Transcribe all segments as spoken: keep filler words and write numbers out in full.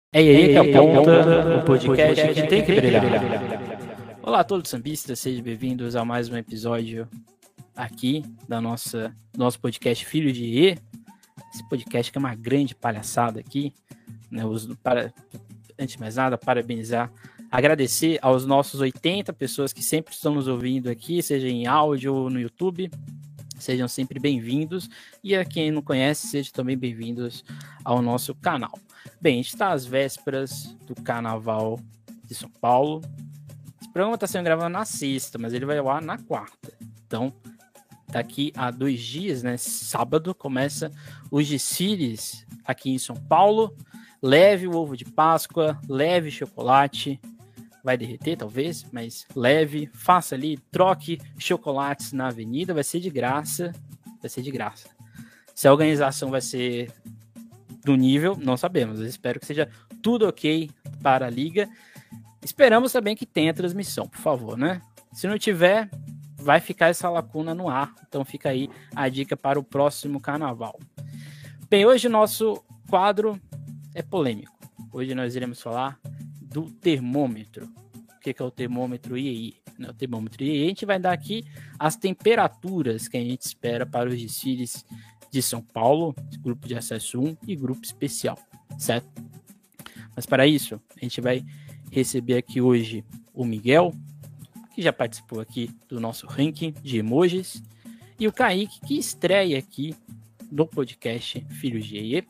É aí que aponta o podcast que tem que brilhar. Olá a todos sambistas, sejam bem-vindos a mais um episódio aqui da nossa, do nosso podcast Filho de E. Esse podcast que é uma grande palhaçada aqui, né? Os, para, antes de mais nada, parabenizar, agradecer aos nossos oitenta pessoas que sempre estão nos ouvindo aqui, seja em áudio ou no YouTube. Sejam sempre bem-vindos e a quem não conhece, sejam também bem-vindos ao nosso canal. Bem, a gente está às vésperas do Carnaval de São Paulo. Esse programa está sendo gravado na sexta, mas ele vai ao ar na quarta. Então, daqui a dois dias, né, sábado, começa os desfiles aqui em São Paulo. Leve o ovo de Páscoa, leve chocolate. Vai derreter, talvez, mas leve, faça ali, troque chocolates na avenida, vai ser de graça, vai ser de graça. Se a organização vai ser do nível, não sabemos, eu espero que seja tudo ok para a liga. Esperamos também que tenha transmissão, por favor, né? Se não tiver, vai ficar essa lacuna no ar, então fica aí a dica para o próximo carnaval. Bem, hoje o nosso quadro é polêmico. Hoje nós iremos falar do termômetro. O que é o termômetro I E I? O termômetro I E I, a gente vai dar aqui as temperaturas que a gente espera para os desfiles de São Paulo, grupo de acesso um e grupo especial, certo? Mas para isso, a gente vai receber aqui hoje o Miguel, que já participou aqui do nosso ranking de emojis, e o Kaique, que estreia aqui no podcast Filhos de E E.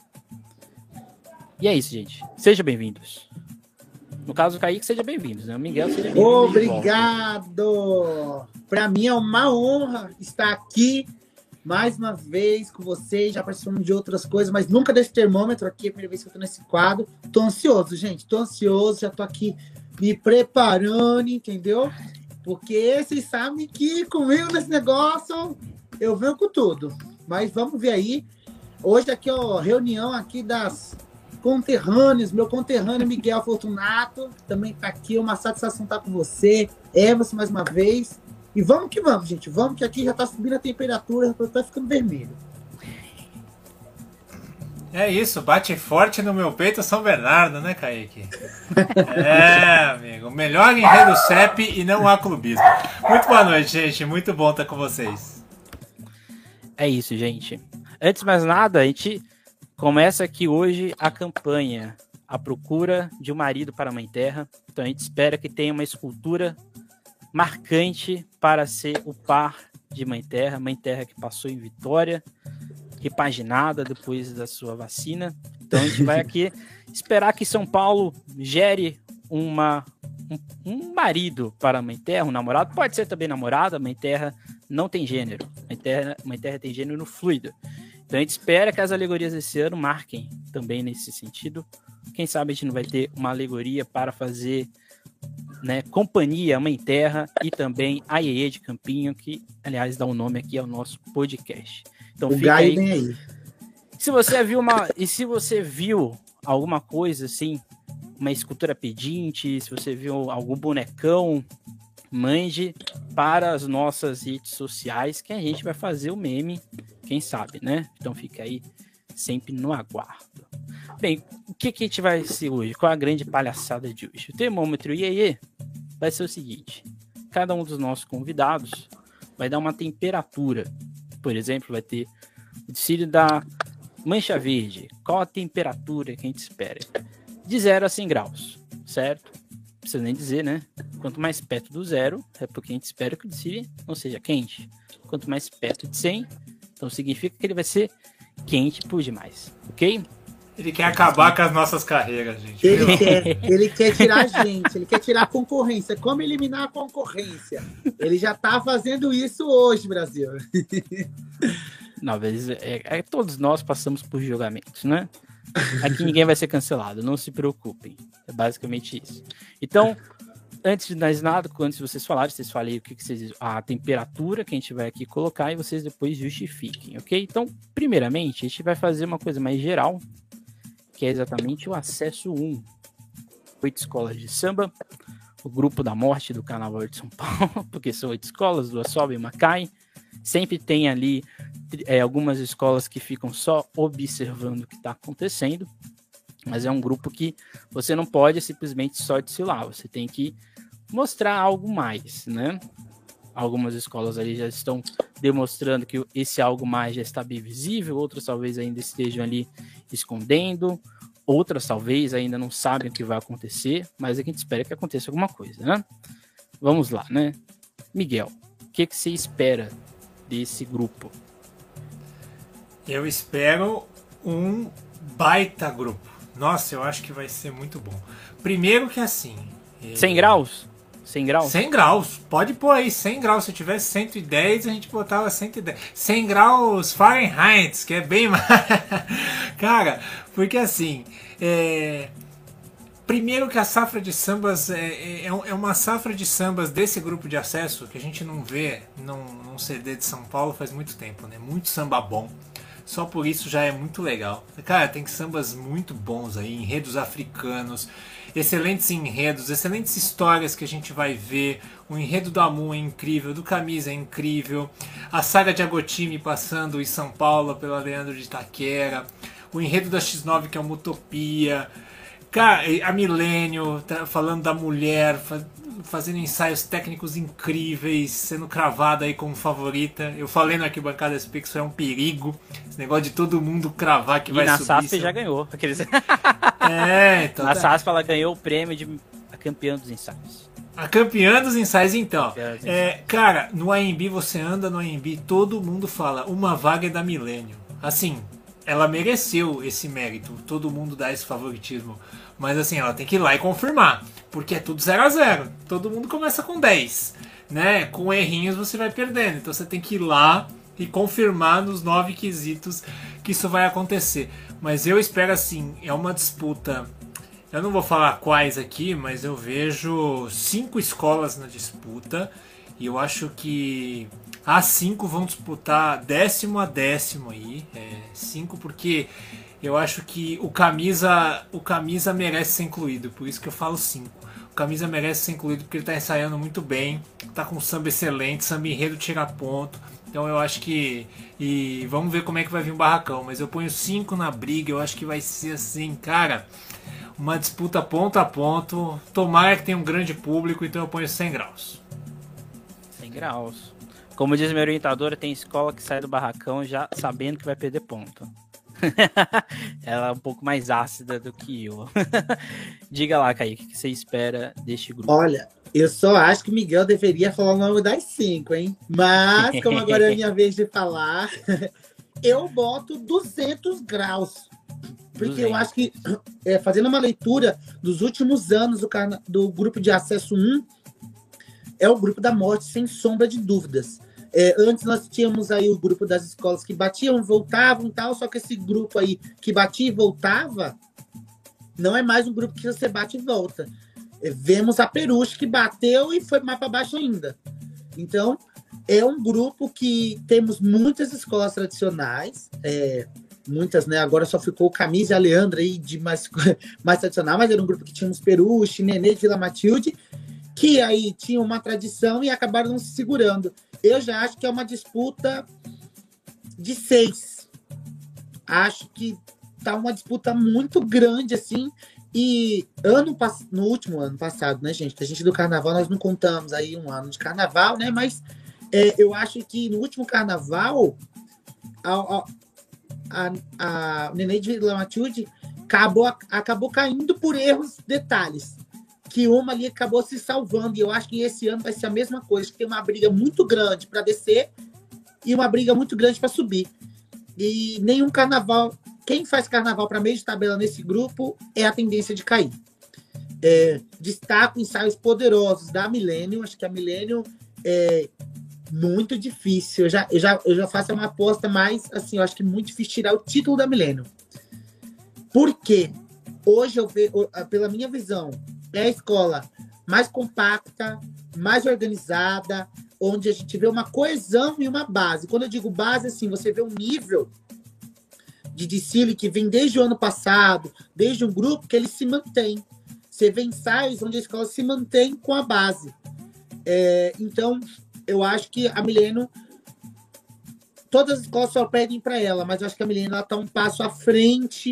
E é isso, gente. Sejam bem-vindos. No caso, o Kaique, seja bem-vindo, né? O Miguel, seja bem-vindo. Obrigado! Para mim é uma honra estar aqui mais uma vez com vocês. Já participamos de outras coisas, mas nunca desse termômetro aqui. É a primeira vez que eu tô nesse quadro. Tô ansioso, gente. Tô ansioso. Já tô aqui me preparando, entendeu? Porque vocês sabem que comigo nesse negócio eu venho com tudo. Mas vamos ver aí. Hoje aqui, ó, reunião aqui das conterrâneos, meu conterrâneo Miguel Fortunato, também tá aqui, uma satisfação estar com você, Everson, mais uma vez, e vamos que vamos, gente, vamos que aqui já tá subindo a temperatura, já tá ficando vermelho. É isso, bate forte no meu peito São Bernardo, né, Kaique? É, amigo, melhor enredo C E P e não há clubismo. Muito boa noite, gente, muito bom estar com vocês. É isso, gente. Antes de mais nada, a gente começa aqui hoje a campanha, a procura de um marido para a Mãe Terra. Então a gente espera que tenha uma escultura marcante para ser o par de Mãe Terra. Mãe Terra que passou em Vitória, repaginada depois da sua vacina. Então a gente vai aqui esperar que São Paulo gere uma, um, um marido para a Mãe Terra, um namorado. Pode ser também namorada, Mãe Terra não tem gênero. Mãe Terra, Mãe Terra tem gênero fluido. Então a gente espera que as alegorias desse ano marquem também nesse sentido. Quem sabe a gente não vai ter uma alegoria para fazer, né, companhia à Mãe Terra e também a I E E de Campinho, que aliás dá o um nome aqui ao nosso podcast. Então o fica Gaio aí. Vem aí. Se você viu uma e se você viu alguma coisa assim, uma escultura pedinte, se você viu algum bonecão, mande para as nossas redes sociais que a gente vai fazer o meme. Quem sabe, né? Então fica aí sempre no aguardo. Bem, o que, que a gente vai ser hoje? Qual a grande palhaçada de hoje? O termômetro I E E vai ser o seguinte. Cada um dos nossos convidados vai dar uma temperatura. Por exemplo, vai ter o desfile da Mancha Verde. Qual a temperatura que a gente espera? De zero a cem graus, certo? Não precisa nem dizer, né? Quanto mais perto do zero, é porque a gente espera que o desfile não seja quente. Quanto mais perto de cem, então significa que ele vai ser quente por demais, ok? Ele quer acabar com as nossas carreiras, gente. Ele quer, ele quer tirar a gente, ele quer tirar a concorrência. Como eliminar a concorrência? Ele já tá fazendo isso hoje, Brasil. Não, mas é, é, todos nós passamos por julgamentos, né? Aqui ninguém vai ser cancelado, não se preocupem. É basicamente isso. Então, antes de mais nada, antes de vocês falarem, vocês falem o que, que vocês, a temperatura que a gente vai aqui colocar e vocês depois justifiquem, ok? Então, primeiramente, a gente vai fazer uma coisa mais geral, que é exatamente o acesso um. Oito escolas de samba, o grupo da morte do Carnaval de São Paulo, porque são oito escolas, duas sobem e uma caem. Sempre tem ali é, algumas escolas que ficam só observando o que está acontecendo. Mas é um grupo que você não pode simplesmente só desfilar, você tem que mostrar algo mais, né? Algumas escolas ali já estão demonstrando que esse algo mais já está bem visível, outras talvez ainda estejam ali escondendo, outras talvez ainda não sabem o que vai acontecer, mas a gente espera que aconteça alguma coisa, né? Vamos lá, né? Miguel, o que, que você espera desse grupo? Eu espero um baita grupo. Nossa, eu acho que vai ser muito bom. Primeiro que assim... cem graus? cem graus? cem graus. Pode pôr aí cem graus. Se tivesse cento e dez, a gente botava cento e dez. cem graus Fahrenheit, que é bem mais... Cara, porque assim... É... Primeiro que a safra de sambas é, é, é uma safra de sambas desse grupo de acesso que a gente não vê num, num C D de São Paulo faz muito tempo, né? Muito samba bom. Só por isso já é muito legal. Cara, tem sambas muito bons aí, enredos africanos, excelentes enredos, excelentes histórias que a gente vai ver. O enredo do Amu é incrível, do Camisa é incrível. A saga de Agotime passando em São Paulo pela Leandro de Itaquera. O enredo da X nove que é uma utopia. Cara, a Milênio tá falando da mulher, fazendo ensaios técnicos incríveis, sendo cravada aí como favorita. Eu falei no Arquibancada S P que isso é um perigo. Esse negócio de todo mundo cravar que e vai na subir. S A S P já ganhou. Aqueles... É, então. Na tá. S A S P ela ganhou o prêmio de a campeã dos ensaios. A campeã dos ensaios, então. Dos é, cara, no A M B, você anda no A M B, todo mundo fala, uma vaga é da Milênio. Assim, ela mereceu esse mérito, todo mundo dá esse favoritismo. Mas assim, ela tem que ir lá e confirmar, porque é tudo zero a zero. Todo mundo começa com dez, né? Com errinhos você vai perdendo. Então você tem que ir lá e confirmar nos nove quesitos que isso vai acontecer. Mas eu espero assim, é uma disputa... Eu não vou falar quais aqui, mas eu vejo cinco escolas na disputa. E eu acho que as cinco vão disputar décimo a décimo aí. É, cinco porque... Eu acho que o camisa, o camisa merece ser incluído, por isso que eu falo cinco. O camisa merece ser incluído porque ele está ensaiando muito bem, está com samba excelente, samba enredo tira ponto. Então eu acho que... E vamos ver como é que vai vir o barracão. Mas eu ponho cinco na briga, eu acho que vai ser assim, cara, uma disputa ponto a ponto. Tomara que tenha um grande público, então eu ponho cem graus. cem graus. Como diz minha orientadora, tem escola que sai do barracão já sabendo que vai perder ponto. Ela é um pouco mais ácida do que eu. Diga lá, Kaique, o que você espera deste grupo? Olha, eu só acho que o Miguel deveria falar o nome das cinco, hein? Mas, como agora é a minha vez de falar, eu boto duzentos graus. Porque duzentos. Eu acho que, é, fazendo uma leitura dos últimos anos do, carna... do grupo de acesso um, é o grupo da morte, sem sombra de dúvidas. É, antes nós tínhamos aí o grupo das escolas que batiam, voltavam e tal, só que esse grupo aí que batia e voltava não é mais um grupo que você bate e volta. É, vemos a Peruche que bateu e foi mais para baixo ainda. Então, é um grupo que temos muitas escolas tradicionais, é, muitas, né? Agora só ficou o Camisa e a Leandra aí de mais, mais tradicional, mas era um grupo que tínhamos Peruche, Nenê de Vila Matilde, que aí tinham uma tradição e acabaram não se segurando. Eu já acho que é uma disputa de seis. Acho que tá uma disputa muito grande, assim. E ano no último ano passado, né, gente? A gente do carnaval, nós não contamos aí um ano de carnaval, né? Mas é, eu acho que no último carnaval, a, a, a, a Nenê de Vila Matilde acabou, acabou caindo por erros, detalhes. Que uma ali acabou se salvando. E eu acho que esse ano vai ser a mesma coisa. Que tem uma briga muito grande para descer e uma briga muito grande para subir. E nenhum carnaval... Quem faz carnaval para meio de tabela nesse grupo é a tendência de cair. É, destaco ensaios poderosos da Millennium. Acho que a Millennium é muito difícil. Eu já, eu já, eu já faço uma aposta mais... assim, eu acho que é muito difícil tirar o título da Millennium. Por quê? Hoje, eu vejo, pela minha visão... É a escola mais compacta, mais organizada, onde a gente vê uma coesão e uma base. Quando eu digo base, assim, você vê um nível de desfile que vem desde o ano passado, desde um grupo que ele se mantém. Você vê ensaios onde a escola se mantém com a base. É, então, eu acho que a Milênio... Todas as escolas só pedem para ela, mas eu acho que a Milênio está um passo à frente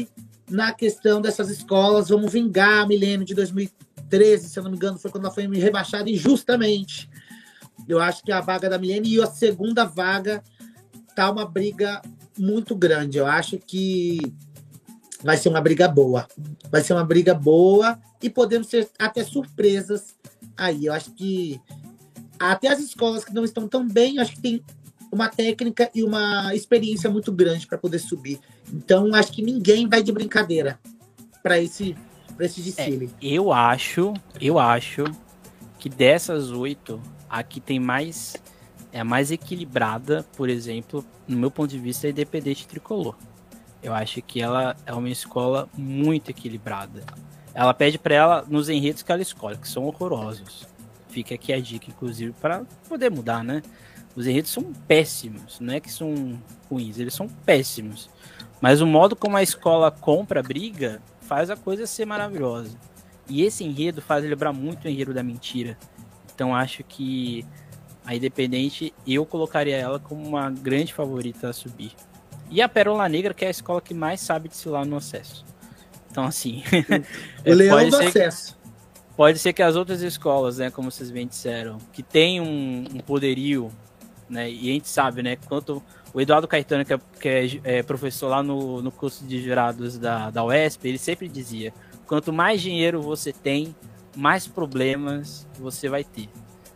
na questão dessas escolas. Vamos vingar a Milênio de dois mil e treze, se eu não me engano, foi quando ela foi rebaixada injustamente. Eu acho que a vaga da Milênio e a segunda vaga tá uma briga muito grande. Eu acho que vai ser uma briga boa. Vai ser uma briga boa e podemos ter até surpresas aí. Eu acho que até as escolas que não estão tão bem, eu acho que tem uma técnica e uma experiência muito grande para poder subir. Então, acho que ninguém vai de brincadeira para esse, pra esse desfile. É, eu acho, eu acho que dessas oito, a que tem mais, é a mais equilibrada, por exemplo, no meu ponto de vista, é a Independente Tricolor. Eu acho que ela é uma escola muito equilibrada. Ela pede para ela nos enredos que ela escolhe, que são horrorosos. Fica aqui a dica, inclusive, para poder mudar, né? Os enredos são péssimos, não é que são ruins, eles são péssimos. Mas o modo como a escola compra a briga faz a coisa ser maravilhosa. E esse enredo faz lembrar muito o enredo da mentira. Então acho que a Independente, eu colocaria ela como uma grande favorita a subir. E a Pérola Negra, que é a escola que mais sabe desfilar no acesso. Então assim... o leão pode do ser acesso. Que, pode ser que as outras escolas, né, como vocês bem disseram, que tem um, um poderio... Né? E a gente sabe, né? Quanto o Eduardo Caetano, que é, que é, é professor lá no, no curso de jurados da, da U E S P, ele sempre dizia: quanto mais dinheiro você tem, mais problemas você vai ter.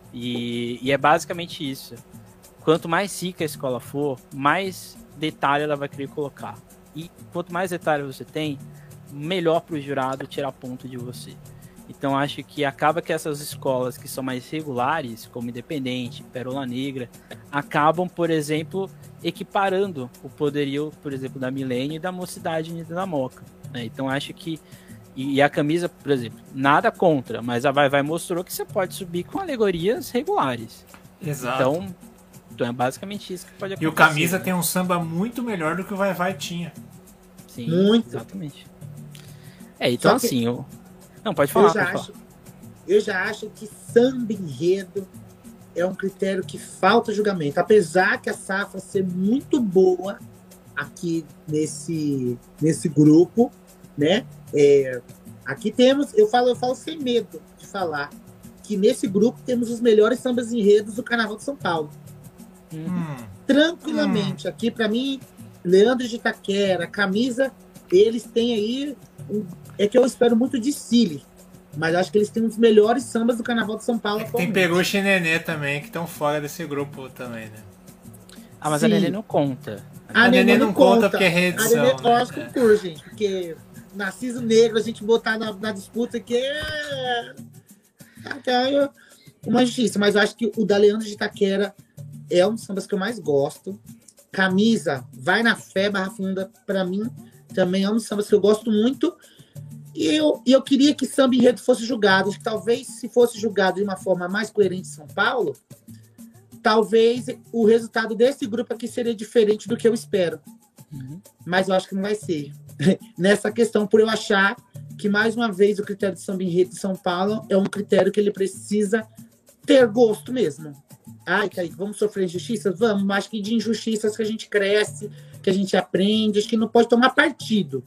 E, e é basicamente isso. Quanto mais rica a escola for, mais detalhe ela vai querer colocar. E quanto mais detalhe você tem, melhor para o jurado tirar ponto de você. Então acho que acaba que essas escolas que são mais regulares, como Independente, Pérola Negra, acabam, por exemplo, equiparando o poderio, por exemplo, da Milênio e da Mocidade Unida da Moca. Né? Então acho que... E, e a camisa, por exemplo, nada contra, mas a Vai Vai mostrou que você pode subir com alegorias regulares. Exato. Então, então é basicamente isso que pode acontecer. E o camisa né? tem um samba muito melhor do que o Vai Vai tinha. Sim, muito. Exatamente. É, então que... assim... Eu... Não, pode falar. Eu já, pode acho, falar. eu já acho que samba enredo é um critério que falta julgamento. Apesar que a safra ser muito boa aqui nesse, nesse grupo, né? É, aqui temos, eu falo, eu falo sem medo de falar, que nesse grupo temos os melhores sambas enredos do Carnaval de São Paulo. Hum. Tranquilamente. Hum. Aqui, para mim, Leandro de Itaquera, Camisa, eles têm aí... Um, é que eu espero muito de Cile, mas acho que eles têm um dos melhores sambas do Carnaval de São Paulo. É que tem Peruche e Nenê também, que estão fora desse grupo também, né? Ah, mas Sim. a Nenê não conta. A, a Nenê, Nenê não, não conta, porque é reedição. A Nenê, né? eu acho que por, gente, porque Narciso Negro, a gente botar na, na disputa aqui é... é uma justiça, mas eu acho que o da Leandro de Itaquera é um dos sambas que eu mais gosto. Camisa, Vai na Fé, Barra Funda, pra mim, também é um dos sambas que eu gosto muito. E eu, e eu queria que samba enredo fosse julgado. Talvez, se fosse julgado de uma forma mais coerente em São Paulo, talvez o resultado desse grupo aqui seria diferente do que eu espero. Uhum. Mas eu acho que não vai ser. Nessa questão, por eu achar que, mais uma vez, o critério de samba enredo de São Paulo é um critério que ele precisa ter gosto mesmo. Ai, Kaique, vamos sofrer injustiças? Vamos, mas acho que de injustiças que a gente cresce, que a gente aprende, acho que não pode tomar partido.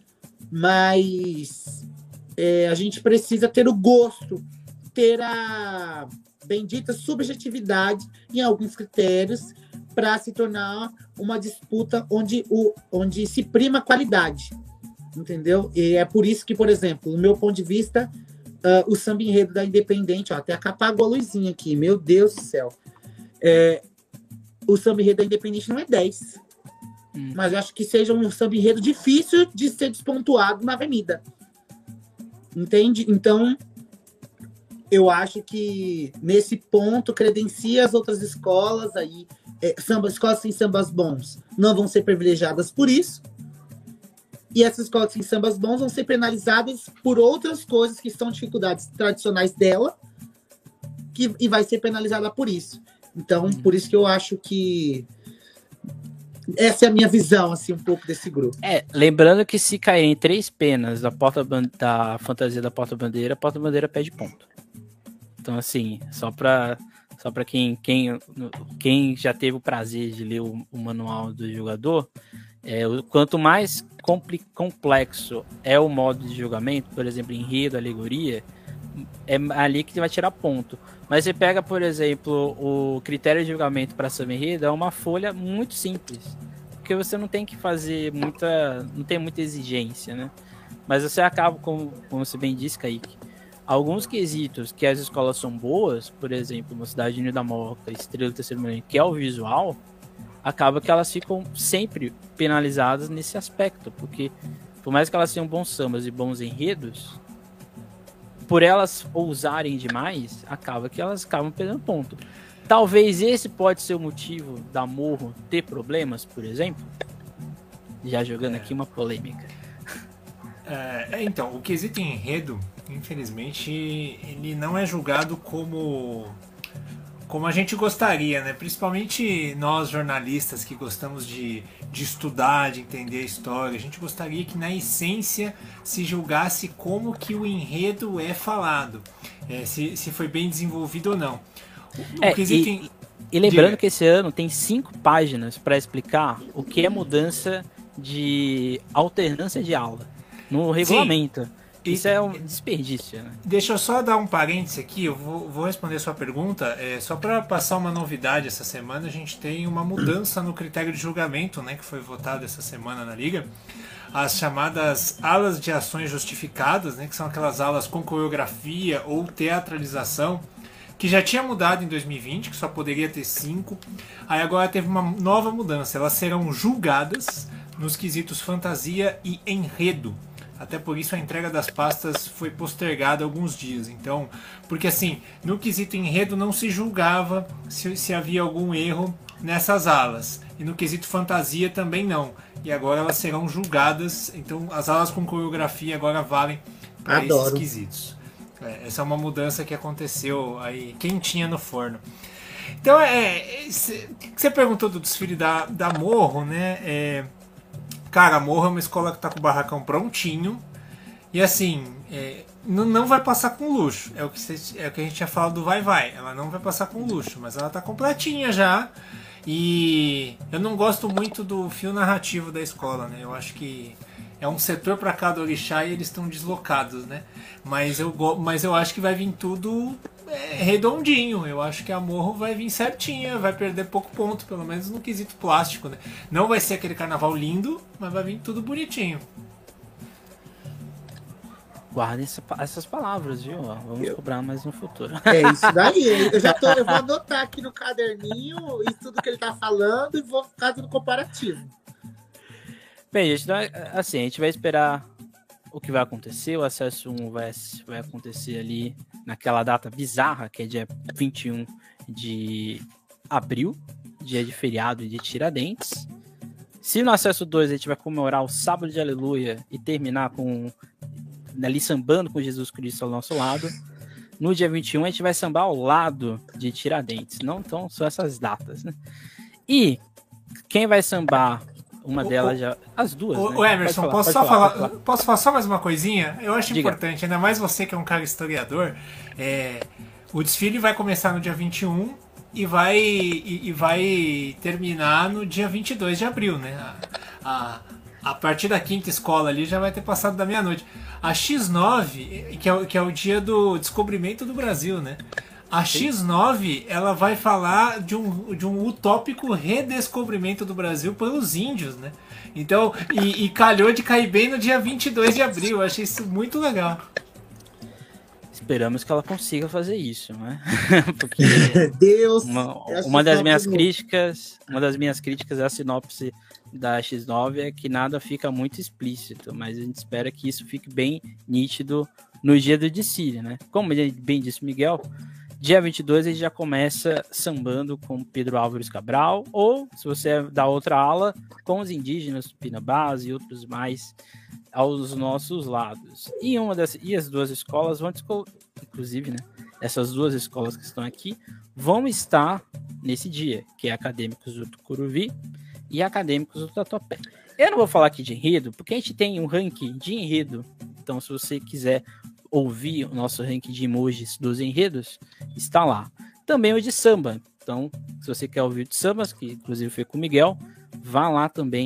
Mas é, a gente precisa ter o gosto, ter a bendita subjetividade em alguns critérios para se tornar uma disputa onde, o, onde se prima a qualidade, entendeu? E é por isso que, por exemplo, no meu ponto de vista, uh, o samba enredo da Independente, ó, até apagou a luzinha aqui, meu Deus do céu, é, o samba enredo da Independente não é dez. Mas eu acho que seja um samba enredo difícil de ser despontuado na avenida. Entende? Então, eu acho que nesse ponto credencia as outras escolas aí, é, samba, escolas sem sambas bons não vão ser privilegiadas por isso. E essas escolas sem sambas bons vão ser penalizadas por outras coisas que são dificuldades tradicionais dela, que, e vai ser penalizada por isso. Então, por isso que eu acho que essa é a minha visão, assim, um pouco desse grupo. É, lembrando que se caírem três penas da, porta da fantasia da porta-bandeira, a porta-bandeira pede ponto. Então, assim, só para só para quem, quem, quem já teve o prazer de ler o, o manual do jogador, É, o, quanto mais compli, complexo é o modo de julgamento, por exemplo, enredo, alegoria, é ali que você vai tirar ponto. Mas você pega, por exemplo, o critério de julgamento para samba enredo, é uma folha muito simples. Porque você não tem que fazer muita... não tem muita exigência, né? Mas você acaba, como, como você bem disse, Kaique, alguns quesitos que as escolas são boas, por exemplo, Mocidade Unida da Moca, Estrela do Terceiro Milênio, que é o visual, acaba que elas ficam sempre penalizadas nesse aspecto, porque por mais que elas tenham bons sambas e bons enredos, por elas ousarem demais, acaba que elas acabam perdendo ponto. Talvez esse pode ser o motivo da Morro ter problemas, por exemplo. Já jogando é. aqui uma polêmica. É, então, o quesito enredo, infelizmente, ele não é julgado como como a gente gostaria, né? Principalmente nós jornalistas que gostamos de, de estudar, de entender a história. A gente gostaria que na essência se julgasse como que o enredo é falado, é, se, se foi bem desenvolvido ou não. O, é, o quesito e, em... e lembrando Diga. que esse ano tem cinco páginas para explicar o que é mudança de alternância de aula no regulamento. Sim. Isso é um desperdício, né? Deixa eu só dar um parêntese aqui, eu vou, vou responder a sua pergunta. É, só para passar uma novidade essa semana, a gente tem uma mudança no critério de julgamento, né, que foi votado essa semana na Liga. As chamadas alas de ações justificadas, né, que são aquelas alas com coreografia ou teatralização, que já tinha mudado em dois mil e vinte, que só poderia ter cinco. Aí agora teve uma nova mudança, elas serão julgadas nos quesitos fantasia e enredo. Até por isso a entrega das pastas foi postergada alguns dias. Então, porque assim, no quesito enredo não se julgava se, se havia algum erro nessas alas. E no quesito fantasia também não. E agora elas serão julgadas. Então as alas com coreografia agora valem para esses quesitos. É, essa é uma mudança que aconteceu aí, quentinha no forno. Então, é, você perguntou do desfile da, da Morro, né? É, cara, a Morro é uma escola que tá com o barracão prontinho. E assim, é, não, não vai passar com luxo. É o, que cê, é o que a gente tinha falado do Vai Vai. Ela não vai passar com luxo, mas ela tá completinha já. E eu não gosto muito do fio narrativo da escola, né? Eu acho que é um setor para cada orixá e eles estão deslocados, né? Mas eu, mas eu acho que vai vir tudo é, redondinho. Eu acho que a Morro vai vir certinha, vai perder pouco ponto, pelo menos no quesito plástico, né? Não vai ser aquele carnaval lindo, mas vai vir tudo bonitinho. Guardem essa, essas palavras, viu? Vamos eu... cobrar mais no futuro. É isso daí. Eu já tô, eu vou anotar aqui no caderninho e tudo que ele tá falando e vou ficar tudo comparativo. Bem, gente, assim, a gente vai esperar o que vai acontecer. O acesso um vai, vai acontecer ali naquela data bizarra, que é dia vinte e um de abril, dia de feriado e de Tiradentes. Se no acesso dois a gente vai comemorar o sábado de Aleluia e terminar com ali sambando com Jesus Cristo ao nosso lado, no dia vinte e um a gente vai sambar ao lado de Tiradentes. Não, então são essas datas, né? E quem vai sambar uma delas já. As duas. O, né? o Emerson, falar, posso só falar, falar, posso falar só mais uma coisinha? Eu acho Diga. importante, ainda mais você que é um cara historiador. É, o desfile vai começar no dia vinte e um e vai, e, e vai terminar no dia vinte e dois de abril, né? A, a, a partir da quinta escola ali já vai ter passado da meia-noite. A X nove, que é, que é o dia do descobrimento do Brasil, né? A X nove, ela vai falar de um, de um utópico redescobrimento do Brasil pelos índios, né? Então, e, e calhou de cair bem no dia vinte e dois de abril. Eu achei isso muito legal. Esperamos que ela consiga fazer isso, né? Porque Deus, uma, uma das minhas críticas, uma das minhas críticas à sinopse da X nove é que nada fica muito explícito, mas a gente espera que isso fique bem nítido no dia do desfile, né? Como bem disse o Miguel, dia vinte e dois a gente já começa sambando com Pedro Álvares Cabral, ou, se você é da outra ala, com os indígenas Tupinambás e outros mais aos nossos lados. E, uma das, e as duas escolas vão, inclusive, né, essas duas escolas que estão aqui, vão estar nesse dia, que é Acadêmicos do Tucuruvi e Acadêmicos do Tatuapé. Eu não vou falar aqui de enredo, porque a gente tem um ranking de enredo, então se você quiser ouvir o nosso ranking de emojis dos enredos, está lá. Também o de samba, então se você quer ouvir o de sambas, que inclusive foi com o Miguel, vá lá também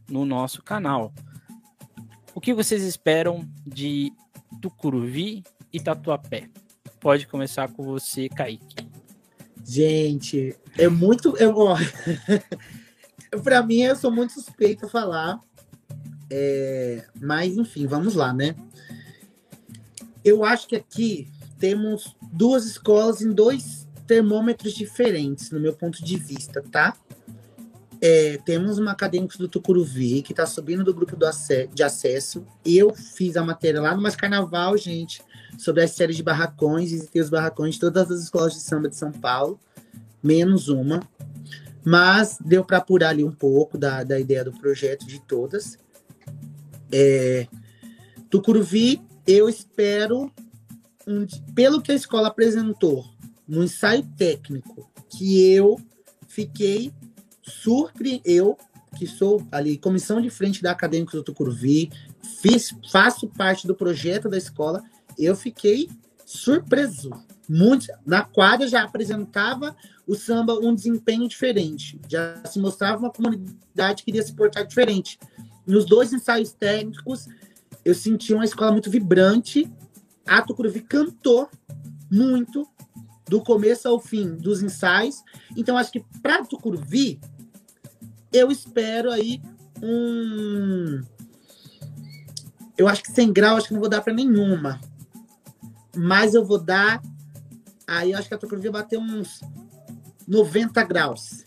no nosso canal. O que vocês esperam de Tucuruvi e Tatuapé? Pode começar com você, Kaique. Gente, é muito... Eu, ó, pra mim, eu sou muito suspeita a falar. É, mas, enfim, vamos lá, né? Eu acho que aqui temos duas escolas em dois termômetros diferentes, no meu ponto de vista, tá? É, temos uma acadêmica do Tucuruvi, que tá subindo do grupo do ac- de acesso. Eu fiz a matéria lá no Mais Carnaval, gente, sobre as séries de barracões, visitei os barracões de todas as escolas de samba de São Paulo, menos uma. Mas deu para apurar ali um pouco da, da ideia do projeto de todas. É, Tucuruvi, eu espero, um, pelo que a escola apresentou no ensaio técnico, que eu fiquei surpre eu, que sou ali comissão de frente da Acadêmicos do Tucuruvi, fiz, faço parte do projeto da escola, eu fiquei surpreso. Muito, na quadra já apresentava o samba um desempenho diferente, já se mostrava uma comunidade que queria se portar diferente. Nos dois ensaios técnicos, eu senti uma escola muito vibrante, a Tucuruvi cantou muito, do começo ao fim dos ensaios. Então, acho que para Tucuruvi, eu espero aí um... Eu acho que cem graus, acho que não vou dar para nenhuma. Mas eu vou dar... Aí, eu acho que a Tucuruvi vai bater uns noventa graus.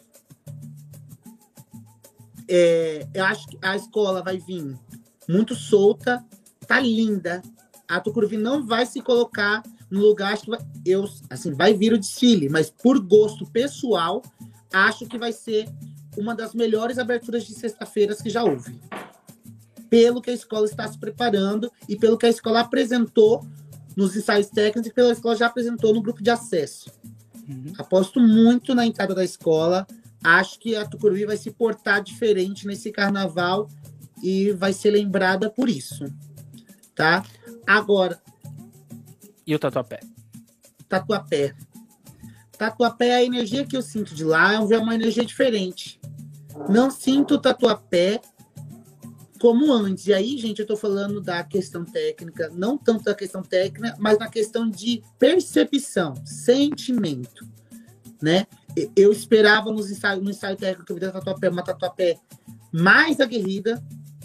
É, eu acho que a escola vai vir muito solta, tá linda. A Tucuruvi não vai se colocar no lugar, acho que vai, eu, assim, vai vir o desfile, mas por gosto pessoal, acho que vai ser uma das melhores aberturas de sexta-feiras que já houve. Pelo que a escola está se preparando e pelo que a escola apresentou nos ensaios técnicos e pelo que a escola já apresentou no grupo de acesso. Uhum. Aposto muito na entrada da escola. Acho que a Tucuruvi vai se portar diferente nesse carnaval e vai ser lembrada por isso. Tá? Agora... E o Tatuapé? Tatuapé. Tatuapé, a energia que eu sinto de lá é uma energia diferente. Não sinto o Tatuapé como antes. E aí, gente, eu tô falando da questão técnica, não tanto da questão técnica, mas na questão de percepção, sentimento, né? Eu esperava nos ensaios, no ensaio técnico que eu vi da Tatuapé, uma Tatuapé mais aguerrida.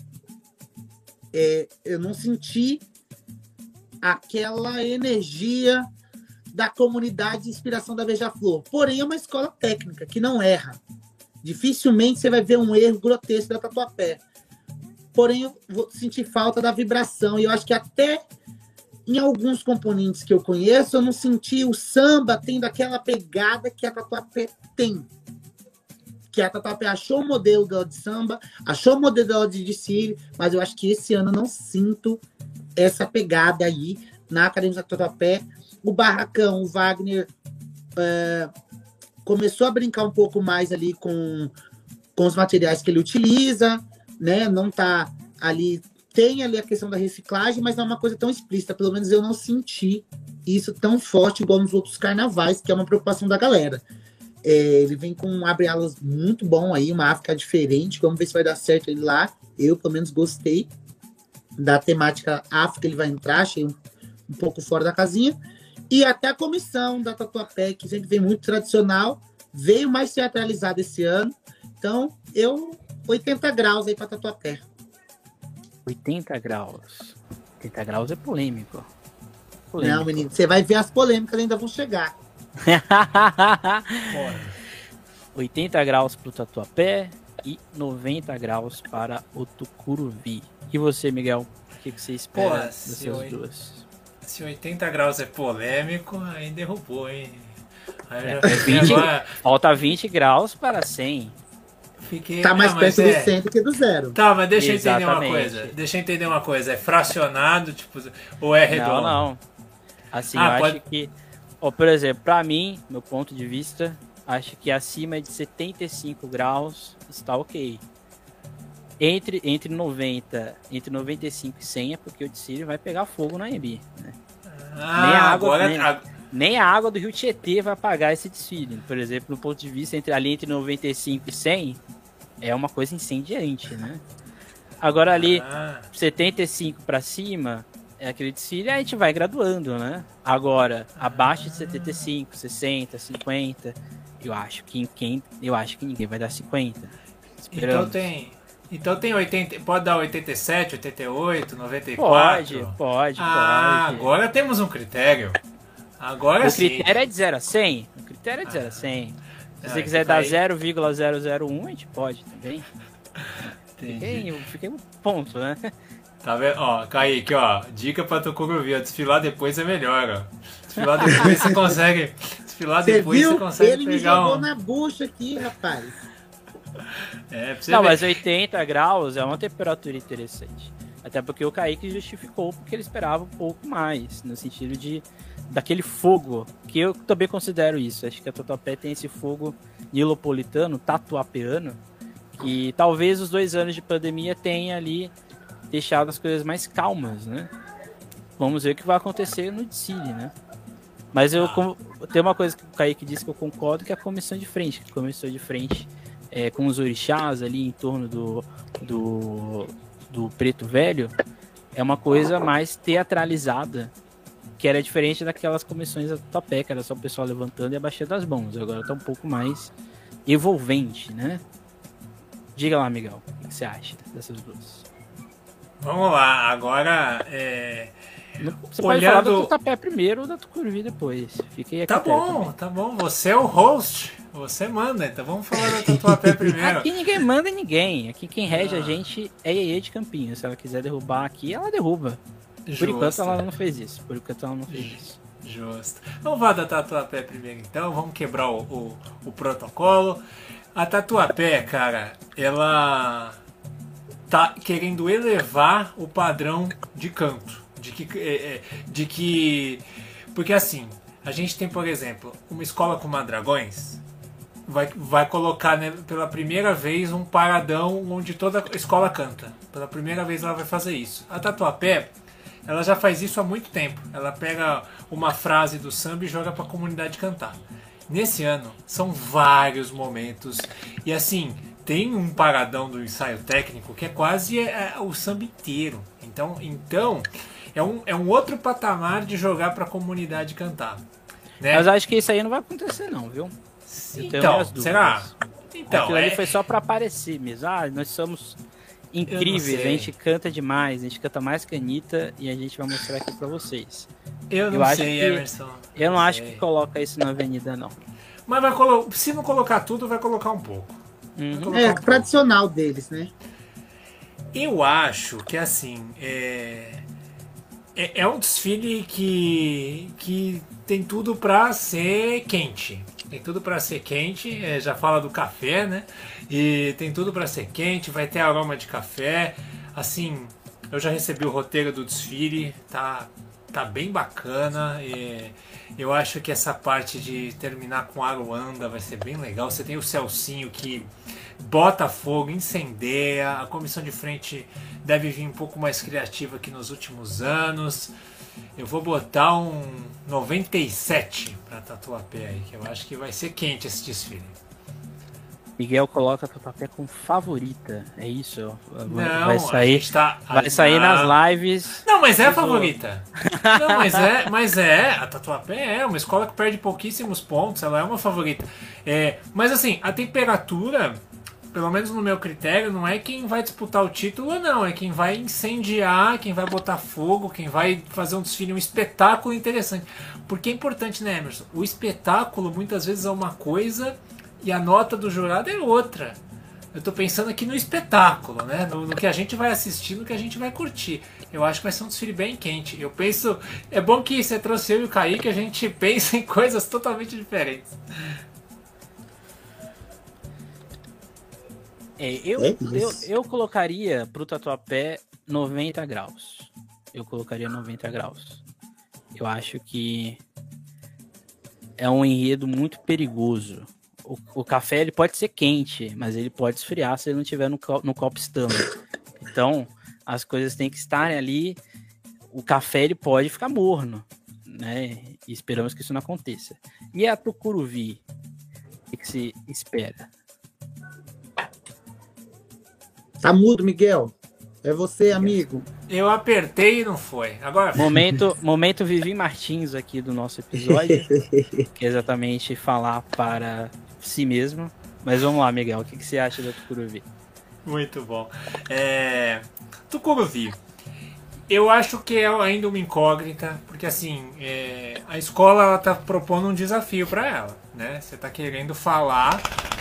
É, eu não senti aquela energia da comunidade de inspiração da Beija-Flor. Porém, é uma escola técnica que não erra. Dificilmente você vai ver um erro grotesco da Tatuapé. Porém, eu vou sentir falta da vibração. E eu acho que até em alguns componentes que eu conheço, eu não senti o samba tendo aquela pegada que a Tatuapé tem. Que a Tatuapé achou o modelo dela de samba, achou o modelo dela de desfile, mas eu acho que esse ano eu não sinto essa pegada aí na Acadêmica da Tatuapé. O Barracão, o Wagner, é, começou a brincar um pouco mais ali com, com os materiais que ele utiliza, né? Não tá ali, tem ali a questão da reciclagem, mas não é uma coisa tão explícita. Pelo menos eu não senti isso tão forte igual nos outros carnavais, que é uma preocupação da galera. É, ele vem com um abre-alas muito bom aí, uma África diferente. Vamos ver se vai dar certo ele lá. Eu, pelo menos, gostei da temática África. Ele vai entrar, achei um, um pouco fora da casinha. E até a comissão da Tatuapé, que sempre vem muito tradicional, veio mais teatralizada esse ano. Então, eu, oitenta graus aí para Tatuapé. oitenta graus. oitenta graus é polêmico. polêmico. Não, menino, você vai ver as polêmicas, ainda vão chegar. oitenta graus para o Tatuapé e noventa graus para o Tucuruvi. E você, Miguel? O que, que você espera Pô, dessas eu... duas? Se oitenta graus é polêmico, aí derrubou, hein? Aí É, já vinte, agora... Falta vinte graus para cem. Fiquei... Tá mais Não, perto é... do cem do que do zero. Tá, mas deixa Exatamente. eu entender uma coisa. Deixa eu entender uma coisa. É fracionado, tipo, ou é redondo? Não, não. Assim, Ah, eu pode... acho que... Ó, por exemplo, para mim, meu ponto de vista, acho que acima de setenta e cinco graus está ok. Entre, entre, noventa, entre noventa e cinco e cem é porque o desfile vai pegar fogo na Embi, né? Ah, nem, a água, agora... nem, nem a água do Rio Tietê vai apagar esse desfile. Por exemplo, no ponto de vista entre, ali entre noventa e cinco e cem, é uma coisa incendiante, né? Agora ali, Ah. setenta e cinco para cima, é aquele desfile, a gente vai graduando, né? Agora, abaixo de setenta e cinco, sessenta, cinquenta, eu acho que quem, eu acho que ninguém vai dar cinquenta. Então tem, então tem oitenta, pode dar oitenta e sete, oitenta e oito, noventa e Pode, quatro? pode, Ah, pode. agora temos um critério. Agora O sim. critério é de zero a cem. O critério é de zero a cem. Se Ah, você quiser vai- dar zero vírgula zero zero um, a gente pode também. Entendi. Fiquei, fiquei um ponto, né? Tá vendo? Ó, Kaique, ó, dica pra Tucuruvi, ó, desfilar depois é melhor, ó. Desfilar depois você consegue. Desfilar Você depois viu? você consegue Ele me pegar jogou um. na bucha aqui, rapaz. É, pra você Não, ver. mas oitenta graus é uma temperatura interessante. Até porque o Kaique justificou porque ele esperava um pouco mais, no sentido de daquele fogo, que eu também considero isso. Acho que a Tatuapé tem esse fogo nilopolitano, tatuapeano, que talvez os dois anos de pandemia tenha ali deixado as coisas mais calmas, né? Vamos ver o que vai acontecer no desfile, né? Mas eu com- tem uma coisa que o Kaique disse que eu concordo, que é a comissão de frente. Que a comissão de frente é, com os orixás ali em torno do, do, do Preto Velho é uma coisa mais teatralizada, que era diferente daquelas comissões da Tatuapé, que era só o pessoal levantando e abaixando as mãos. Agora tá um pouco mais envolvente, né? Diga lá, Miguel, o que você acha dessas duas? Vamos lá, agora é. Você pode falar Olhando- do Tatuapé primeiro ou da Tucuruvi depois. Fiquei aqui. Tá bom, tá bom. Você é o host. Você manda, então vamos falar da Tatuapé primeiro. Aqui ninguém manda em ninguém. Aqui quem rege Ah. a gente é a Iê de Campinho. Se ela quiser derrubar aqui, ela derruba. Por Justo. enquanto ela não fez isso. Por enquanto ela não fez isso. Justo. Vamos falar da Tatuapé primeiro então, vamos quebrar o, o, o protocolo. A Tatuapé, cara, ela tá querendo elevar o padrão de canto. De que, é, é, de que. Porque assim, a gente tem, por exemplo, uma escola com Madragões. Vai, vai colocar, né, pela primeira vez um paradão onde toda a escola canta. Pela primeira vez ela vai fazer isso. A Tatuapé, ela já faz isso há muito tempo. Ela pega uma frase do samba e joga para a comunidade cantar. Nesse ano, são vários momentos. E assim, tem um paradão do ensaio técnico que é quase é, o samba inteiro. Então, então é, um, é um outro patamar de jogar para a comunidade cantar. Né? Mas acho que isso aí não vai acontecer não, viu? Eu tenho Então, minhas dúvidas. será? Então, Aquilo ali é, foi só pra aparecer mesmo. Ah, nós somos incríveis, a sei. gente canta demais, a gente canta mais que a Anitta e a gente vai mostrar aqui pra vocês. eu não eu acho sei, que- Emerson. Eu não acho sei. que coloca isso na avenida, não. Mas vai colo... se não colocar tudo, vai colocar um pouco. Vai Uhum. colocar É, um pouco. tradicional deles, né? Eu acho que assim é, é, é um desfile que, que tem tudo pra ser quente. Tem tudo pra ser quente. é, já fala do café, né? E tem tudo pra ser quente. Vai ter aroma de café. Assim, eu já recebi o roteiro do desfile. Tá, tá bem bacana. E eu acho que essa parte de terminar com Aruanda vai ser bem legal. Você tem o Celcinho que bota fogo, incendeia. A comissão de frente deve vir um pouco mais criativa que nos últimos anos. Eu vou botar um noventa e sete para Tatuapé aí, que eu acho que vai ser quente esse desfile. Miguel coloca a Tatuapé como favorita, é isso? Não, vai a sair, gente tá. vai sair Ah, nas lives. Não, mas é a Mas o- favorita. Não, mas é, mas é. A Tatuapé é uma escola que perde pouquíssimos pontos, ela é uma favorita. É, mas assim, a temperatura, pelo menos no meu critério, não é quem vai disputar o título, não. É quem vai incendiar, quem vai botar fogo, quem vai fazer um desfile, um espetáculo interessante. Porque é importante, né, Emerson? O espetáculo muitas vezes é uma coisa e a nota do jurado é outra. Eu tô pensando aqui no espetáculo, né? No, no que a gente vai assistir, no que a gente vai curtir. Eu acho que vai ser um desfile bem quente. Eu penso. É bom que você trouxe eu e o Kaique, a gente pensa em coisas totalmente diferentes. É, eu, É eu, isso. eu colocaria pro Tatuapé noventa graus. Eu colocaria noventa graus. Eu acho que é um enredo muito perigoso. O, o café ele pode ser quente, mas ele pode esfriar se ele não estiver no, co- no copo Stanley. Então, as coisas têm que estarem ali. O café ele pode ficar morno, né? E esperamos que isso não aconteça. E a Tucuruvi? O que, que se espera? Tá mudo, Miguel. É você, amigo. Eu apertei e não foi. Agora Momento, momento Vivi Martins aqui do nosso episódio, que é exatamente falar para si mesmo. Mas vamos lá, Miguel, o que, que você acha da Tucuruvi? Muito bom. É... Tucuruvi. Eu acho que é ainda uma incógnita, porque assim, é... a escola ela tá propondo um desafio para ela, né? Você tá querendo falar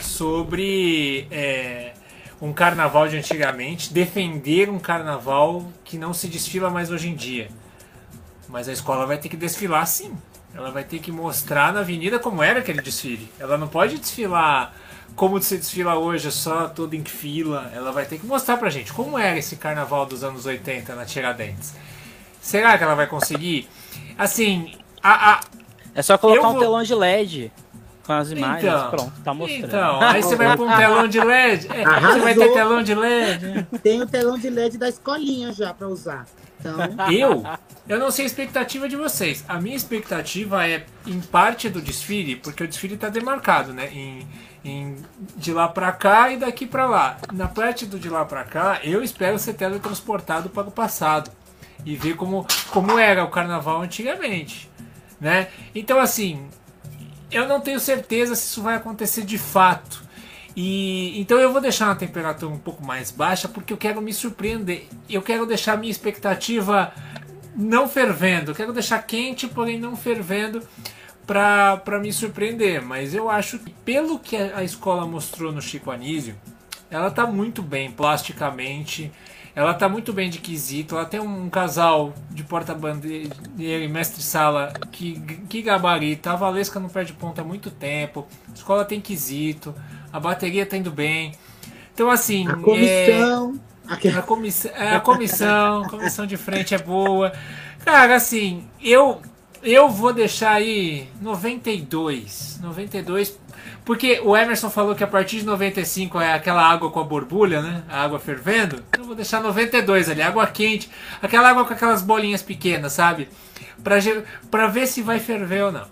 sobre é... um carnaval de antigamente, defender um carnaval que não se desfila mais hoje em dia. Mas a escola vai ter que desfilar sim. Ela vai ter que mostrar na avenida como era aquele desfile. Ela não pode desfilar como se desfila hoje, só todo em fila. Ela vai ter que mostrar pra gente como era esse carnaval dos anos oitenta na Tiradentes. Será que ela vai conseguir? Assim, a... a é só colocar um vou... telão de L E D com as imagens, então, pronto, tá mostrando. Então, aí você vai pra um telão de L E D. É, você vai ter telão de L E D. Tem o telão de L E D da escolinha já pra usar. Então... Eu? Eu não sei a expectativa de vocês. A minha expectativa é, em parte do desfile, porque o desfile tá demarcado, né? Em, em, de lá pra cá e daqui pra lá. Na parte do de lá pra cá, eu espero ser teletransportado para o passado. E ver como, como era o carnaval antigamente, né? Então, assim... eu não tenho certeza se isso vai acontecer de fato. E então eu vou deixar uma temperatura um pouco mais baixa porque eu quero me surpreender. Eu quero deixar a minha expectativa não fervendo. Eu quero deixar quente, porém não fervendo para para me surpreender. Mas eu acho que pelo que a escola mostrou no Chico Anísio, ela está muito bem plasticamente. Ela está muito bem de quesito. Ela tem um casal de porta-bandeira e mestre-sala que, que gabarita. A Valesca não perde ponto há muito tempo. A escola tem quesito. A bateria está indo bem. Então, assim... A comissão... É, a, comissão a comissão... A comissão de frente é boa. Cara, assim... Eu, eu vou deixar aí noventa e dois. noventa e dois... Porque o Emerson falou que a partir de noventa e cinco é aquela água com a borbulha, né? A água fervendo. Então eu vou deixar noventa e dois ali, água quente. Aquela água com aquelas bolinhas pequenas, sabe? Pra, pra ver se vai ferver ou não.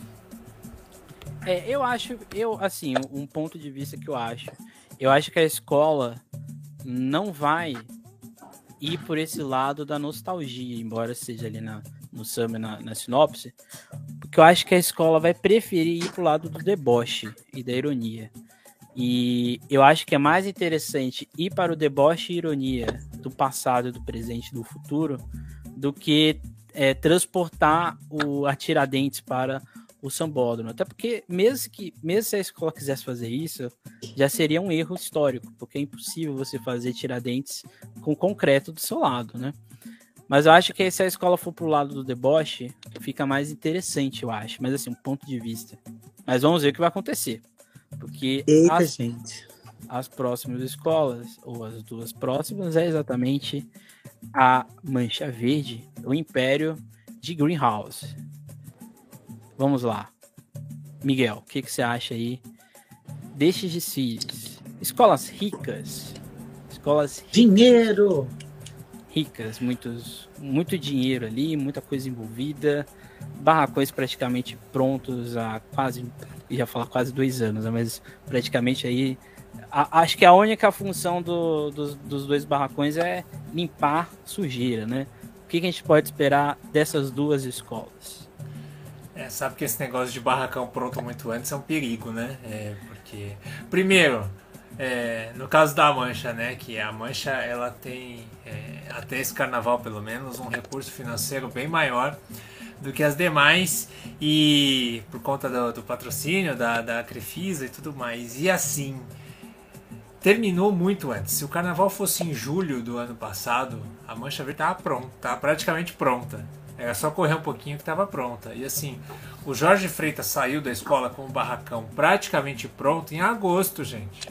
É, eu acho, eu assim, um ponto de vista que eu acho. Eu acho que a escola não vai ir por esse lado da nostalgia, embora seja ali na, no samba, na, na sinopse. Porque eu acho que a escola vai preferir ir pro lado do deboche e da ironia. E eu acho que é mais interessante ir para o deboche e ironia do passado, do presente e do futuro do que é, transportar o Tiradentes para o sambódromo. Até porque, mesmo, que, mesmo se a escola quisesse fazer isso, já seria um erro histórico, porque é impossível você fazer Tiradentes com concreto do seu lado, né? Mas eu acho que se a escola for pro lado do deboche, fica mais interessante, eu acho. Mas assim, um ponto de vista. Mas vamos ver o que vai acontecer. Porque Eita, as, gente. as próximas escolas, ou as duas próximas, é exatamente a Mancha Verde, o Império de Greenhouse. Vamos lá. Miguel, o que, que você acha aí destes desfiles? Escolas ricas. Escolas ricas. Dinheiro! Ricas, muitos, muito dinheiro ali, muita coisa envolvida, barracões praticamente prontos há quase, ia falar quase dois anos, né? Mas praticamente aí, a, acho que a única função do, dos, dos dois barracões é limpar sujeira, né? O que, que a gente pode esperar dessas duas escolas? É, sabe que esse negócio de barracão pronto muito antes é um perigo, né? É, porque, primeiro... É, no caso da Mancha, né, que a Mancha ela tem, é, até esse carnaval pelo menos, um recurso financeiro bem maior do que as demais, e por conta do, do patrocínio da, da Crefisa e tudo mais. E assim, terminou muito antes. Se o carnaval fosse em julho do ano passado, a Mancha Verde estava pronta, estava praticamente pronta. Era só correr um pouquinho que estava pronta. E assim, o Jorge Freitas saiu da escola com o barracão praticamente pronto em agosto, gente.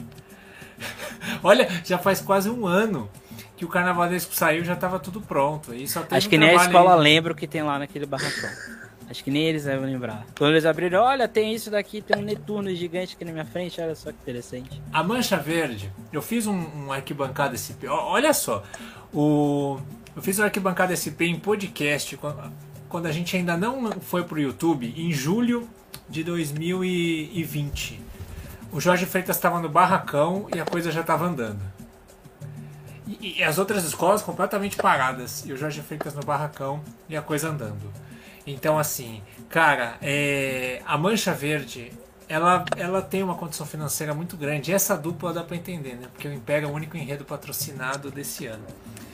Olha, já faz quase um ano que o carnavalesco saiu e já estava tudo pronto. E só Acho um que nem a escola aí. lembra o que tem lá naquele barracão. Acho que nem eles devem lembrar. Quando eles abriram, olha, tem isso daqui, tem um Netuno gigante aqui na minha frente, olha só que interessante. A Mancha Verde, eu fiz um, um arquibancada S P. Olha só, o, eu fiz um arquibancada S P em podcast quando, quando a gente ainda não foi pro YouTube, em julho de dois mil e vinte. O Jorge Freitas estava no barracão e a coisa já estava andando. E, e as outras escolas completamente paradas. E o Jorge Freitas no barracão e a coisa andando. Então, assim, cara, é, a Mancha Verde, ela, ela tem uma condição financeira muito grande. E essa dupla dá pra entender, né? Porque o Império é o único enredo patrocinado desse ano.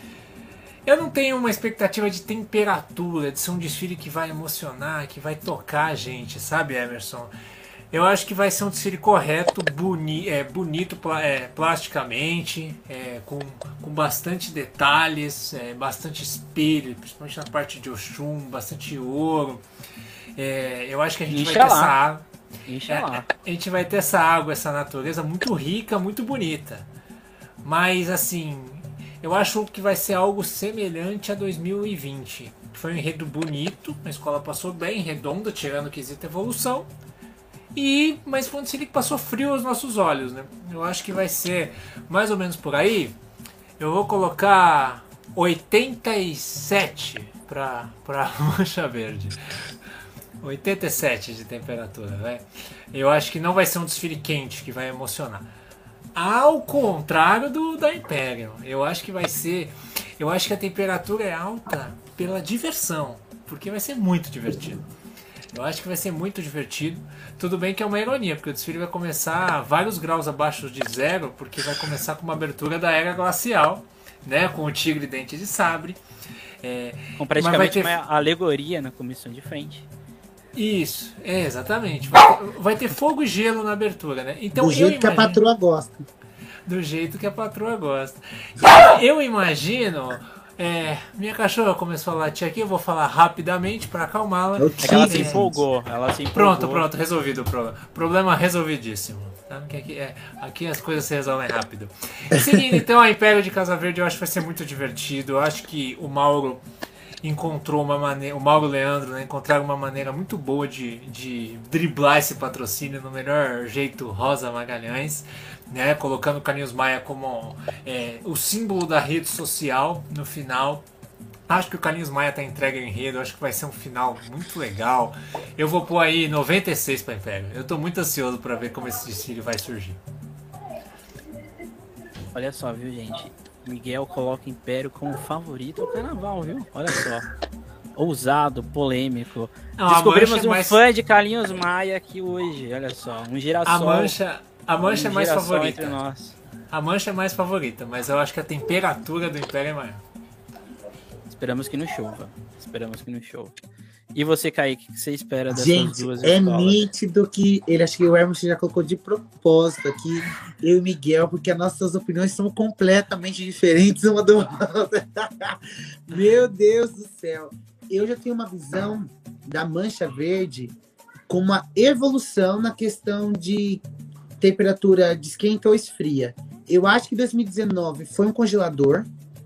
Eu não tenho uma expectativa de temperatura, de ser um desfile que vai emocionar, que vai tocar a gente, sabe, Emerson? Eu acho que vai ser um desfile correto, boni é, bonito é, plasticamente, é, com, com bastante detalhes, é, bastante espelho, principalmente na parte de Oxum, bastante ouro. É, eu acho que a gente Inxa vai ter lá. essa água. Inxa lá. É, a gente vai ter essa água, essa natureza muito rica, muito bonita. Mas assim, eu acho que vai ser algo semelhante a dois mil e vinte. Foi um enredo bonito, a escola passou bem, redonda, tirando o quesito evolução. E, mas foi um desfile que passou frio aos nossos olhos, né? Eu acho que vai ser mais ou menos por aí. Eu vou colocar oitenta e sete para para Mancha Verde. oitenta e sete de temperatura, né? Eu acho que não vai ser um desfile quente que vai emocionar. Ao contrário do da Imperial. Eu acho que vai ser... Eu acho que a temperatura é alta pela diversão. Porque vai ser muito divertido. Eu acho que vai ser muito divertido. Tudo bem que é uma ironia, porque o desfile vai começar vários graus abaixo de zero, porque vai começar com uma abertura da Era Glacial, né, com o tigre dente de sabre. É, Com praticamente ter... uma alegoria na comissão de frente. Isso, é, exatamente. Vai ter, vai ter fogo e gelo na abertura, né? Então, Do jeito eu que a imagino... patroa gosta. Do jeito que a patroa gosta. Eu imagino... É, minha cachorra começou a latir aqui, eu vou falar rapidamente para acalmá-la. É que ela se empolgou, ela se empolgou. Pronto, pronto, resolvido o problema. Problema resolvidíssimo. Tá? Aqui, é, aqui as coisas se resolvem rápido. Seguindo então a Império de Casa Verde, eu acho que vai ser muito divertido. Eu acho que o Mauro encontrou uma maneira, o Mauro Leandro, né, encontraram uma maneira muito boa de, de driblar esse patrocínio no melhor jeito Rosa Magalhães. Né, colocando o Carlinhos Maia como é, o símbolo da rede social no final. Acho que o Carlinhos Maia tá entregue ao enredo, acho que vai ser um final muito legal. Eu vou pôr aí noventa e seis para Império. Eu tô muito ansioso para ver como esse desfile vai surgir. Olha só, viu, gente? Miguel coloca Império como favorito ao carnaval, viu? Olha só. Ousado, polêmico. Não, Descobrimos um mais... fã de Carlinhos Maia aqui hoje, olha só. Um girassol. A mancha... A mancha um é mais favorita. Entre nós. A mancha é mais favorita, mas eu acho que a temperatura do Império é maior. Esperamos que não chova. Esperamos que não chova. E você, Kaique, o que você espera dessas Gente, duas é escolas? nítido que ele, acho que o Hermes já colocou de propósito aqui, eu e Miguel, porque as nossas opiniões são completamente diferentes uma da outra. Meu Deus do céu. Eu já tenho uma visão da Mancha Verde como uma evolução na questão de temperatura de esquenta ou esfria. Eu acho que dois mil e dezenove foi um congelador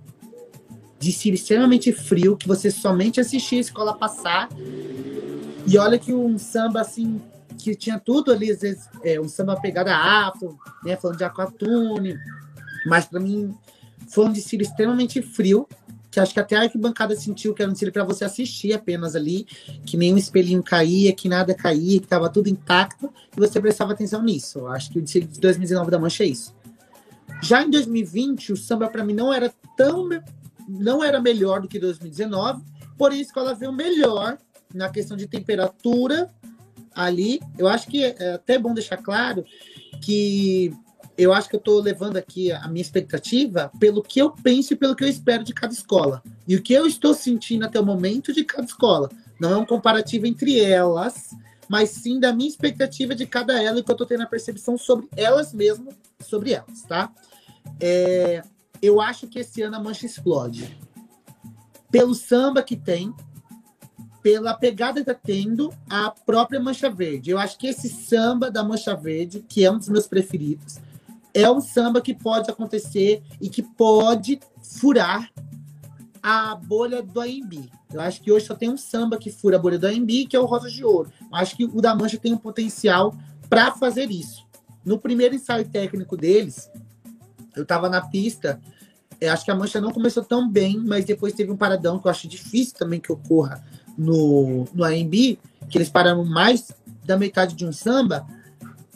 de ser extremamente frio, que você somente assistia a escola passar. E olha que um samba assim, que tinha tudo ali, às vezes, é, um samba pegada afro, né, falando de aquatune, mas para mim foi um desfile extremamente frio, que acho que até a arquibancada sentiu que era um desfile para você assistir apenas ali, que nenhum espelhinho caía, que nada caía, que estava tudo intacto, e você prestava atenção nisso. Eu acho que o desfile de dois mil e dezenove da Mancha é isso. Já em dois mil e vinte, o samba para mim não era tão... não era melhor do que dois mil e dezenove, porém a escola veio melhor na questão de temperatura ali. Eu acho que é até bom deixar claro que eu acho que eu estou levando aqui a minha expectativa pelo que eu penso e pelo que eu espero de cada escola. E o que eu estou sentindo até o momento de cada escola. Não é um comparativo entre elas, mas sim da minha expectativa de cada ela e que eu estou tendo a percepção sobre elas mesmas, sobre elas, tá? É... Eu acho que esse ano a Mancha explode. Pelo samba que tem, pela pegada que está tendo a própria Mancha Verde. Eu acho que esse samba da Mancha Verde, que é um dos meus preferidos, é um samba que pode acontecer e que pode furar a bolha do A M B. Eu acho que hoje só tem um samba que fura a bolha do A M B, que é o Rosa de Ouro. Eu acho que o da Mancha tem um potencial para fazer isso. No primeiro ensaio técnico deles, eu estava na pista, eu acho que a Mancha não começou tão bem, mas depois teve um paradão que eu acho difícil também que ocorra no, no A M B, que eles pararam mais da metade de um samba,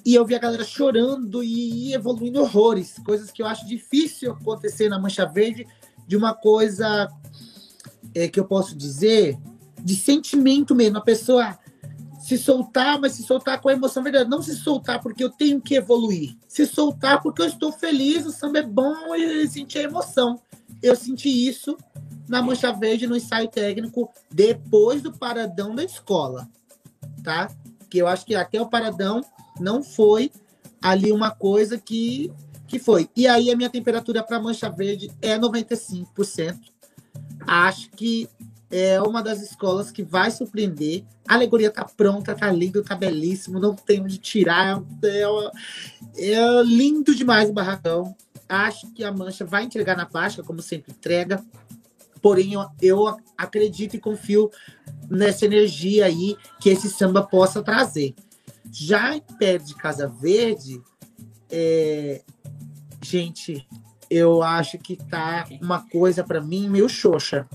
e eu vi a galera chorando e evoluindo horrores, coisas que eu acho difícil acontecer na Mancha Verde, de uma coisa é, que eu posso dizer, de sentimento mesmo, a pessoa se soltar, mas se soltar com a emoção verdadeira, não se soltar porque eu tenho que evoluir, se soltar porque eu estou feliz, o samba é bom e sentir a emoção. Eu senti isso na Mancha Verde, no ensaio técnico, depois do paradão da escola, tá? Que eu acho que até o paradão não foi ali uma coisa que, que foi. E aí a minha temperatura para Mancha Verde é noventa e cinco por cento. Acho que é uma das escolas que vai surpreender. A alegoria tá pronta, tá lindo, tá belíssimo, não tem onde tirar. É, é lindo demais o barracão. Acho que a Mancha vai entregar na Páscoa, como sempre entrega. Porém, eu, eu acredito e confio nessa energia aí que esse samba possa trazer. Já em Império de Casa Verde, é... gente, eu acho que tá uma coisa para mim meio xoxa.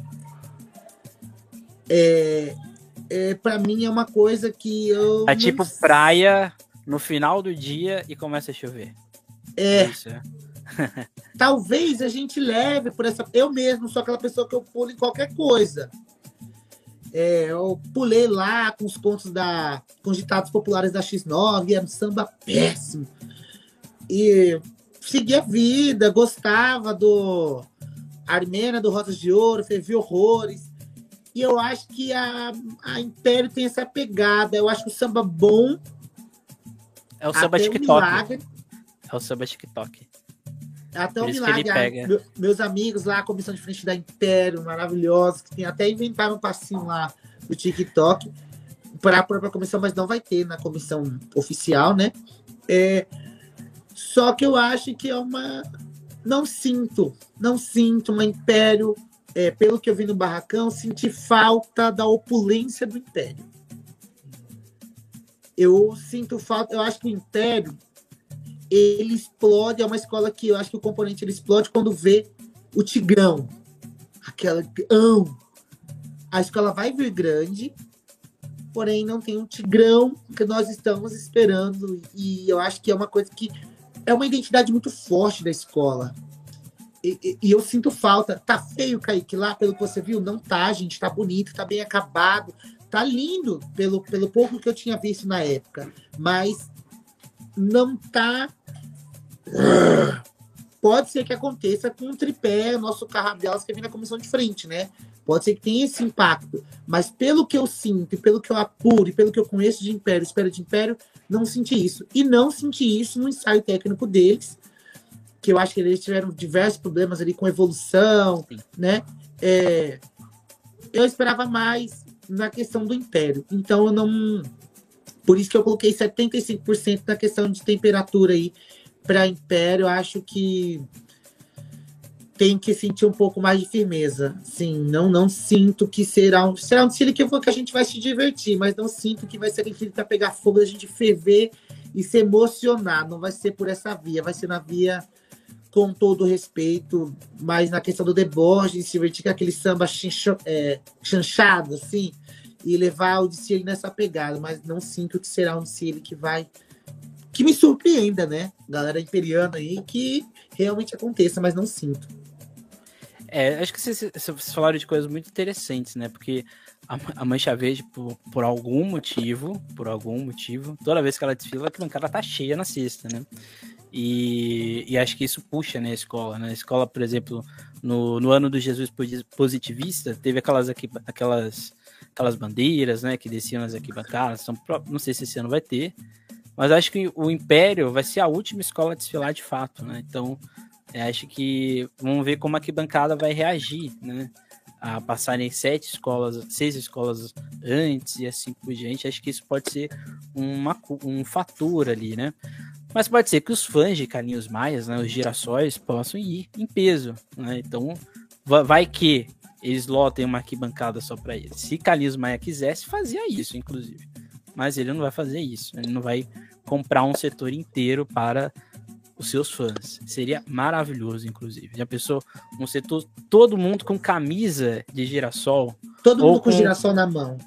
É... É, para mim é uma coisa que eu... É tipo não... praia no final do dia e começa a chover. É. Isso, é. Talvez a gente leve por essa... Eu mesmo sou aquela pessoa que eu pulo em qualquer coisa. É, eu pulei lá com os contos da... com os ditados populares da X nove, era um samba péssimo. E segui a vida, gostava do Armênia, do Rosas de Ouro, vi horrores. E eu acho que a, a Império tem essa pegada. Eu acho que o samba bom... É o samba TikTok. É o samba TikTok. Até o milagre, a, meu, meus amigos lá, a comissão de frente da Império, maravilhosos, que tem, até inventaram um passinho lá do TikTok para a própria comissão, mas não vai ter na comissão oficial, né? É, só que eu acho que é uma... Não sinto, não sinto uma Império, é, pelo que eu vi no barracão, senti falta da opulência do Império. Eu sinto falta, eu acho que o Império ele explode, é uma escola que eu acho que o componente ele explode quando vê o Tigrão. Aquela... Oh, a escola vai vir grande, porém não tem um Tigrão que nós estamos esperando. E eu acho que é uma coisa que é uma identidade muito forte da escola. E, e, e eu sinto falta. Tá feio, Kaique, lá, pelo que você viu? Não tá, gente. Tá bonito, tá bem acabado. Tá lindo, pelo, pelo pouco que eu tinha visto na época. Mas não tá... Pode ser que aconteça com o tripé, nosso carro que vem na comissão de frente, né? Pode ser que tenha esse impacto. Mas pelo que eu sinto, pelo que eu apuro, e pelo que eu conheço de Império, espero de Império, não senti isso. E não senti isso no ensaio técnico deles, que eu acho que eles tiveram diversos problemas ali com evolução, né? É, eu esperava mais na questão do Império. Então eu não... Por isso que eu coloquei setenta e cinco por cento na questão de temperatura aí para Império. Eu acho que tem que sentir um pouco mais de firmeza. Sim, não, não sinto que será um... Será um desfile que, eu vou, que a gente vai se divertir, mas não sinto que vai ser aquele desfile para pegar fogo, a gente ferver e se emocionar. Não vai ser por essa via, vai ser na via com todo respeito, mas na questão do deboche, se divertir com aquele samba chincho, é, chanchado, assim, e levar o desfile nessa pegada, mas não sinto que será um desfile que vai... que me surpreenda, né? Galera imperiana aí, que realmente aconteça, mas não sinto. É, acho que vocês, vocês falaram de coisas muito interessantes, né? Porque a, a Mancha Verde, por, por algum motivo, por algum motivo, toda vez que ela desfila, a bancada tá cheia na sexta, né? E, e acho que isso puxa, né, a escola, né? A escola, por exemplo, no, no ano do Jesus Positivista, teve aquelas, aqui, aquelas, aquelas bandeiras, né, que desciam nas arquibancadas. Então, não sei se esse ano vai ter, mas acho que o Império vai ser a última escola a desfilar de fato, né? Então, é, acho que vamos ver como a arquibancada vai reagir, né? A passarem sete escolas, seis escolas antes e assim por diante. Acho que isso pode ser uma, um fator ali, né? Mas pode ser que os fãs de Carlinhos Maia, né, os girassóis, possam ir em peso, né? Então, vai que eles lotem uma arquibancada só para eles. Se Carlinhos Maia quisesse, fazia isso, inclusive. Mas ele não vai fazer isso. Ele não vai comprar um setor inteiro para os seus fãs. Seria maravilhoso, inclusive. Já pensou um setor, todo mundo com camisa de girassol? Todo mundo com, com girassol na mão.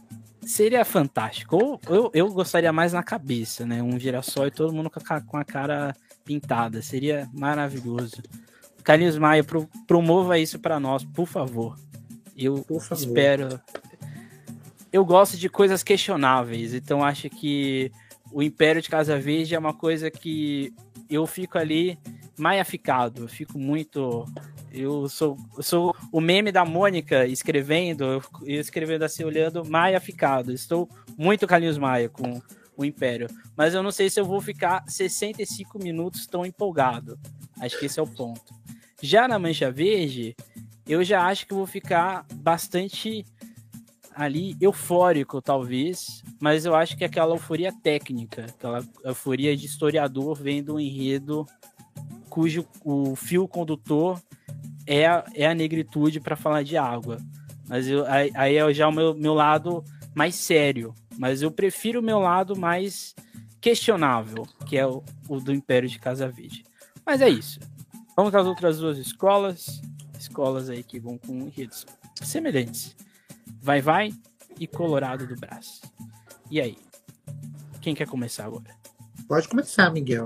seria fantástico. Ou eu, eu gostaria mais na cabeça, né? Um girassol e todo mundo com a, com a cara pintada. Seria maravilhoso. Carlinhos Maia, pro, promova isso para nós, por favor. Eu Por favor. espero. Eu gosto de coisas questionáveis, então acho que o Império de Casa Verde é uma coisa que eu fico ali maiaficado. Eu fico muito. Eu sou, eu sou o meme da Mônica escrevendo, eu, eu escrevendo assim, olhando, maiaficado. Estou muito Carlinhos Maia com o Império. Mas eu não sei se eu vou ficar sessenta e cinco minutos tão empolgado. Acho que esse é o ponto. Já na Mancha Verde, eu já acho que vou ficar bastante ali eufórico, talvez. Mas eu acho que aquela euforia técnica, aquela euforia de historiador vendo um enredo cujo o fio condutor é a, é a negritude para falar de água. Mas eu, aí, aí é já o meu, meu lado mais sério. Mas eu prefiro o meu lado mais questionável, que é o, o do Império de Casa Verde. Mas é isso. Vamos para as outras duas escolas. Escolas aí que vão com enredos semelhantes. Vai Vai e Colorado do Brás. E aí? Quem quer começar agora? Pode começar, Miguel.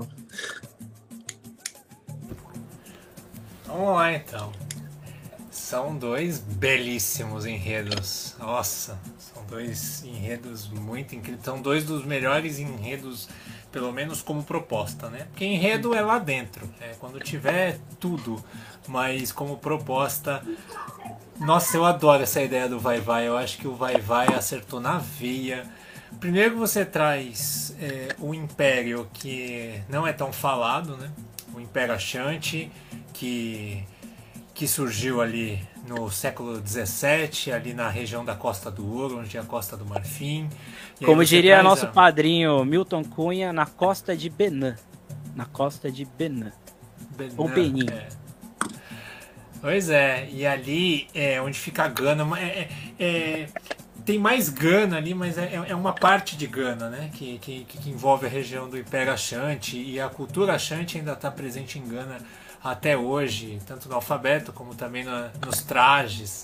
Vamos lá, então. São dois belíssimos enredos. Nossa, são dois enredos muito incríveis. São dois dos melhores enredos, pelo menos como proposta, né? Porque enredo é lá dentro, é quando tiver tudo. Mas como proposta, nossa, eu adoro essa ideia do Vai Vai. Eu acho que o Vai Vai acertou na veia. Primeiro que você traz é, o Império, que não é tão falado, né? O Império Ashanti, que, que surgiu ali no século dezessete, ali na região da Costa do Ouro, onde é a Costa do Marfim. E como diria nosso a... padrinho Milton Cunha, na Costa de Benin. Na Costa de Benin. Benin Ou Benin. É. Pois é, e ali é onde fica a Gana. É, é, é, tem mais Gana ali, mas é, é uma parte de Gana, né? Que, que, que envolve a região do Império Ashanti, e a cultura Ashanti ainda está presente em Gana até hoje, tanto no alfabeto como também na, nos trajes.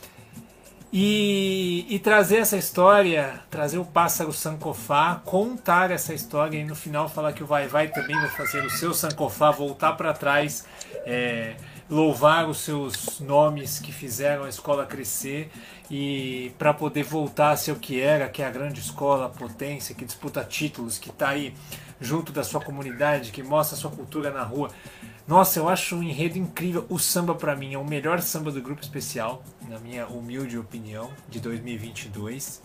E, e trazer essa história, trazer o pássaro Sankofá, contar essa história e no final falar que o Vai Vai também vai fazer o seu Sankofá voltar para trás, é, louvar os seus nomes que fizeram a escola crescer e para poder voltar a ser o que era, que é a grande escola, a potência, que disputa títulos, que está aí junto da sua comunidade, que mostra a sua cultura na rua. Nossa, eu acho um enredo incrível. O samba, para mim, é o melhor samba do grupo especial, na minha humilde opinião, de dois mil e vinte e dois.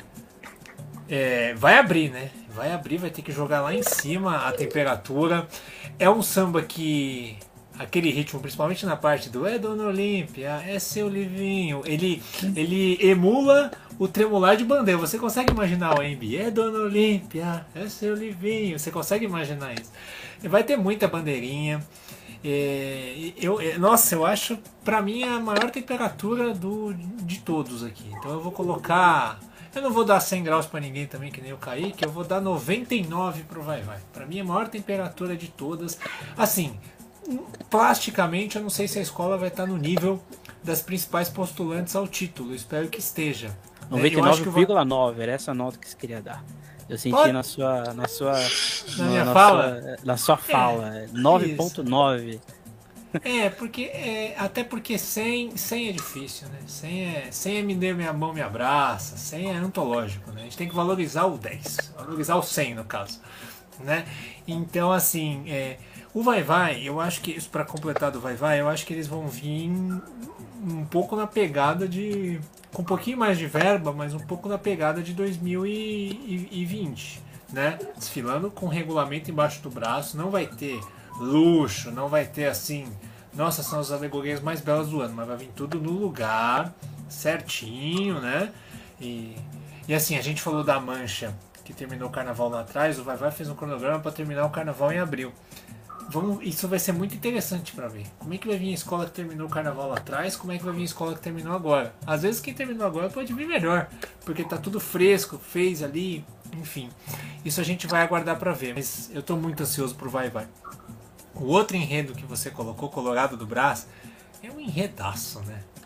É, vai abrir, né? Vai abrir, vai ter que jogar lá em cima a temperatura. É um samba que... aquele ritmo, principalmente na parte do é Dona Olímpia, é seu Livinho, ele, ele emula o tremular de bandeira. Você consegue imaginar o Embi? É Dona Olímpia, é seu Livinho. Você consegue imaginar isso? Vai ter muita bandeirinha. É, eu, nossa, eu acho, pra mim, a maior temperatura do, de todos aqui. Então eu vou colocar... Eu não vou dar cem graus pra ninguém também, que nem o Kaique. Eu vou dar noventa e nove pro Vai Vai. Pra mim, a maior temperatura de todas. Assim... plasticamente, eu não sei se a escola vai estar no nível das principais postulantes ao título. Eu espero que esteja. noventa e nove vírgula nove, era essa nota que você queria dar. Eu senti Pode... na sua na sua na, na minha na fala, sua, na sua fala, é, nove ponto nove. É, porque é, até porque cem, cem é difícil, né? cem é, cem é me dê minha mão, me abraça, cem é antológico, né? A gente tem que valorizar o dez, valorizar o cem no caso, né? Então, assim, é, o Vai Vai, eu acho que isso, para completar do Vai Vai, eu acho que eles vão vir um pouco na pegada de... com um pouquinho mais de verba, mas um pouco na pegada de dois mil e vinte, né? Desfilando com regulamento embaixo do braço, não vai ter luxo, não vai ter assim... Nossa, são as alegorias mais belas do ano, mas vai vir tudo no lugar, certinho, né? E, e assim, a gente falou da Mancha, que terminou o carnaval lá atrás, o Vai Vai fez um cronograma para terminar o carnaval em abril. Vamos, isso vai ser muito interessante para ver. Como é que vai vir a escola que terminou o carnaval lá atrás, como é que vai vir a escola que terminou agora. Às vezes quem terminou agora pode vir melhor, porque tá tudo fresco, fez ali, enfim. Isso a gente vai aguardar para ver, mas eu tô muito ansioso pro Vai Vai. O outro enredo que você colocou, Colorado do Brás, é um enredaço, né?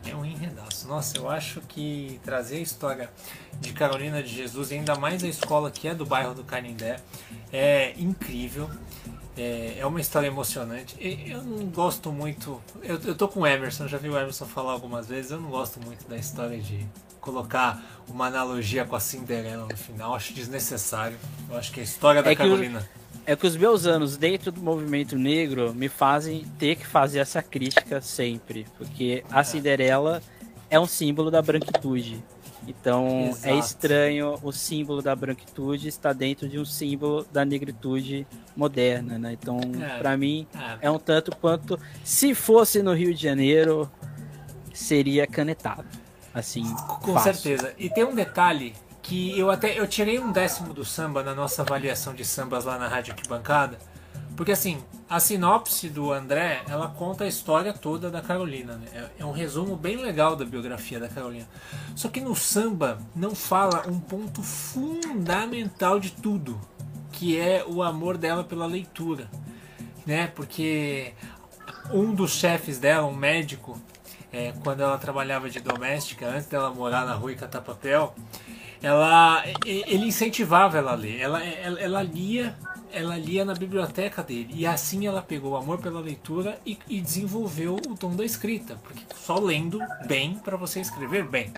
é um enredaço. Nossa, eu acho que trazer a história de Carolina de Jesus, e ainda mais a escola que é do bairro do Canindé, é incrível. É, é uma história emocionante. Eu não gosto muito. Eu, eu tô com o Emerson, já vi o Emerson falar algumas vezes. Eu não gosto muito da história de colocar uma analogia com a Cinderela no final. Acho desnecessário. Eu acho que a história da é Carolina. O, é que os meus anos dentro do movimento negro me fazem ter que fazer essa crítica sempre. Porque a Cinderela é um símbolo da branquitude. Então Exato. É estranho o símbolo da branquitude estar dentro de um símbolo da negritude moderna, né? Então, é, para mim, é. é um tanto quanto se fosse no Rio de Janeiro, seria canetado. Assim, com fácil. certeza. E tem um detalhe que eu até eu tirei um décimo do samba na nossa avaliação de sambas lá na Rádio Arquibancada, porque assim, a sinopse do André, ela conta a história toda da Carolina, né? É um resumo bem legal da biografia da Carolina. Só que no samba não fala um ponto fundamental de tudo, que é o amor dela pela leitura, né? Porque um dos chefes dela, um médico, é, quando ela trabalhava de doméstica, antes dela morar na rua e catar papel, ela, ele incentivava ela a ler. Ela, ela, ela lia ela lia na biblioteca dele, e assim ela pegou o amor pela leitura e, e desenvolveu o dom da escrita, porque só lendo bem para você escrever bem.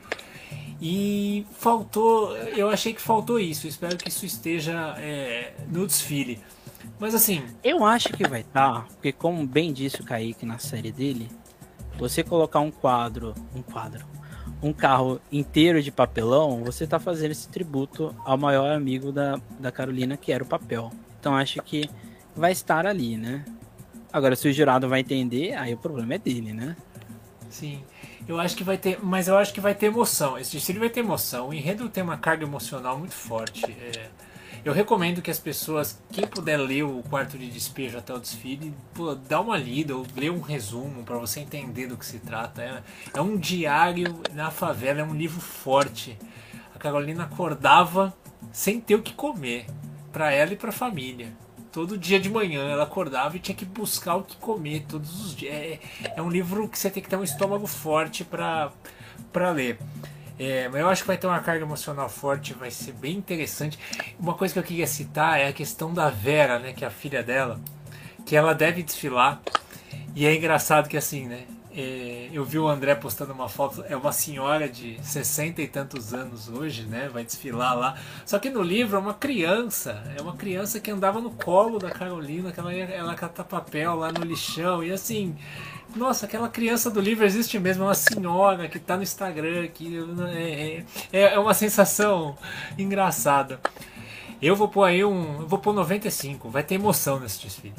E faltou, eu achei que faltou isso, espero que isso esteja é, no desfile. Mas assim, eu acho que vai estar, porque como bem disse o Kaique na série dele, você colocar um quadro, um quadro, um carro inteiro de papelão, você está fazendo esse tributo ao maior amigo da, da Carolina, que era o papel. Então acho que vai estar ali, né? Agora, se o jurado vai entender, aí o problema é dele, né? Sim, eu acho que vai ter, mas eu acho que vai ter emoção. Esse desfile vai ter emoção. O enredo tem uma carga emocional muito forte. É, eu recomendo que as pessoas, quem puder ler o quarto de despejo até o desfile, pô, dá uma lida ou lê um resumo para você entender do que se trata. É, é um diário na favela, é um livro forte. A Carolina acordava sem ter o que comer, para ela e para a família. Todo dia de manhã ela acordava e tinha que buscar o que comer todos os dias. É, é um livro que você tem que ter um estômago forte para para ler. É, mas eu acho que vai ter uma carga emocional forte, vai ser bem interessante. Uma coisa que eu queria citar é a questão da Vera, né, que é a filha dela, que ela deve desfilar. E é engraçado que assim, né, é, eu vi o André postando uma foto, é uma senhora de sessenta e tantos anos hoje, né, vai desfilar lá. Só que no livro é uma criança, é uma criança que andava no colo da Carolina, que ela ia ela catar papel lá no lixão, e assim, nossa, aquela criança do livro existe mesmo, é uma senhora que tá no Instagram, que é, é, é uma sensação engraçada. Eu vou pôr aí um, eu vou pôr noventa e cinco, vai ter emoção nesse desfile.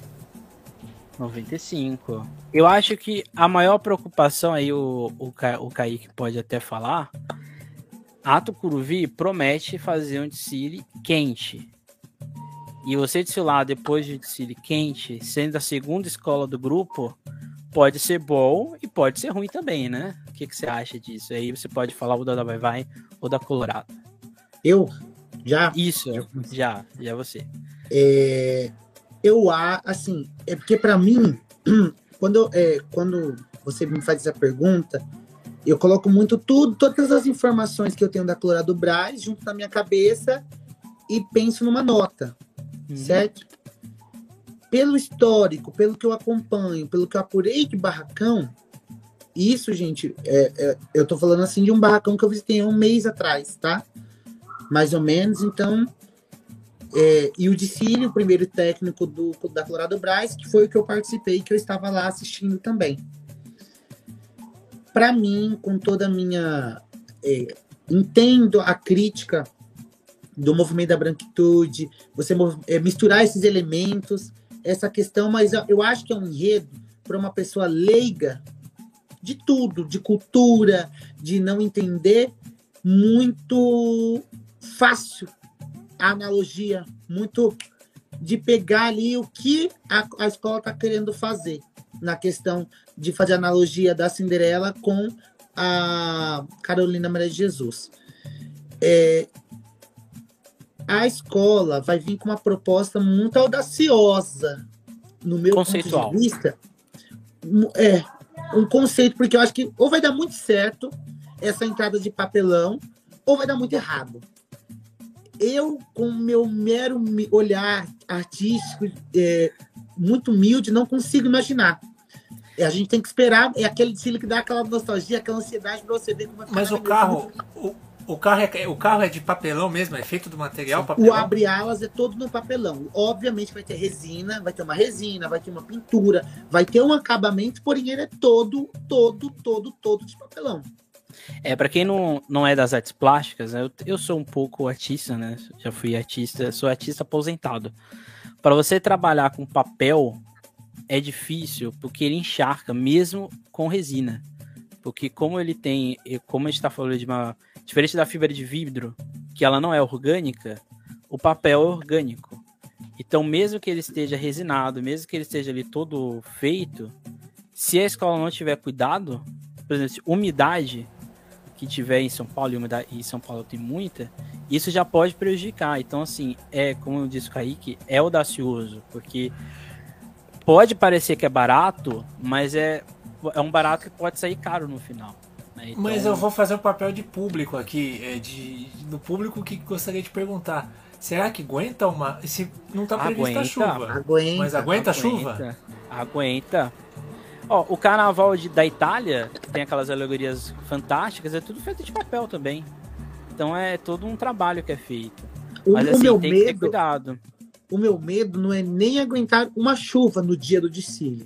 noventa e cinco. Eu acho que a maior preocupação aí, o, o, Ca, o Kaique pode até falar, a Tucuruvi promete fazer um desfile quente. E você desfilar depois de desfile quente, sendo a segunda escola do grupo, pode ser bom e pode ser ruim também, né? O que, que você acha disso? Aí você pode falar o da Vai Vai ou da Colorado. Eu? Já? Isso, já, já você. É... Eu, assim, é porque para mim, quando, é, quando você me faz essa pergunta, eu coloco muito tudo, todas as informações que eu tenho da Colorado Brás junto na minha cabeça e penso numa nota, uhum. Certo? Pelo histórico, pelo que eu acompanho, pelo que eu apurei de barracão, isso, gente, é, é, eu tô falando assim de um barracão que eu visitei um mês atrás, tá? Mais ou menos, então... É, e o desfile, o primeiro técnico do, da Colorado Brás, que foi o que eu participei, que eu estava lá assistindo também. Para mim, com toda a minha... É, entendo a crítica do movimento da branquitude, você é, misturar esses elementos, essa questão, mas eu, eu acho que é um enredo para uma pessoa leiga de tudo, de cultura, de não entender, muito fácil a analogia, muito de pegar ali o que a, a escola está querendo fazer, na questão de fazer analogia da Cinderela com a Carolina Maria de Jesus. É, a escola vai vir com uma proposta muito audaciosa, no meu conceitual. ponto de vista. É, um conceito, porque eu acho que ou vai dar muito certo essa entrada de papelão, ou vai dar muito errado. Eu, com o meu mero olhar artístico, é, muito humilde, não consigo imaginar. A gente tem que esperar, é aquele desfile que dá aquela nostalgia, aquela ansiedade para você ver como vai ficar. Mas o carro, o, o, carro é, o carro é de papelão mesmo? É feito do material papelão? O abre-alas é todo no papelão. Obviamente vai ter resina, vai ter uma resina, vai ter uma pintura, vai ter um acabamento, porém ele é todo, todo, todo, todo de papelão. É, para quem não, não é das artes plásticas, eu, eu sou um pouco artista, né? Já fui artista, sou artista aposentado. Para você trabalhar com papel é difícil, porque ele encharca, mesmo com resina. Porque como ele tem, como a gente está falando de uma... Diferente da fibra de vidro, que ela não é orgânica, o papel é orgânico. Então, mesmo que ele esteja resinado, mesmo que ele esteja ali todo feito, se a escola não tiver cuidado, por exemplo, umidade que tiver em São Paulo, e umidade, e em São Paulo tem muita, isso já pode prejudicar. Então, assim, é, como disse o Kaique, é audacioso, porque pode parecer que é barato, mas é, é um barato que pode sair caro no final. Né? Então... Mas eu vou fazer o papel de público aqui, é de, do público que gostaria de perguntar. Será que aguenta uma... Se não está prevista a chuva, aguenta, mas aguenta, aguenta a chuva? Aguenta. Ó, o carnaval de, da Itália, que tem aquelas alegorias fantásticas, é tudo feito de papel também. Então é todo um trabalho que é feito. O, Mas o assim, meu tem medo, que ter cuidado. O meu medo não é nem aguentar uma chuva no dia do desfile.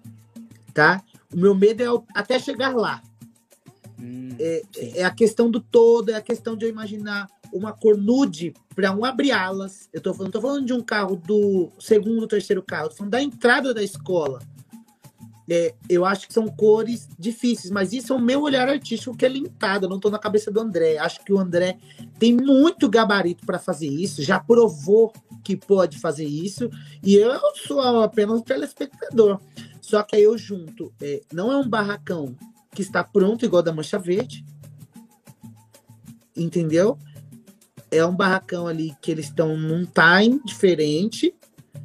Tá? O meu medo é até chegar lá. Hum, é, é a questão do todo, é a questão de eu imaginar uma cor nude para um abre-alas. Eu tô falando, tô falando de um carro do segundo, terceiro carro, tô falando da entrada da escola. É, eu acho que são cores difíceis, mas isso é o meu olhar artístico que é limitado. Eu não estou na cabeça do André. Acho que o André tem muito gabarito para fazer isso, já provou que pode fazer isso, e eu sou apenas um telespectador. Só que aí eu junto, é, não é um barracão que está pronto, igual da Mancha Verde, entendeu? É um barracão ali que eles estão num time diferente,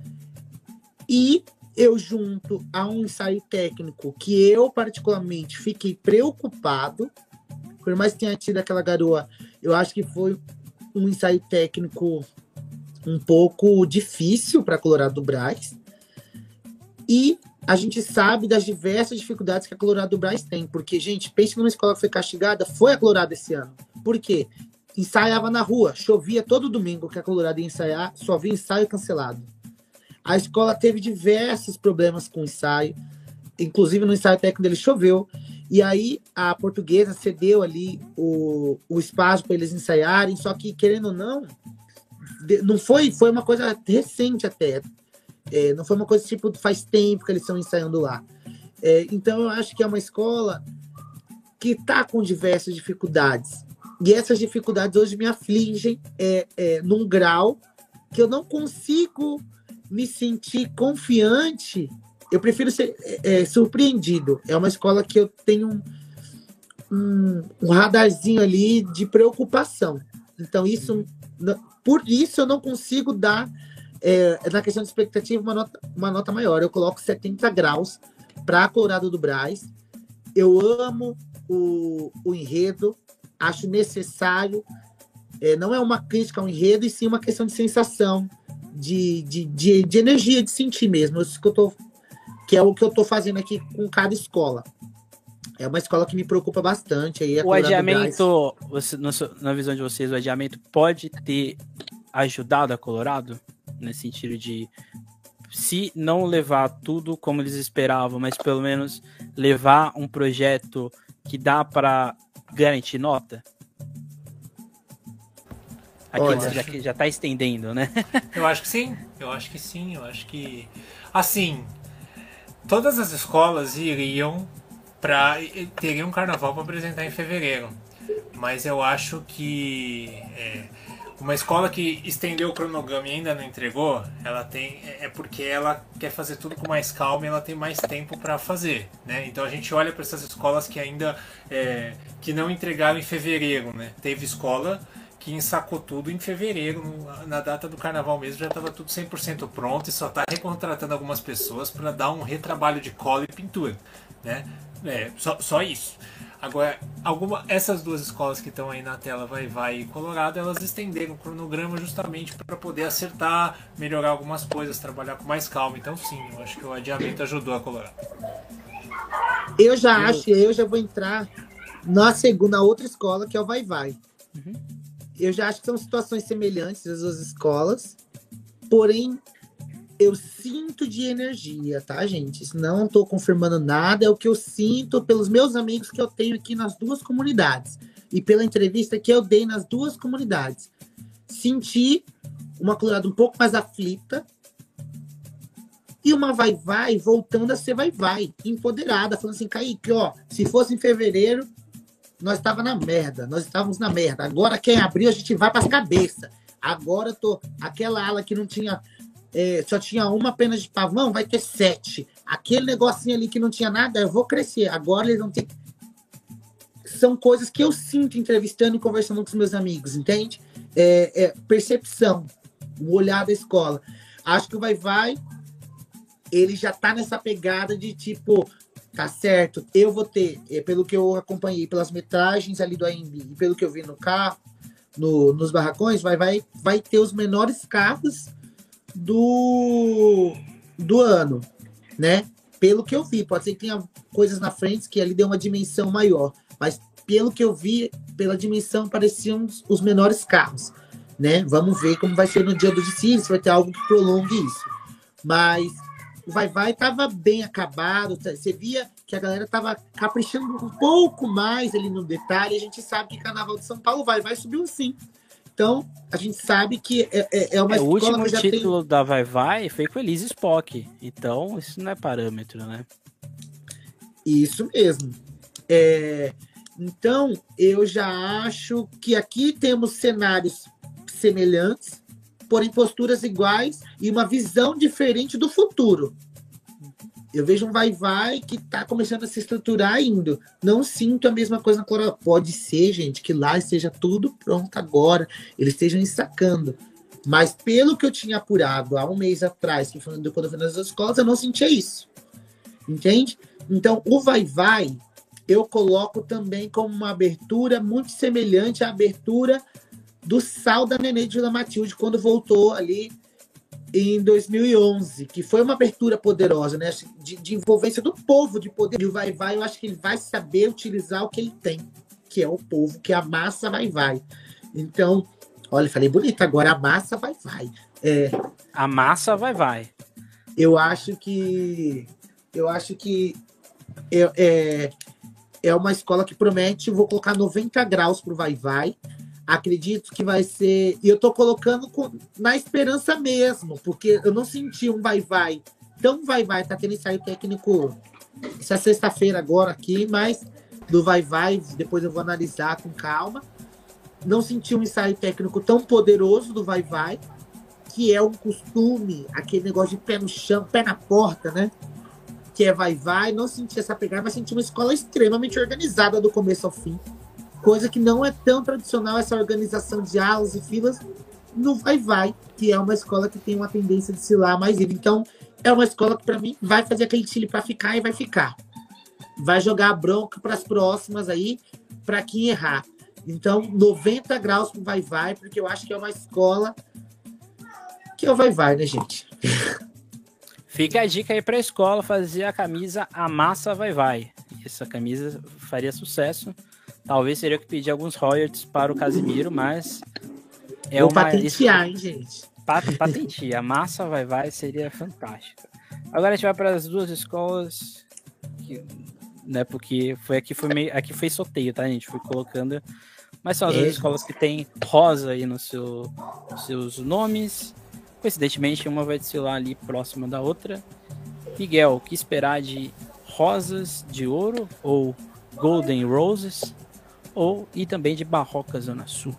e eu junto a um ensaio técnico que eu, particularmente, fiquei preocupado. Por mais que tenha tido aquela garoa, eu acho que foi um ensaio técnico um pouco difícil para Colorado do Brás. E a gente sabe das diversas dificuldades que a Colorado do Brás tem. Porque, gente, pense numa escola que foi castigada, foi a Colorado esse ano. Por quê? Ensaiava na rua, chovia todo domingo que a Colorado ia ensaiar, só havia ensaio cancelado. A escola teve diversos problemas com o ensaio, inclusive no ensaio técnico dele choveu, e aí a Portuguesa cedeu ali o, o espaço para eles ensaiarem, só que, querendo ou não, não foi, foi uma coisa recente até, é, não foi uma coisa tipo, faz tempo que eles estão ensaiando lá. É, então eu acho que é uma escola que está com diversas dificuldades, e essas dificuldades hoje me afligem é, é, num grau que eu não consigo me sentir confiante. Eu prefiro ser é, surpreendido. É uma escola que eu tenho um, um, um radarzinho ali de preocupação. Então, isso, por isso eu não consigo dar, é, na questão de expectativa, uma nota, uma nota maior. Eu coloco setenta graus para a Colorado do Brás. Eu amo o, o enredo, acho necessário. É, não é uma crítica ao enredo, e sim uma questão de sensação, De, de, de, de energia, de sentir mesmo. Isso que, eu tô, que é o que eu estou fazendo aqui com cada escola. É uma escola que me preocupa bastante. Aí o adiamento, você, na visão de vocês, o adiamento pode ter ajudado a Colorado? Nesse sentido de, se não levar tudo como eles esperavam, mas pelo menos levar um projeto que dá para garantir nota? Aqui você já, já tá estendendo, né? Eu acho que sim, eu acho que sim, eu acho que... Assim, todas as escolas iriam para teriam um carnaval para apresentar em fevereiro, mas eu acho que é, uma escola que estendeu o cronograma e ainda não entregou, ela tem, é porque ela quer fazer tudo com mais calma e ela tem mais tempo para fazer, né? Então a gente olha para essas escolas que ainda é, que não entregaram em fevereiro, né? Teve escola que ensacou tudo em fevereiro, na data do carnaval mesmo, já estava tudo cem por cento pronto e só está recontratando algumas pessoas para dar um retrabalho de cola e pintura. né? É, só, só isso. Agora, alguma, essas duas escolas que estão aí na tela, Vai Vai e Colorado, elas estenderam o cronograma justamente para poder acertar, melhorar algumas coisas, trabalhar com mais calma. Então, sim, eu acho que o adiamento ajudou a Colorado. Eu já eu... acho, eu já vou entrar na segunda, outra escola, que é o Vai Vai. Uhum. Eu já acho que são situações semelhantes as duas escolas, porém, eu sinto de energia, tá, gente? Não estou confirmando nada, é o que eu sinto pelos meus amigos que eu tenho aqui nas duas comunidades e pela entrevista que eu dei nas duas comunidades. Senti uma Colorado um pouco mais aflita e uma Vai Vai voltando a ser Vai Vai, empoderada, falando assim, Kaique, ó, se fosse em fevereiro, nós estávamos na merda, nós estávamos na merda. Agora quem abriu, a gente vai para as cabeças. Agora eu tô, aquela ala que não tinha... É, só tinha uma pena de pavão, vai ter sete. Aquele negocinho ali que não tinha nada, eu vou crescer. Agora eles vão ter. São coisas que eu sinto entrevistando e conversando com os meus amigos, entende? É, é, percepção, o olhar da escola. Acho que o Vai Vai, ele já tá nessa pegada de tipo, tá certo, eu vou ter, é, pelo que eu acompanhei, pelas metragens ali do A M B e pelo que eu vi no carro, no, nos barracões, Vai Vai, vai ter os menores carros do, do ano, né? Pelo que eu vi, pode ser que tenha coisas na frente que ali deu uma dimensão maior, mas pelo que eu vi, pela dimensão, pareciam os menores carros, né? Vamos ver como vai ser no dia do desfile, se vai ter algo que prolongue isso. Mas o Vai Vai estava bem acabado, você via que a galera estava caprichando um pouco mais ali no detalhe, a gente sabe que Carnaval de São Paulo Vai Vai subiu sim. Então, a gente sabe que é, é, é uma é, escola o último que já título tem... da Vai Vai foi com Elise Spock. Então, isso não é parâmetro, né? Isso mesmo. É, então, eu já acho que aqui temos cenários semelhantes, porém posturas iguais e uma visão diferente do futuro. Eu vejo um Vai Vai que está começando a se estruturar indo. Não sinto a mesma coisa na Colorado. Pode ser, gente, que lá esteja tudo pronto agora. Eles estejam sacando. Mas pelo que eu tinha apurado há um mês atrás, que falando quando eu fui nas escolas, eu não sentia isso. Entende? Então, o Vai Vai, eu coloco também como uma abertura muito semelhante à abertura do Sal da Nenê de Vila Matilde, quando voltou ali em dois mil e onze, que foi uma abertura poderosa, né? De, de envolvência do povo, de poder. E o Vai Vai, eu acho que ele vai saber utilizar o que ele tem, que é o povo, que é a massa Vai Vai. Então, olha, falei bonito, agora a massa Vai Vai. É, a massa Vai Vai. Eu acho que... Eu acho que é, é, é uma escola que promete, vou colocar noventa graus pro Vai Vai. Acredito que vai ser... E eu tô colocando com, na esperança mesmo, porque eu não senti um Vai Vai. Então, Vai Vai tá tendo ensaio técnico essa sexta-feira agora aqui, mas do Vai Vai, depois eu vou analisar com calma. Não senti um ensaio técnico tão poderoso do Vai Vai, que é um costume, aquele negócio de pé no chão, pé na porta, né? Que é Vai Vai. Não senti essa pegada, mas senti uma escola extremamente organizada do começo ao fim. Coisa que não é tão tradicional, essa organização de aulas e filas no Vai Vai, que é uma escola que tem uma tendência de oscilar mais livre. Então, é uma escola que, para mim, vai fazer aquele Chile para ficar e vai ficar. Vai jogar a bronca para as próximas aí, para quem errar. Então, noventa graus pro Vai Vai, porque eu acho que é uma escola que é o Vai Vai, né, gente? Fica a dica aí para a escola fazer a camisa A Massa Vai Vai. Essa camisa faria sucesso. Talvez seria que pedir alguns royalties para o Casimiro, mas é Vou uma... patentear, hein, gente? Pat, patentear. A Massa Vai Vai seria fantástica. Agora a gente vai para as duas escolas, que, né, porque foi aqui foi meio, aqui foi sorteio, tá, gente? Fui colocando, mas são as é. duas escolas que tem rosa aí no seu, nos seus nomes. Coincidentemente, uma vai desfilar ali próxima da outra. Miguel, o que esperar de Rosas de Ouro ou Golden Roses? Ou, e também de Barroca Zona Sul.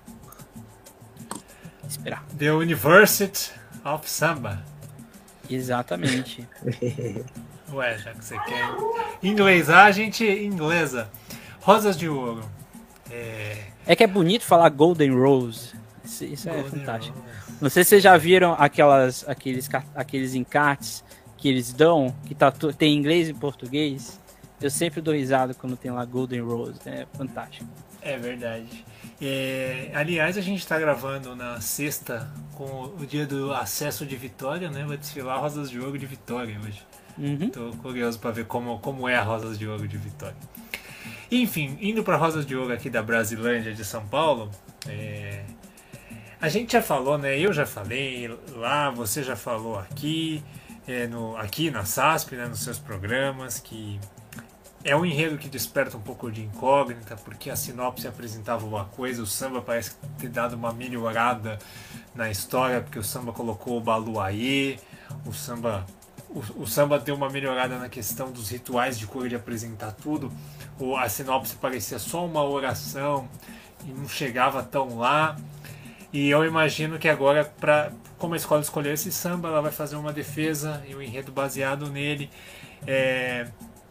Esperar. The University of Samba. Exatamente. Ué, já que você quer. Inglesagem, inglesa. Rosas de Ouro. É, é que é bonito falar Golden Rose. Isso, isso é Golden fantástico. Rose. Não sei se vocês já viram aquelas, aqueles, aqueles encartes que eles dão, que tá, tem inglês e português. eu sempre dou risada quando tem lá Golden Rose, é fantástico. É verdade. É, aliás, a gente está gravando na sexta com o dia do acesso de Vitória, né? Vai desfilar Rosas de Ouro de Vitória hoje. Uhum. Tô curioso para ver como, como é a Rosas de Ouro de Vitória. Enfim, indo para Rosas de Ouro aqui da Brasilândia de São Paulo, é, a gente já falou, né? Eu já falei lá, você já falou aqui, é, no, aqui na S A S P, né, nos seus programas, que é um enredo que desperta um pouco de incógnita, porque a sinopse apresentava uma coisa, o samba parece ter dado uma melhorada na história, porque o samba colocou o baluayê, o samba, o, o samba deu uma melhorada na questão dos rituais de cor de apresentar tudo, o, a sinopse parecia só uma oração e não chegava tão lá. E eu imagino que agora, pra, como a escola escolheu esse samba, ela vai fazer uma defesa e um enredo baseado nele. É...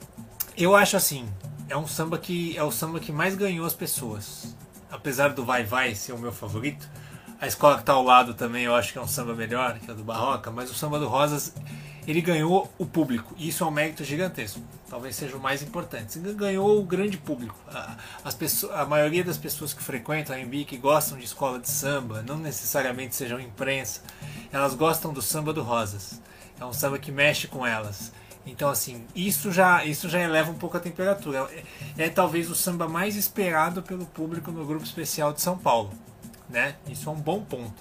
Eu acho assim, é um samba que é o samba que mais ganhou as pessoas. Apesar do Vai Vai ser o meu favorito, a escola que está ao lado também eu acho que é um samba melhor, que é o do Barroca, mas o samba do Rosas, ele ganhou o público. E isso é um mérito gigantesco. Talvez seja o mais importante. Ele ganhou o grande público. As pessoas, a maioria das pessoas que frequentam a Embi, que gostam de escola de samba, não necessariamente sejam imprensa, elas gostam do samba do Rosas. É um samba que mexe com elas. Então, assim, isso já, isso já eleva um pouco a temperatura. É, é talvez o samba mais esperado pelo público no Grupo Especial de São Paulo, né? Isso é um bom ponto.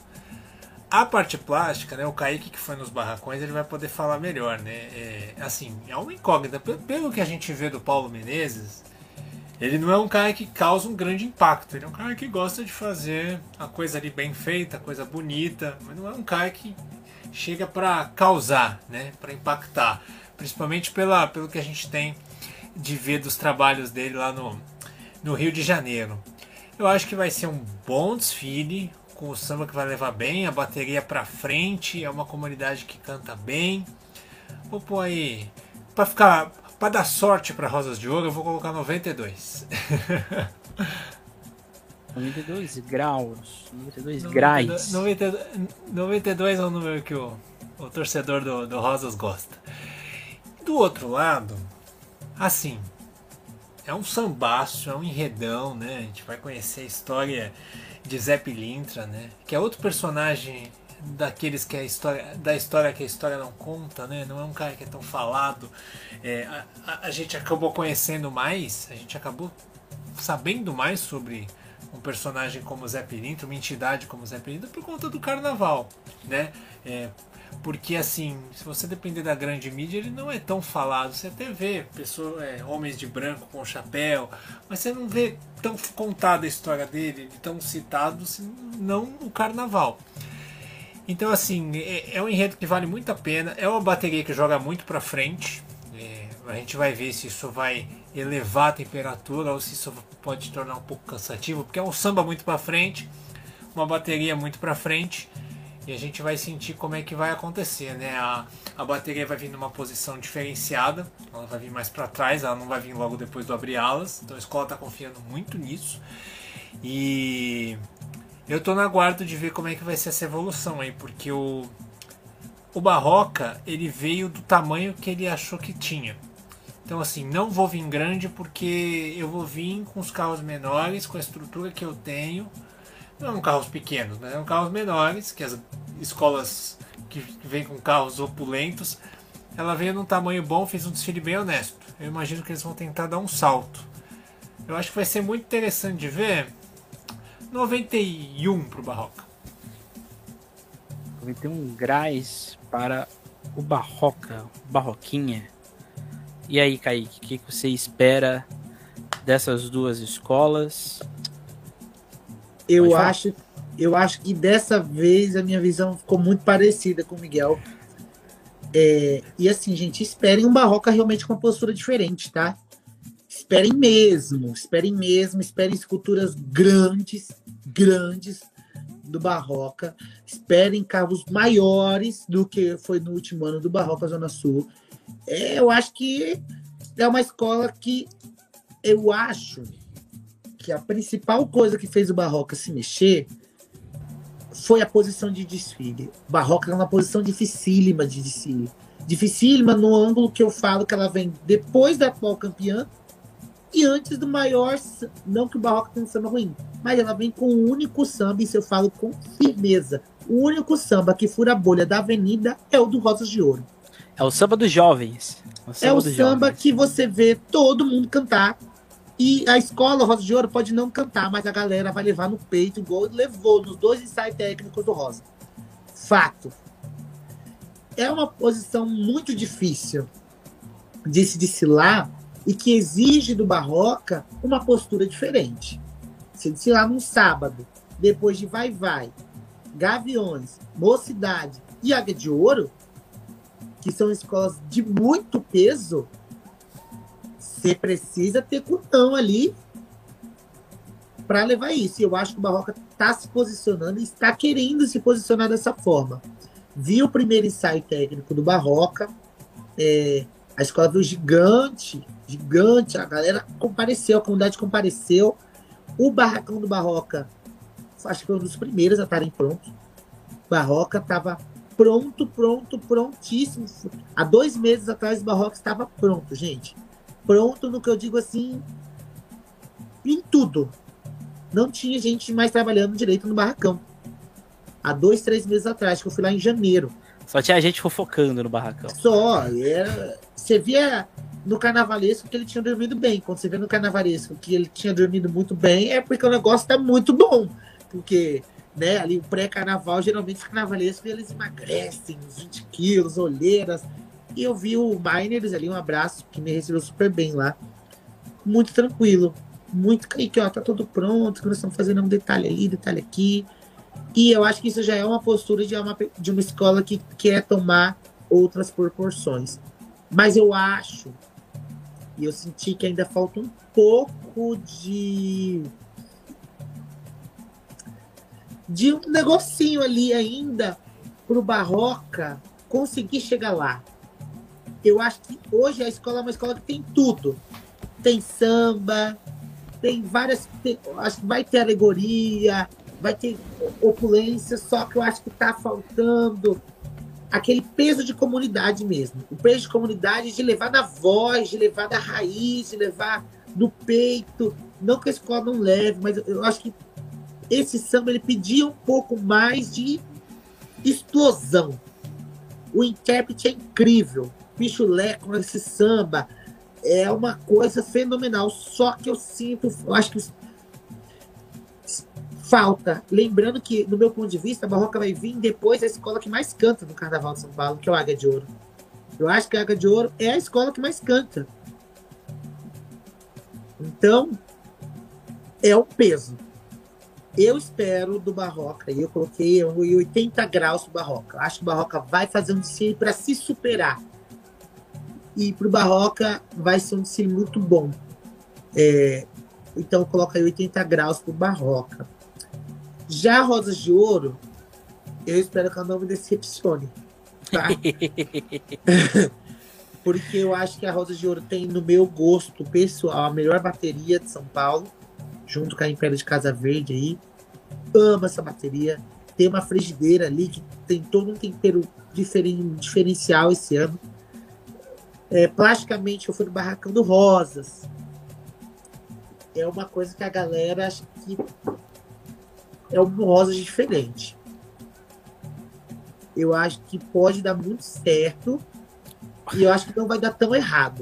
A parte plástica, né? O Kaique, que foi nos barracões, ele vai poder falar melhor, né? É, assim, é uma incógnita. Pelo que a gente vê do Paulo Menezes, ele não é um cara que causa um grande impacto. Ele é um cara que gosta de fazer a coisa ali bem feita, a coisa bonita, mas não é um cara que chega para causar, né? Para impactar. Principalmente pela, pelo que a gente tem de ver dos trabalhos dele lá no, no Rio de Janeiro. Eu acho que vai ser um bom desfile, com o samba que vai levar bem, a bateria pra frente, é uma comunidade que canta bem. Vou pôr aí, pra ficar, pra dar sorte pra Rosas de Ouro, eu vou colocar noventa e dois. noventa e dois graus, noventa e dois graus. noventa e dois é o número que o, o torcedor do, do Rosas gosta. Do outro lado, assim, é um sambaço, é um enredão, né? A gente vai conhecer a história de Zé Pilintra, né? Que é outro personagem daqueles que a história, da história que a história não conta, né? Não é um cara que é tão falado. É, a, a, a gente acabou conhecendo mais, a gente acabou sabendo mais sobre um personagem como Zé Pilintra, uma entidade como Zé Pilintra, por conta do carnaval, né? É, porque assim, se você depender da grande mídia, ele não é tão falado. Você até vê pessoas, é, homens de branco com chapéu, mas você não vê tão contada a história dele, tão citado, não o carnaval. Então assim, é, é um enredo que vale muito a pena, é uma bateria que joga muito pra frente. É, a gente vai ver se isso vai elevar a temperatura ou se isso pode tornar um pouco cansativo, porque é um samba muito pra frente, uma bateria muito pra frente. E a gente vai sentir como é que vai acontecer, né? A, a bateria vai vir numa posição diferenciada, ela vai vir mais para trás, ela não vai vir logo depois do abrir alas. Então a escola está confiando muito nisso. E eu estou na guarda de ver como é que vai ser essa evolução aí, porque o, o Barroca, ele veio do tamanho que ele achou que tinha. Então assim, não vou vir grande porque eu vou vir com os carros menores, com a estrutura que eu tenho. Não são carros pequenos, né? São carros menores, que as escolas que vêm com carros opulentos, ela veio num tamanho bom, fez um desfile bem honesto. Eu imagino que eles vão tentar dar um salto. Eu acho que vai ser muito interessante de ver. noventa e um para o Barroca. noventa e um graus para o Barroca, Barroquinha. E aí, Kaique, o que você espera dessas duas escolas? Eu acho, eu acho que dessa vez a minha visão ficou muito parecida com o Miguel. É, e assim, gente, esperem um Barroca realmente com uma postura diferente, tá? Esperem mesmo, esperem mesmo, esperem esculturas grandes, grandes do Barroca. Esperem carros maiores do que foi no último ano do Barroca Zona Sul. É, eu acho que é uma escola que eu acho que a principal coisa que fez o Barroca se mexer foi a posição de desfile. O Barroca é uma posição dificílima de desfile. dificílima no ângulo que eu falo que ela vem depois da atual campeã e antes do maior, não que o Barroca tenha um samba ruim, mas ela vem com o único samba, isso eu falo com firmeza, o único samba que fura a bolha da avenida é o do Rosas de Ouro. É o samba dos jovens. O samba é o dos samba jovens. que você vê todo mundo cantar. E a escola Rosa de Ouro pode não cantar, mas a galera vai levar no peito, igual levou nos dois ensaios técnicos do Rosa. Fato. É uma posição muito difícil de se desfilar e que exige do Barroca uma postura diferente. Se desfilar num sábado, depois de Vai Vai, Gaviões, Mocidade e Águia de Ouro, que são escolas de muito peso, você precisa ter cultão ali para levar isso. E eu acho que o Barroca está se posicionando e está querendo se posicionar dessa forma. Vi o primeiro ensaio técnico do Barroca, é, a escola viu gigante, gigante, a galera compareceu, a comunidade compareceu. O barracão do Barroca, acho que foi um dos primeiros a estarem prontos. O Barroca estava pronto, pronto, prontíssimo. Há dois meses atrás o Barroca estava pronto, gente. Pronto no que eu digo assim, em tudo. Não tinha gente mais trabalhando direito no barracão. Há dois, três meses atrás, que eu fui lá em janeiro. Só tinha gente fofocando no barracão. Só. Era... Você via no carnavalesco que ele tinha dormido bem. Quando você vê no carnavalesco que ele tinha dormido muito bem, é porque o negócio tá muito bom. Porque, né, ali o pré-carnaval, geralmente os carnavalescos eles emagrecem uns vinte quilos, olheiras. E eu vi o Miners ali, um abraço, que me recebeu super bem lá. Muito tranquilo. Muito Kaique, ó, tá tudo pronto, que nós estamos fazendo um detalhe ali, detalhe aqui. E eu acho que isso já é uma postura de uma, de uma escola que quer tomar outras proporções. Mas eu acho, e eu senti que ainda falta um pouco de... de um negocinho ali ainda pro Barroca conseguir chegar lá. Eu acho que hoje a escola é uma escola que tem tudo. Tem samba, tem várias... Tem, acho que vai ter alegoria, vai ter opulência, só que eu acho que tá faltando aquele peso de comunidade mesmo. O peso de comunidade de levar na voz, de levar na raiz, de levar no peito. Não que a escola não leve, mas eu acho que esse samba ele pedia um pouco mais de explosão. O intérprete é incrível. Pichulé com esse samba é uma coisa fenomenal. Só que eu sinto, eu acho que falta. Lembrando que, no meu ponto de vista, a Barroca vai vir depois da escola que mais canta no Carnaval de São Paulo, que é o Águia de Ouro. Eu acho que a Águia de Ouro é a escola que mais canta. Então, é um peso. Eu espero do Barroca, e eu coloquei oitenta graus pro Barroca. Acho que o Barroca vai fazer um desfile para se superar. E pro Barroca vai ser um desfile muito bom. É, então, coloca aí oitenta graus pro Barroca. Já a Rosas de Ouro, eu espero que ela não me decepcione. Tá? Porque eu acho que a Rosas de Ouro tem, no meu gosto pessoal, a melhor bateria de São Paulo, junto com a Império de Casa Verde aí. Amo essa bateria. Tem uma frigideira ali que tem todo um tempero diferen, diferencial esse ano. É, plasticamente, eu fui no Barracão do Rosas. É uma coisa que a galera acha que é um Rosas diferente. Eu acho que pode dar muito certo e eu acho que não vai dar tão errado.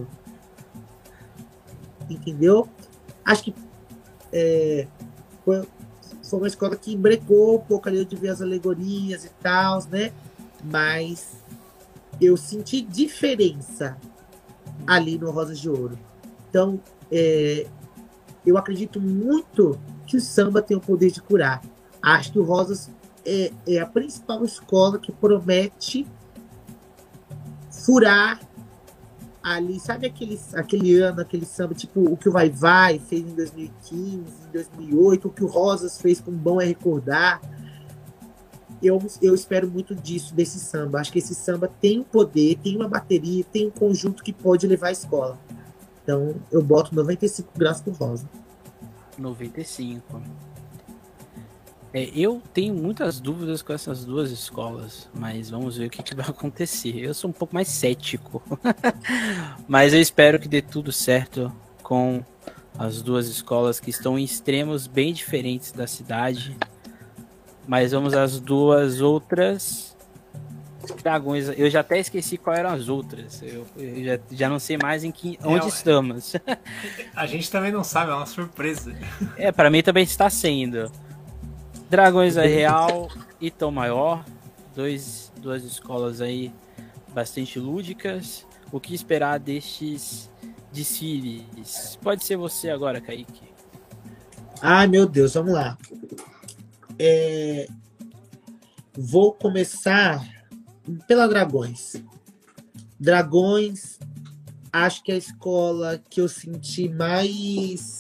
Entendeu? Acho que é, foi, foi uma escola que brecou um pouco ali de ver as alegorias e tal, né? Mas eu senti diferença ali no Rosas de Ouro. Então, é, eu acredito muito que o samba tem o poder de curar. Acho que o Rosas é, é a principal escola que promete furar ali, sabe aquele, aquele ano, aquele samba, tipo o que o Vai Vai fez em dois mil e quinze, em dois mil e oito, o que o Rosas fez com Bom é Recordar. Eu, eu espero muito disso, desse samba. Acho que esse samba tem um poder, tem uma bateria, tem um conjunto que pode levar a escola. Então, eu boto noventa e cinco graus pro Rosa. noventa e cinco. É, eu tenho muitas dúvidas com essas duas escolas, mas vamos ver o que, que vai acontecer. Eu sou um pouco mais cético, mas eu espero que dê tudo certo com as duas escolas que estão em extremos bem diferentes da cidade. Mas vamos às duas outras Dragões. Eu já até esqueci qual eram as outras. Eu, eu já, já não sei mais em que, onde é, estamos. A gente também não sabe, é uma surpresa. É, para mim também está sendo. Dragões da Real e Tom Maior, dois, duas escolas aí bastante lúdicas. O que esperar destes desfiles? Pode ser você agora, Kaique. Ai, meu Deus, vamos lá. É... Vou começar pela Dragões. Dragões, acho que é a escola que eu senti mais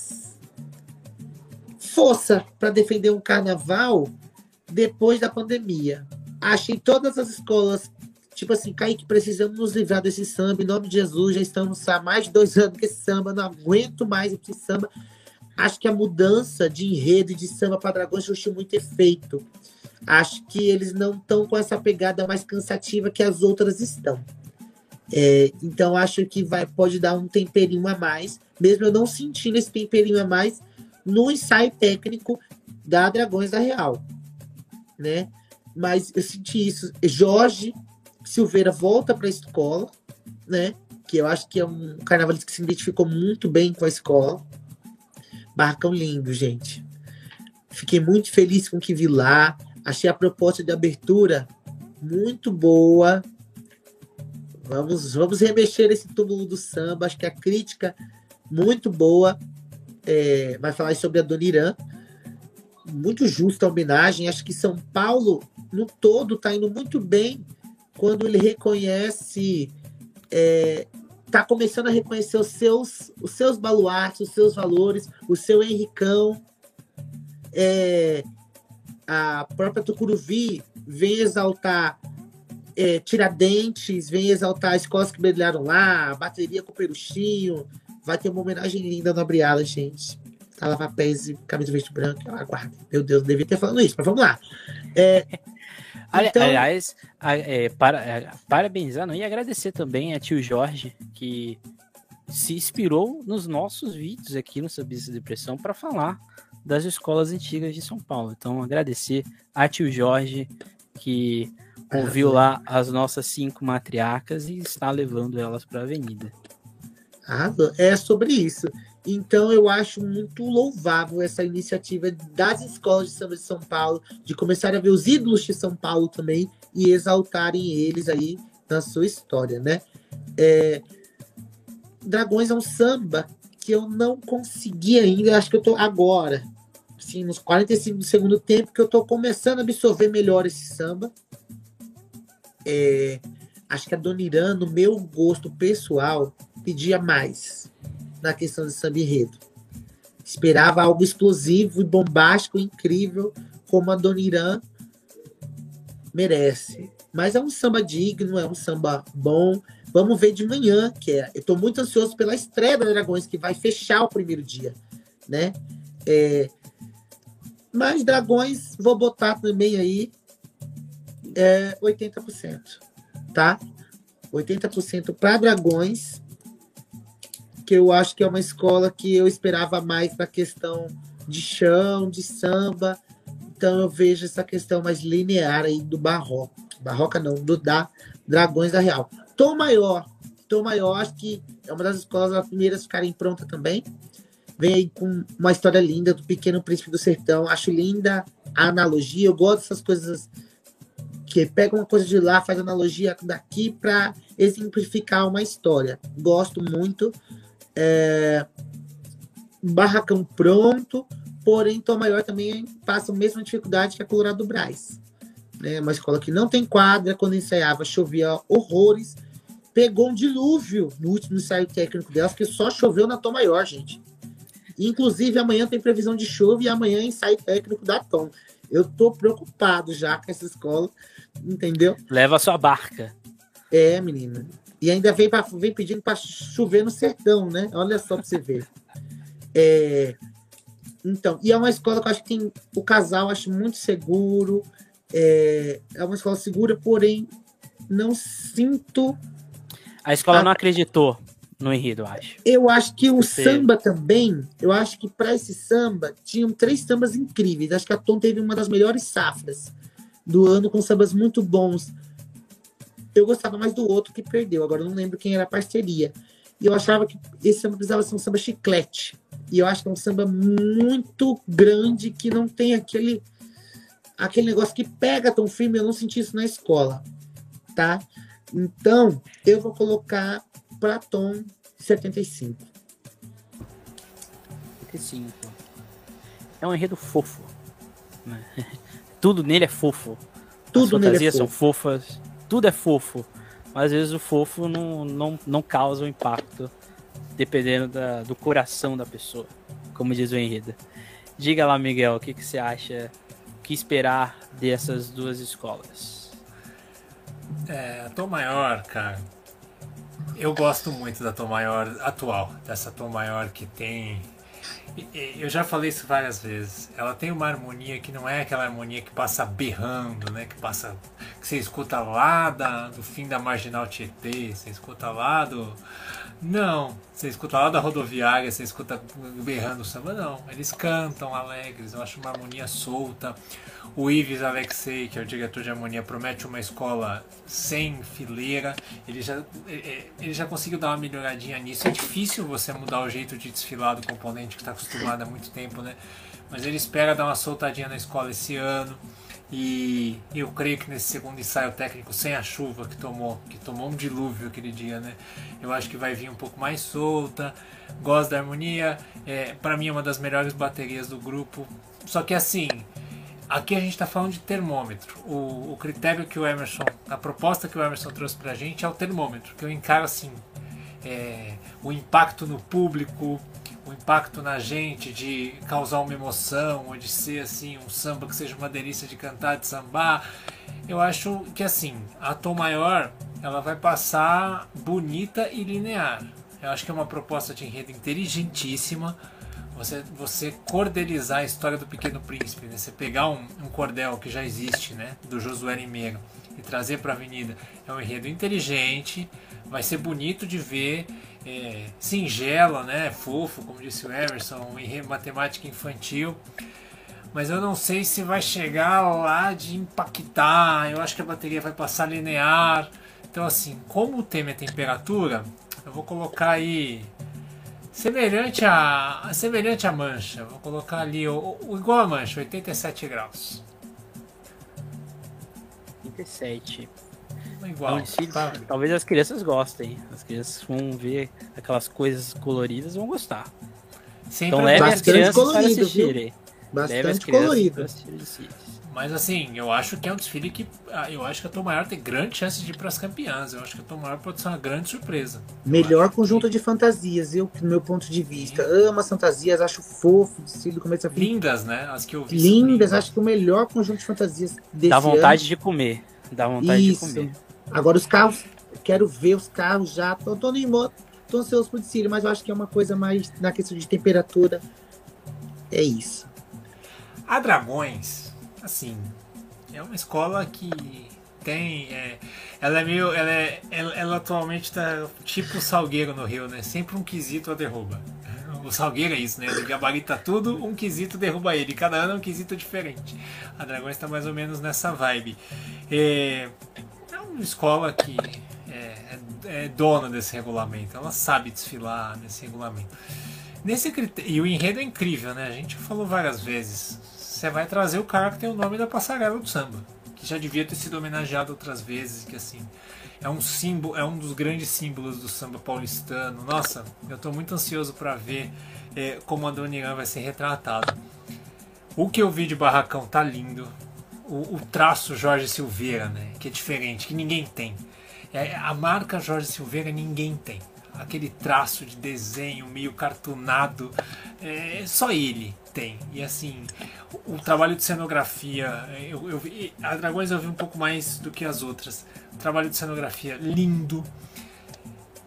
força para defender um carnaval depois da pandemia. Achei todas as escolas, tipo assim, Kaique, precisamos nos livrar desse samba, em nome de Jesus, já estamos há mais de dois anos com esse samba, não aguento mais esse samba. Acho que a mudança de enredo e de samba para Dragões surtiu muito efeito. Acho que eles não estão com essa pegada mais cansativa que as outras estão. É, então, acho que vai, pode dar um temperinho a mais, mesmo eu não sentindo esse temperinho a mais no ensaio técnico da Dragões da Real, né? Mas eu senti isso. Jorge Silveira volta para a escola, né? Que eu acho que é um carnavalista que se identificou muito bem com a escola. Barracão lindo, gente. Fiquei muito feliz com o que vi lá. Achei a proposta de abertura muito boa. Vamos, vamos remexer esse túmulo do samba. Acho que a crítica muito boa. É, vai falar sobre a Dona Irã. Muito justa a homenagem. Acho que São Paulo, no todo, está indo muito bem quando ele reconhece... É, está começando a reconhecer os seus, os seus baluartes, os seus valores, o seu Henricão. É, a própria Tucuruvi vem exaltar é, Tiradentes, vem exaltar escolas que brilharam lá, a bateria com o Peruchinho. Vai ter uma homenagem linda no Abriala, gente. Tá, lavar pés e camisa verde e branco. Aguarda. Meu Deus, eu devia ter falado isso, mas vamos lá. É, então... Aliás, é, para, é, parabenizar não, e agradecer também a tio Jorge, que se inspirou nos nossos vídeos aqui no Sambista de Depressão para falar das escolas antigas de São Paulo. Então, agradecer a tio Jorge, que ouviu lá as nossas cinco matriarcas e está levando elas para a avenida. Ah, é sobre isso. Então, eu acho muito louvável essa iniciativa das escolas de samba de São Paulo, de começar a ver os ídolos de São Paulo também e exaltarem eles aí na sua história, né? É... Dragões é um samba que eu não consegui ainda, acho que eu tô agora, assim, nos quarenta e cinco do segundo tempo, que eu tô começando a absorver melhor esse samba. É... Acho que a Dona Irã, no meu gosto pessoal, pedia mais na questão de samba enredo. Esperava algo explosivo e bombástico, incrível, como a Dona Irã merece. Mas é um samba digno, é um samba bom. Vamos ver de manhã, que é. Eu estou muito ansioso pela estreia da Dragões, que vai fechar o primeiro dia, né? É, mas Dragões, vou botar também aí é, oitenta por cento, tá? oitenta por cento para Dragões, que eu acho que é uma escola que eu esperava mais na questão de chão, de samba. Então eu vejo essa questão mais linear aí do barroco. Barroca não, do da Dragões da Real. Tom Maior. Tom Maior, acho que é uma das escolas as primeiras a ficarem prontas também. Vem aí com uma história linda do Pequeno Príncipe do Sertão. Acho linda a analogia. Eu gosto dessas coisas que pega uma coisa de lá, faz analogia daqui para exemplificar uma história. Gosto muito. É... Barracão pronto, porém Tom Maior também passa a mesma dificuldade que a Colorado do Brás. É uma escola que não tem quadra, quando ensaiava chovia horrores, pegou um dilúvio no último ensaio técnico delas, porque só choveu na Tom Maior, gente. Inclusive amanhã tem previsão de chuva e amanhã é ensaio técnico da Tom. Eu tô preocupado já com essa escola, entendeu? Leva a sua barca. É, menina. E ainda vem, pra, vem pedindo para chover no sertão, né? Olha só para você ver. É, Então, e é uma escola que eu acho que tem o casal, eu acho muito seguro. É, é uma escola segura, porém não sinto. A escola a... não acreditou no enredo, eu acho. Eu acho que o Você... samba também, eu acho que para esse samba tinham três sambas incríveis. Acho que a Tom teve uma das melhores safras do ano com sambas muito bons. Eu gostava mais do outro que perdeu, agora eu não lembro quem era a parceria. E eu achava que esse samba precisava ser um samba chiclete. E eu acho que é um samba muito grande, que não tem aquele, aquele negócio que pega tão firme. Eu não senti isso na escola, tá? Então, eu vou colocar para Tom setenta e cinco. setenta e cinco. É um enredo fofo. Né? Tudo nele é fofo. Tudo As nele é fantasias fofo. são fofas. Tudo é fofo. Mas às vezes o fofo não, não, não causa um impacto, dependendo da, do coração da pessoa, como diz o enredo. Diga lá, Miguel, o que, que você acha, o que esperar dessas duas escolas? É, a Tom Maior, cara, eu gosto muito da Tom Maior atual, dessa Tom Maior que tem... Eu já falei isso várias vezes. Ela tem uma harmonia que não é aquela harmonia que passa berrando, né? Que passa, que você escuta lá da, do fim da Marginal Tietê, você escuta lá do... Não, você escuta lá da rodoviária, você escuta berrando o samba, não. Eles cantam alegres, eu acho uma harmonia solta. O Ives Alexei, que é o diretor de harmonia, promete uma escola sem fileira. Ele já, ele já conseguiu dar uma melhoradinha nisso. É difícil você mudar o jeito de desfilar do componente que está acostumado há muito tempo, né? Mas ele espera dar uma soltadinha na escola esse ano. E eu creio que nesse segundo ensaio técnico, sem a chuva que tomou, que tomou um dilúvio aquele dia, né? Eu acho que vai vir um pouco mais solta. Gosto da harmonia. É, para mim é uma das melhores baterias do grupo. Só que assim, aqui a gente está falando de termômetro. O, o critério que o Emerson, a proposta que o Emerson trouxe pra gente é o termômetro, que eu encaro assim, é, o impacto no público, o impacto na gente de causar uma emoção, ou de ser assim um samba que seja uma delícia de cantar, de sambar. Eu acho que assim, a Tom Maior, ela vai passar bonita e linear. Eu acho que é uma proposta de enredo inteligentíssima. Você, você cordelizar a história do Pequeno Príncipe, né? Você pegar um, um cordel que já existe, né? Do Josué Limeiro, e trazer para a Avenida. É um enredo inteligente, vai ser bonito de ver, é, singelo, né? Fofo, como disse o Emerson, um enredo matemática infantil. Mas eu não sei se vai chegar lá de impactar. Eu acho que a bateria vai passar linear. Então assim, como o tema é temperatura, eu vou colocar aí semelhante a semelhante a mancha. Vou colocar ali o, o igual a mancha, oitenta e sete graus. oitenta e sete. Igual. Então, tá, talvez as crianças gostem. As crianças vão ver aquelas coisas coloridas e vão gostar. Sempre então leve as crianças colorido, para assistirem. Bastante colorido. Mas assim, eu acho que é um desfile que eu acho que a Tom Maior tem grande chance de ir para as campeãs. Eu acho que a Tom Maior pode ser uma grande surpresa. Melhor conjunto que... de fantasias, eu, do meu ponto de vista. Sim. Amo as fantasias, acho fofo, desfile do começo a fim. Lindas, né? As que eu vi. Lindas, lindas, acho que o melhor conjunto de fantasias desse Dá vontade ano. de comer. Dá vontade Isso. de comer. Agora os carros, quero ver os carros já. Tô, tô, no, tô ansioso pro desfile, mas eu acho que é uma coisa mais na questão de temperatura. É isso. A Dragões, assim, é uma escola que tem, é, ela é meio, ela, é, ela, ela atualmente tá tipo o Salgueiro no Rio, né? Sempre um quesito a derruba. O Salgueiro é isso, né? Ele gabarita tudo, um quesito derruba ele. Cada ano é um quesito diferente. A Dragões tá mais ou menos nessa vibe. É, é uma escola que é, é, é dona desse regulamento. Ela sabe desfilar nesse regulamento. Nesse critério, e o enredo é incrível, né? A gente falou várias vezes. Você vai trazer o cara que tem o nome da passarela do samba, que já devia ter sido homenageado outras vezes, que assim, é um símbolo, é um dos grandes símbolos do samba paulistano. Nossa, eu estou muito ansioso para ver é, como a Dona Irã vai ser retratada. O que eu vi de Barracão tá lindo. O, o traço Jorge Silveira, né? Que é diferente, que ninguém tem. É, a marca Jorge Silveira ninguém tem. Aquele traço de desenho meio cartunado, é, só ele tem. E assim, o, o trabalho de cenografia, eu, eu vi, a Dragões eu vi um pouco mais do que as outras. O trabalho de cenografia lindo.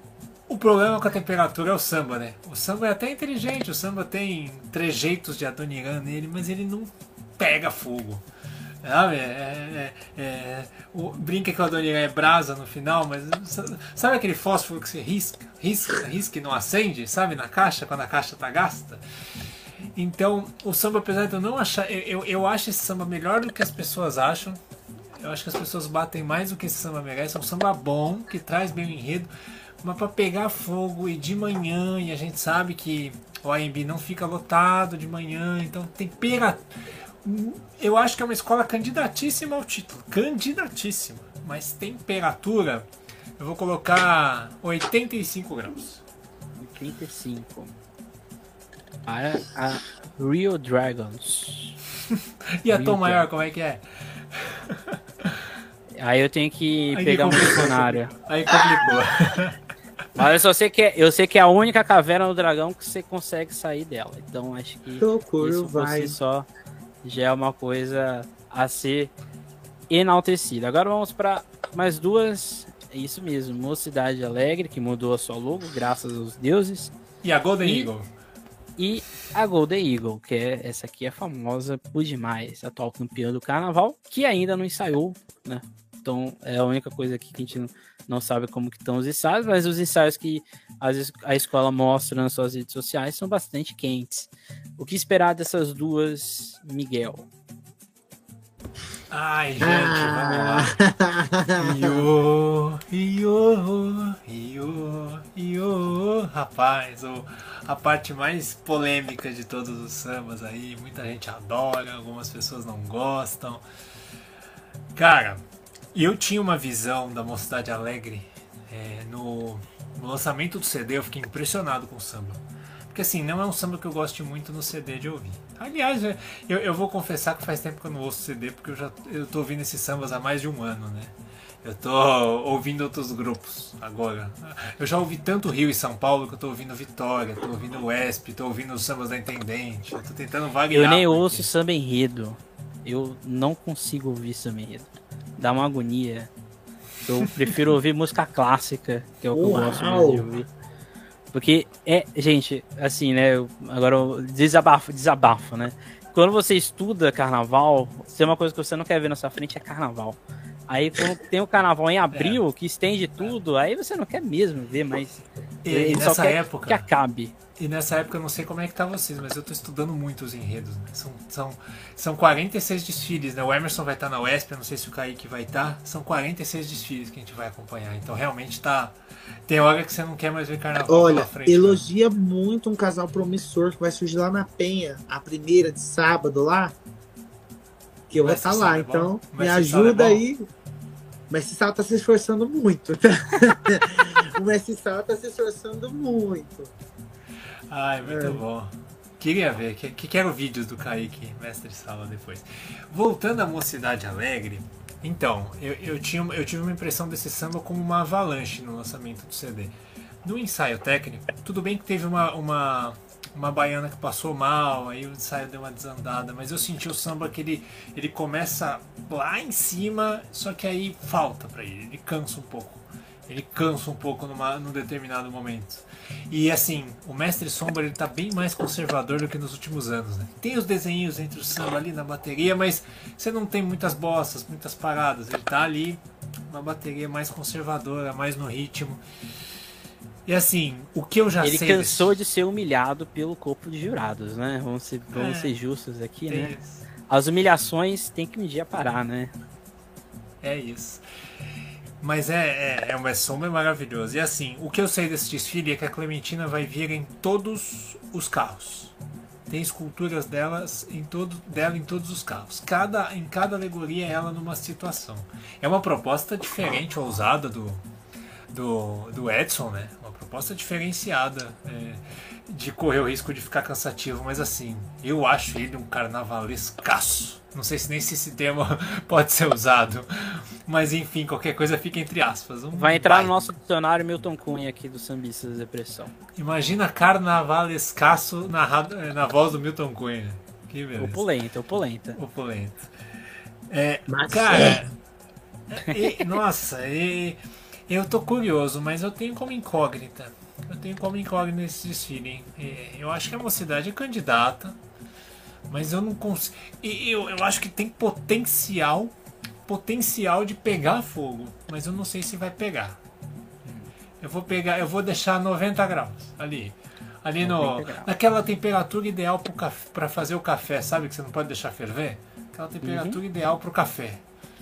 O problema com a temperatura é o samba, né? O samba é até inteligente, o samba tem trejeitos de Adoniran nele, mas ele não pega fogo. Sabe? É, é, é, o, brinca que o Adoniran é brasa no final, mas sabe aquele fósforo que você risca, risca, risca e não acende, sabe? Na caixa, quando a caixa tá gasta. Então, o samba, apesar de eu não achar, eu, eu, eu acho esse samba melhor do que as pessoas acham. Eu acho que as pessoas batem mais do que esse samba merece. É um samba bom, que traz bem o enredo, mas para pegar fogo e de manhã, e a gente sabe que o A M B não fica lotado de manhã, então temperatura. Eu acho que é uma escola candidatíssima ao título, candidatíssima, mas temperatura, eu vou colocar oitenta e cinco graus. oitenta e cinco. Para a Rio Dragons. E a Rio Tom Maior, Dragons. como é que é? Aí eu tenho que Aí pegar um complicou. dicionário. Aí complicou. Mas eu só sei que é, eu sei que é a única caverna do dragão que você consegue sair dela. Então acho que Socorro, isso por vai. si só já é uma coisa a ser enaltecida. Agora vamos para mais duas. É isso mesmo, Mocidade Alegre, que mudou a sua logo, graças aos deuses. E a Golden E- Eagle? E a Golden Eagle, que é essa aqui é famosa por demais, atual campeã do carnaval, que ainda não ensaiou, né? Então é a única coisa aqui que a gente não, não sabe como que estão os ensaios, mas os ensaios que às vezes a escola mostra nas suas redes sociais são bastante quentes. O que esperar dessas duas, Miguel? Ai, gente, vamos lá. Iô, iô, iô, iô. Rapaz, o, a parte mais polêmica de todos os sambas aí, muita gente adora, algumas pessoas não gostam. Cara, eu tinha uma visão da Mocidade Alegre é, no, no lançamento do C D, eu fiquei impressionado com o samba. Porque assim, não é um samba que eu goste muito no C D de ouvir. Aliás, eu, eu vou confessar que faz tempo que eu não ouço C D, porque eu já eu tô ouvindo esses sambas há mais de um ano, né? Eu tô ouvindo outros grupos agora. Eu já ouvi tanto Rio e São Paulo que eu tô ouvindo Vitória, tô ouvindo o E S P, tô ouvindo os sambas da Intendente, eu tô tentando variar. Eu nem porque- ouço samba enredo. Eu não consigo ouvir samba enredo. Dá uma agonia. Eu prefiro ouvir música clássica, que é o que eu gosto mais de ouvir. Porque é, gente, assim, né? eu- Agora eu desabafo, desabafo, né? Quando você estuda carnaval, se é uma coisa que você não quer ver na sua frente é carnaval. Aí quando tem o carnaval em abril, que estende tudo, aí você não quer mesmo ver, mas E ele só nessa quer época- que acabe. E nessa época eu não sei como é que tá vocês, mas eu tô estudando muito os enredos, né? São, são, são quarenta e seis desfiles, né? O Emerson vai estar na U E S P, eu não sei se o Kaique vai estar. São quarenta e seis desfiles que a gente vai acompanhar. Então realmente tá. Tem hora que você não quer mais ver carnaval Olha, pela frente. elogia muito um casal promissor que vai surgir lá na Penha, a primeira de sábado lá. Que eu vou Mestre estar lá, Sala é bom? então me Mestre Sala é ajuda bom? aí. O Mestre Sala tá se esforçando muito. O Mestre Sala tá se esforçando muito. Ai, muito É. bom. Queria ver, que, que quero vídeos do Kaique, mestre sala, depois. Voltando à Mocidade Alegre, então, eu, eu, tinha, eu tive uma impressão desse samba como uma avalanche no lançamento do C D. No ensaio técnico, tudo bem que teve uma, uma, uma baiana que passou mal, aí o ensaio deu uma desandada, mas eu senti o samba que ele, ele começa lá em cima, só que aí falta pra ele, ele cansa um pouco. Ele cansa um pouco numa, num determinado momento. E assim, o Mestre Sombra ele tá bem mais conservador do que nos últimos anos, né? Tem os desenhos entre o samba ali na bateria, mas você não tem muitas bossas, muitas paradas. Ele tá ali, uma bateria mais conservadora, mais no ritmo. E assim, o que eu já Ele sei... cansou desse- de ser humilhado pelo corpo de jurados, né? Vamos ser, vamos É, ser justos aqui, tem né? isso. As humilhações tem que um dia parar, né? É isso. Mas é, é, é uma sombra maravilhosa. E assim, o que eu sei desse desfile é que a Clementina vai vir em todos os carros. Tem esculturas delas em todo, dela em todos os carros. Cada, em cada alegoria é ela numa situação. É uma proposta diferente, ousada do, do, do Edson, né? Uma proposta diferenciada. É, de correr o risco de ficar cansativo, mas assim, eu acho ele um carnavalescaço. Não sei se nem se esse termo pode ser usado, mas enfim, qualquer coisa fica entre aspas. Um Vai entrar baita. no nosso dicionário Milton Cunha aqui do Sambistas da Depressão. Imagina carnavalescaço narrado, na voz do Milton Cunha. Que beleza. Opulenta, opulenta. Opulento. É, Mas cara, e- nossa, e- eu tô curioso, mas eu tenho como incógnita tenho como incógnito nesse desfile, hein? É, eu acho que a Mocidade é candidata, mas eu não consigo. Eu, eu acho que tem potencial, potencial de pegar fogo, mas eu não sei se vai pegar. Eu vou pegar, eu vou deixar noventa graus ali. Ali no, naquela temperatura ideal para fazer o café, sabe que você não pode deixar ferver? Aquela temperatura uhum. ideal para o café.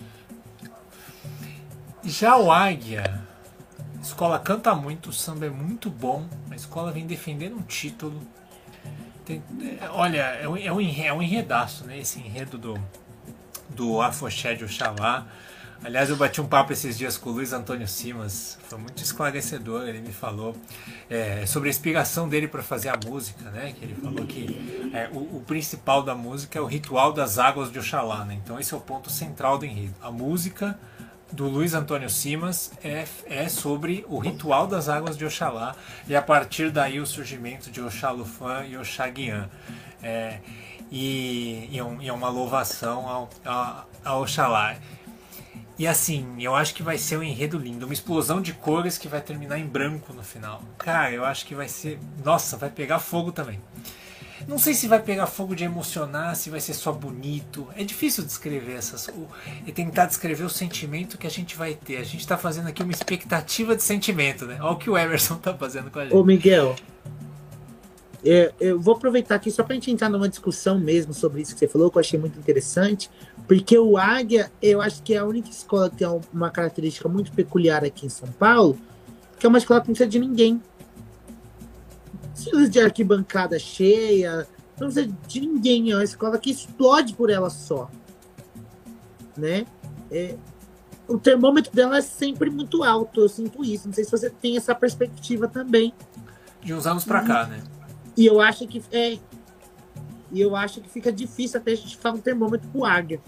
Já o Águia, a escola canta muito, o samba é muito bom, a escola vem defendendo um título. Tem, é, olha, é um, é, um, é um enredaço, né? Esse enredo do, do Afoxé de Oxalá. Aliás, eu bati um papo esses dias com o Luiz Antônio Simas, foi muito esclarecedor. Ele me falou é, sobre a inspiração dele para fazer a música, né? Que ele falou que é, o, o principal da música é o ritual das águas de Oxalá, né? Então esse é o ponto central do enredo. A música do Luiz Antônio Simas é, é sobre o ritual das águas de Oxalá, e a partir daí o surgimento de Oxalufã e Oxaguian. É, e, e, um, e uma louvação ao, a, a Oxalá. E assim, eu acho que vai ser um enredo lindo, uma explosão de cores que vai terminar em branco no final. Cara, eu acho que vai ser... Nossa, vai pegar fogo também. Não sei se vai pegar fogo de emocionar, se vai ser só bonito. É difícil descrever essas... E tentar descrever o sentimento que a gente vai ter. A gente tá fazendo aqui uma expectativa de sentimento, né? Olha o que o Emerson tá fazendo com a gente. Ô, Miguel, é, eu vou aproveitar aqui só pra gente entrar numa discussão mesmo sobre isso que você falou, que eu achei muito interessante. Porque o Águia, eu acho que é a única escola que tem uma característica muito peculiar aqui em São Paulo, que é uma escola que não precisa de ninguém. Não precisa de arquibancada cheia, não precisa de ninguém. É uma escola que explode por ela só. Né? É, o termômetro dela é sempre muito alto, eu sinto isso. Não sei se você tem essa perspectiva também. De uns anos pra cá, né? E eu acho que é... E eu acho que fica difícil até a gente falar um termômetro pro Águia.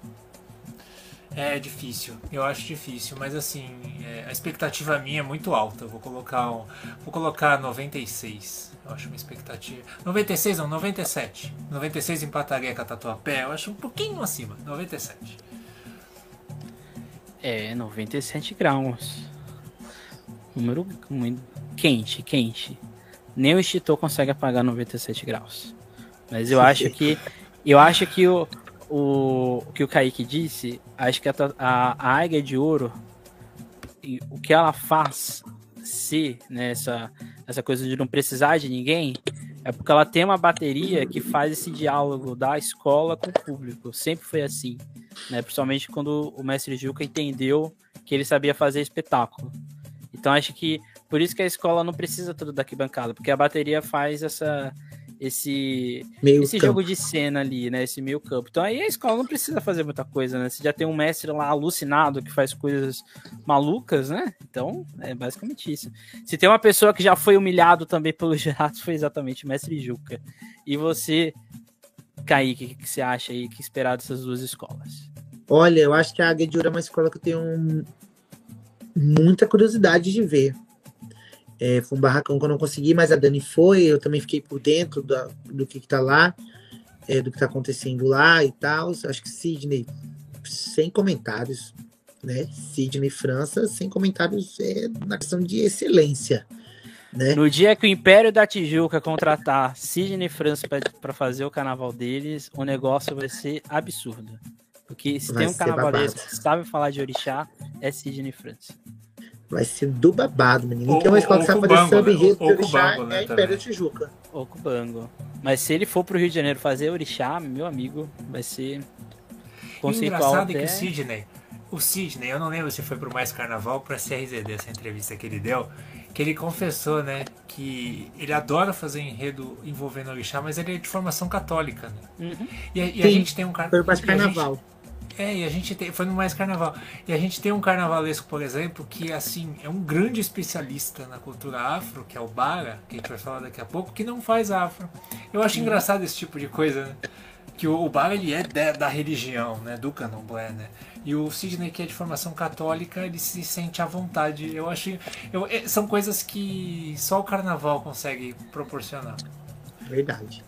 É difícil, eu acho difícil, mas assim, é, a expectativa minha é muito alta. Eu vou colocar, um, vou colocar noventa e seis. Eu acho uma expectativa. noventa e seis não, noventa e sete. noventa e seis empataria com a Tatuapé, eu acho um pouquinho acima. noventa e sete. É, noventa e sete graus. Número muito quente, quente. Nem o Instituto consegue apagar noventa e sete graus. Mas eu acho que eu acho que o, o, o que o Kaique disse, acho que a, a, a Águia de Ouro, o que ela faz ser, né, essa, essa coisa de não precisar de ninguém, é porque ela tem uma bateria que faz esse diálogo da escola com o público. Sempre foi assim, né? Principalmente quando o mestre Juca entendeu que ele sabia fazer espetáculo. Então acho que por isso que a escola não precisa tudo da arquibancada, porque a bateria faz essa, esse, esse jogo de cena ali, né? Esse meio campo. Então aí a escola não precisa fazer muita coisa, né? Você já tem um mestre lá alucinado que faz coisas malucas, né? Então é basicamente isso. Se tem uma pessoa que já foi humilhado também pelos jurados, foi exatamente o mestre Juca. E você, Kaique, o que, que você acha aí que esperar dessas duas escolas? Olha, eu acho que a Águia de Ouro é uma escola que eu tenho um, muita curiosidade de ver. É, foi um barracão que eu não consegui, mas a Dani foi, eu também fiquei por dentro da, do que, que tá lá, é, do que tá acontecendo lá e tal. Acho que Sidney, sem comentários, né? Sidney França, sem comentários, é na questão de excelência, né? No dia que o Império da Tijuca contratar Sidney França para fazer o carnaval deles, o negócio vai ser absurdo. Porque se vai tem um carnavalesco que sabe falar de orixá, é Sidney França. Vai ser do babado, menino. Ninguém mais pode saber fazer samba enredo de orixá, né, é Império da Tijuca. Ou Cubango. Mas se ele for pro Rio de Janeiro fazer orixá, meu amigo, vai ser conceitual. Engraçado até... é que o Sidney, o Sidney, eu não lembro se foi pro Mais Carnaval ou pra C R Z D, essa entrevista que ele deu, que ele confessou, né, que ele adora fazer enredo envolvendo orixá, mas ele é de formação católica, né? Uhum. E, e a gente tem um car... Foi pro Mais Carnaval. É, e a gente tem, foi no Mais Carnaval. E a gente tem um carnavalesco, por exemplo, que assim é um grande especialista na cultura afro, que é o Bara, que a gente vai falar daqui a pouco, que não faz afro. Eu acho engraçado esse tipo de coisa, né? Que o, o Bara, ele é de, da religião, né? Do candomblé, né? E o Sidney, que é de formação católica, ele se sente à vontade. Eu acho, eu, são coisas que só o carnaval consegue proporcionar. Verdade.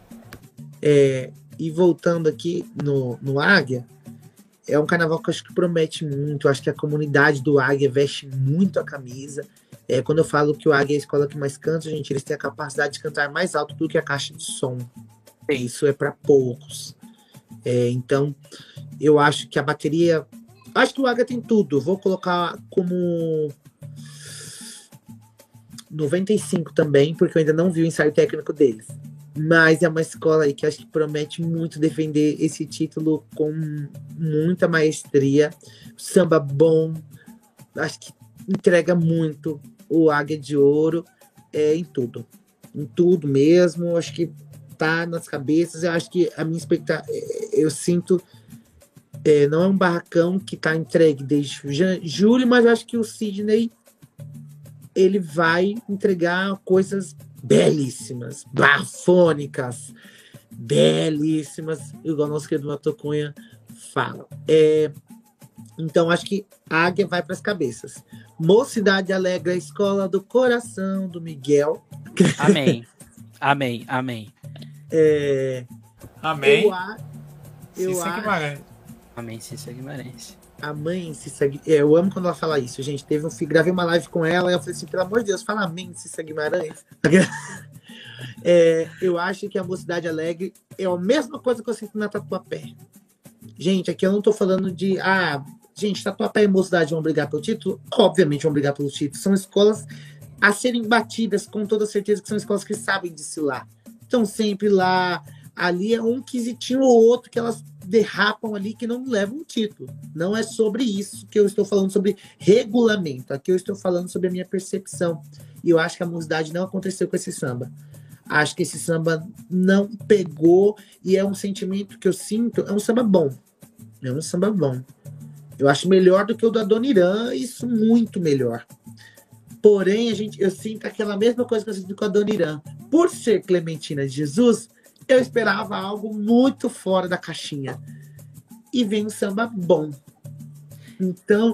É, e voltando aqui no, no Águia, é um carnaval que eu acho que promete muito. Eu acho que a comunidade do Águia veste muito a camisa. É, quando eu falo que o Águia é a escola que mais canta, gente, eles têm a capacidade de cantar mais alto do que a caixa de som. Isso é para poucos. É, então, eu acho que a bateria... Acho que o Águia tem tudo. Vou colocar como noventa e cinco também, porque eu ainda não vi o ensaio técnico deles. Mas é uma escola aí que acho que promete muito defender esse título com muita maestria. Samba bom. Acho que entrega muito o Águia de Ouro é, em tudo. Em tudo mesmo. Acho que tá nas cabeças. Eu acho que a minha expectativa... Eu sinto... É, não é um barracão que tá entregue desde julho, mas eu acho que o Sidney ele vai entregar coisas belíssimas, bafônicas, belíssimas, igual o nosso querido Mato Cunha fala. É, então, acho que a Águia vai para as cabeças. Mocidade Alegre, a escola do coração do Miguel. Amém. Amém, amém. É, Amém. Eu, a, eu Cissa acho... Guimarães. Amém, Cissa Guimarães. A mãe Cissa Guimarães. Eu amo quando ela fala isso, gente. Teve um filho, gravei uma live com ela e eu falei assim, pelo amor de Deus, fala amém, Cissa Guimarães. É, eu acho que a Mocidade Alegre é a mesma coisa que eu sinto na Tatuapé. Gente, aqui eu não tô falando de... Ah, gente, Tatuapé e Mocidade vão brigar pelo título? Obviamente vão brigar pelo título. São escolas a serem batidas, com toda certeza que são escolas que sabem desfilar. Estão sempre lá. Ali é um quisitinho ou outro que elas derrapam ali que não levam o título. Não é sobre isso que eu estou falando, sobre regulamento. Aqui eu estou falando sobre a minha percepção. E eu acho que a Mocidade não aconteceu com esse samba. Acho que esse samba não pegou e é um sentimento que eu sinto, é um samba bom. É um samba bom. Eu acho melhor do que o da Dona Irã, isso muito melhor. Porém, a gente, eu sinto aquela mesma coisa que eu sinto com a Dona Irã. Por ser Clementina de Jesus, eu esperava algo muito fora da caixinha. E vem um samba bom. Então...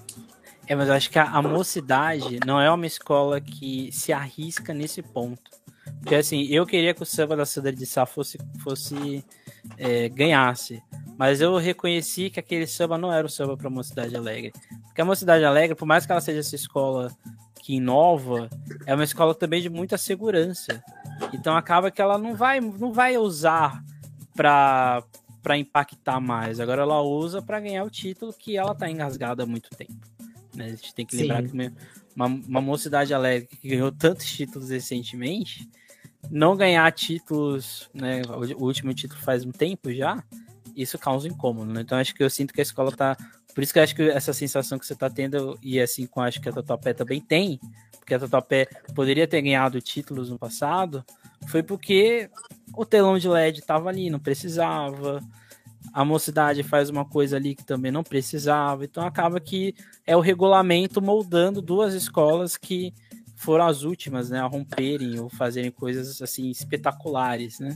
É, mas eu acho que a, a Mocidade não é uma escola que se arrisca nesse ponto. Porque, assim, eu queria que o samba da Cidade de Sá fosse, fosse é, ganhasse. Mas eu reconheci que aquele samba não era o samba para a Mocidade Alegre. Porque a Mocidade Alegre, por mais que ela seja essa escola que inova, é uma escola também de muita segurança. Então acaba que ela não vai, não vai usar para para impactar mais. Agora ela usa para ganhar o título que ela tá engasgada há muito tempo. Né? A gente tem que lembrar Sim. que uma, uma Mocidade Alegre que ganhou tantos títulos recentemente, não ganhar títulos, né, o último título faz um tempo já, isso causa incômodo. Né? Então acho que eu sinto que a escola tá... Por isso que eu acho que essa sensação que você tá tendo, e assim com acho que a Tatuapé também tem, porque a Tatuapé poderia ter ganhado títulos no passado, foi porque o telão de L E D estava ali, não precisava. A Mocidade faz uma coisa ali que também não precisava. Então acaba que é o regulamento moldando duas escolas que foram as últimas, né, a romperem ou fazerem coisas assim espetaculares, né?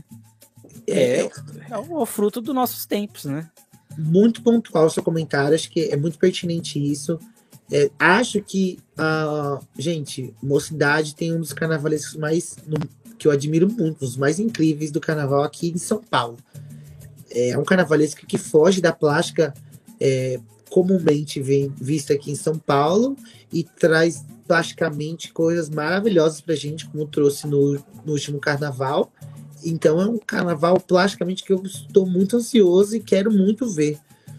É, é, é o fruto dos nossos tempos, né? Muito pontual o seu comentário, acho que é muito pertinente isso. É, acho que, uh, gente, Mocidade tem um dos carnavalescos mais, no, que eu admiro muito, os mais incríveis do carnaval aqui em São Paulo. É um carnavalesco que foge da plástica é, comumente vem, vista aqui em São Paulo e traz plasticamente coisas maravilhosas pra gente, como trouxe no, no último carnaval. Então é um carnaval plasticamente que eu estou muito ansioso e quero muito ver.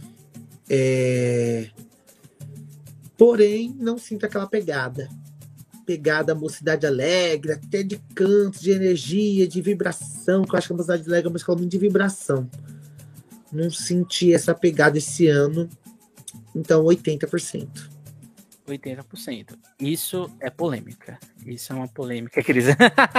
É... Porém, não sinto aquela pegada. Pegada Mocidade Alegre, até de cantos, de energia, de vibração, que eu acho que a Mocidade Alegre é uma escola muito de vibração. Não senti essa pegada esse ano. Então, oitenta por cento. oitenta por cento. Isso é polêmica. Isso é uma polêmica, Cris.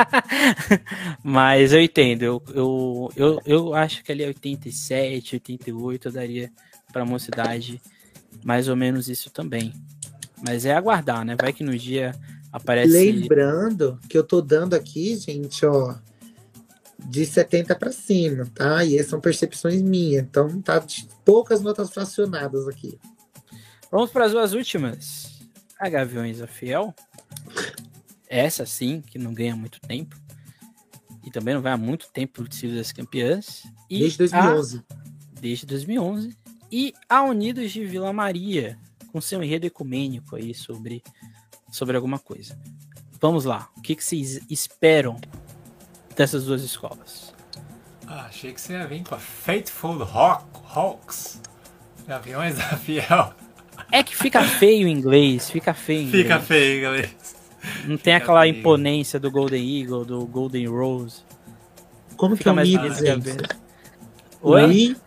Mas eu entendo. Eu, eu, eu, eu acho que ali é oitenta e sete, oitenta e oito, eu daria para a Mocidade mais ou menos isso também. Mas é aguardar, né? Vai que no dia aparece... Lembrando que eu tô dando aqui, gente, ó, de setenta para cima, tá? E essas são percepções minhas. Então, tá de poucas notas fracionadas aqui. Vamos para as duas últimas. A Gaviões da Fiel. Essa sim, que não ganha muito tempo. E também não vai há muito tempo no desfile das campeãs. E desde dois mil e onze. A... Desde dois mil e onze. E a Unidos de Vila Maria, com seu enredo ecumênico aí sobre, sobre alguma coisa. Vamos lá. O que, que vocês esperam dessas duas escolas? Ah, achei que você ia vir com a Faithful Hawk, Hawks. Gaviões da Fiel. É que fica feio em inglês. Fica feio em inglês. Fica feio, galera. Não tem Fica aquela feio. imponência do Golden Eagle, do Golden Rose. Como Fica que é mais Unidos, bonito que a gente? vez. Oi? Uni...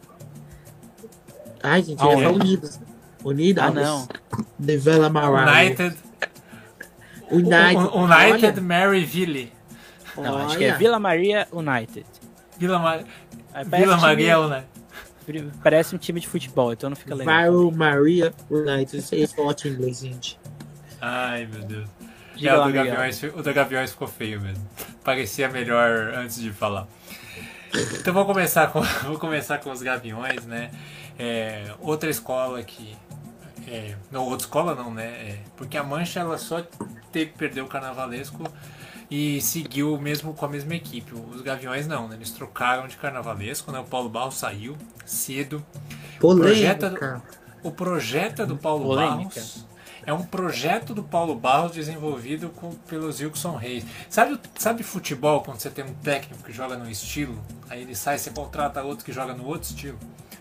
Ai, gente, eu ia Aonde? falar Unidos. Unidos. Ah, não. The Vela Mariah. United, United. U- United Maryville. Não, Olha, acho que é Vila Maria United. Vila, Mar... Aí parece Vila um Maria, time- né? Parece um time de futebol, então não fica legal. Vila Maria United. Isso aí é forte em inglês, gente. Ai, meu Deus. Diga É, lá, o, do Miguel. Gaviões, o da Gaviões ficou feio mesmo. Parecia melhor antes de falar. Então vou começar com, vou começar com os Gaviões, né? É, outra escola que... É, não, outra escola não, né? É, porque a Mancha ela só teve que perder o Carnavalesco e seguiu mesmo com a mesma equipe. Os Gaviões não, né? Eles trocaram de Carnavalesco, né? O Paulo Barros saiu cedo. Polêmica. O projeto do Paulo Polêmica. Barros é um projeto do Paulo Barros desenvolvido com, pelos Wilson Reis. Sabe, sabe futebol, quando você tem um técnico que joga num estilo, aí ele sai, você contrata outro que joga no outro estilo?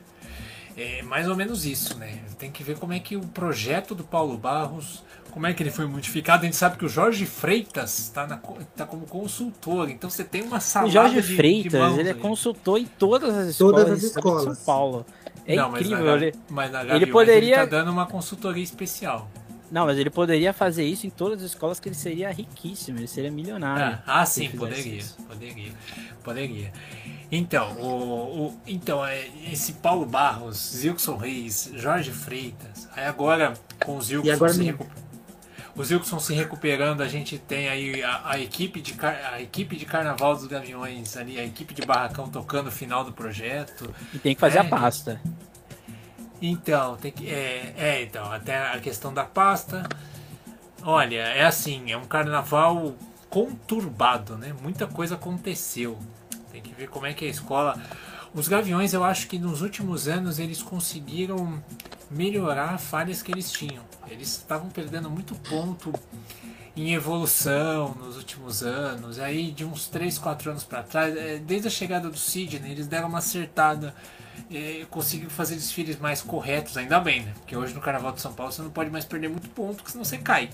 É mais ou menos isso, né? Tem que ver como é que o projeto do Paulo Barros, como é que ele foi modificado. A gente sabe que o Jorge Freitas está tá como consultor, então você tem uma O salada Jorge de, de Freitas, mãos ele é aí. consultor em todas as escolas, Todas as do estado de escolas. São Paulo. É Não, mas incrível. na, Ele... mas na ele Gaviões poderia- ele tá dando uma consultoria especial. Não, mas ele poderia fazer isso em todas as escolas, que ele seria riquíssimo, ele seria milionário. Ah, ah, se ele sim, fizesse poderia, isso. poderia, poderia. Então, o, o, então é, esse Paulo Barros, Zilkson Reis, Jorge Freitas, aí agora com o Zilkson, E agora se, me- recu- o Zilkson se recuperando, a gente tem aí a, a, equipe de, car- a equipe de Carnaval dos Gaviões, ali, a equipe de Barracão tocando o final do projeto. E tem que fazer É. a pasta. Então, tem que, é, é, então, até a questão da pasta. Olha, é assim, é um carnaval conturbado, né? Muita coisa aconteceu. Tem que ver como é que é a escola. Os Gaviões, eu acho que nos últimos anos eles conseguiram melhorar falhas que eles tinham. Eles estavam perdendo muito ponto em evolução nos últimos anos. Aí de uns três, quatro anos para trás, é, desde a chegada do Sidney, eles deram uma acertada. É, conseguiram fazer desfiles mais corretos, ainda bem, né? Porque hoje no Carnaval de São Paulo você não pode mais perder muito ponto, porque senão você cai.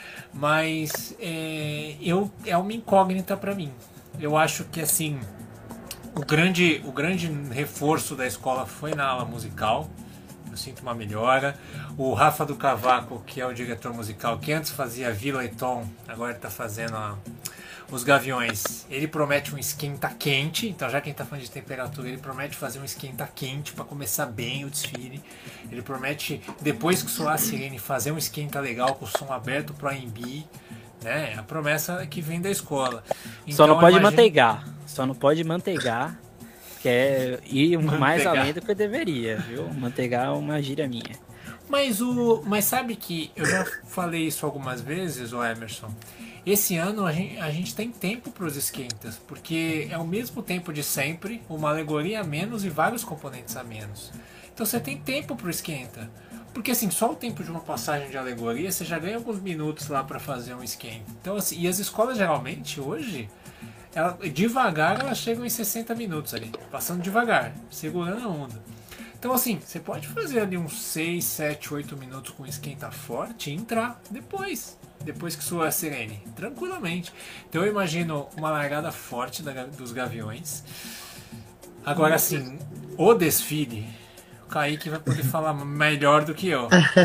Mas é, eu, é uma incógnita para mim. Eu acho que assim o grande, o grande reforço da escola foi na ala musical. Eu sinto uma melhora. O Rafa do Cavaco, que é o diretor musical, que antes fazia Vila e Tom, agora está fazendo a, os Gaviões. Ele promete um esquenta quente, então já que a gente está falando de temperatura, ele promete fazer um esquenta quente para começar bem o desfile. Ele promete, depois que soar a sirene, fazer um esquenta legal com o som aberto para o A M B. Né? A promessa que vem da escola. Só Então, não pode imagino- manteigar. Só não pode manteigar, que é ir mais Manteigar. além do que eu deveria, viu? Manteigar é uma gíria minha. Mas, o, mas sabe que eu já falei isso algumas vezes, o Emerson. Esse ano a gente, a gente tem tempo para os esquentas, porque é o mesmo tempo de sempre, uma alegoria a menos e vários componentes a menos. Então você tem tempo para o esquenta. Porque assim, só o tempo de uma passagem de alegoria, você já ganha alguns minutos lá para fazer um esquenta. Então, assim, e as escolas geralmente hoje, ela, devagar elas chegam em sessenta minutos ali, passando devagar, segurando a onda. Então assim, você pode fazer ali uns seis, sete, oito minutos com esquenta forte e entrar depois. Depois que soar a sirene, tranquilamente. Então eu imagino uma largada forte da, dos Gaviões. Agora assim, o desfile, o Kaique vai poder falar melhor do que eu.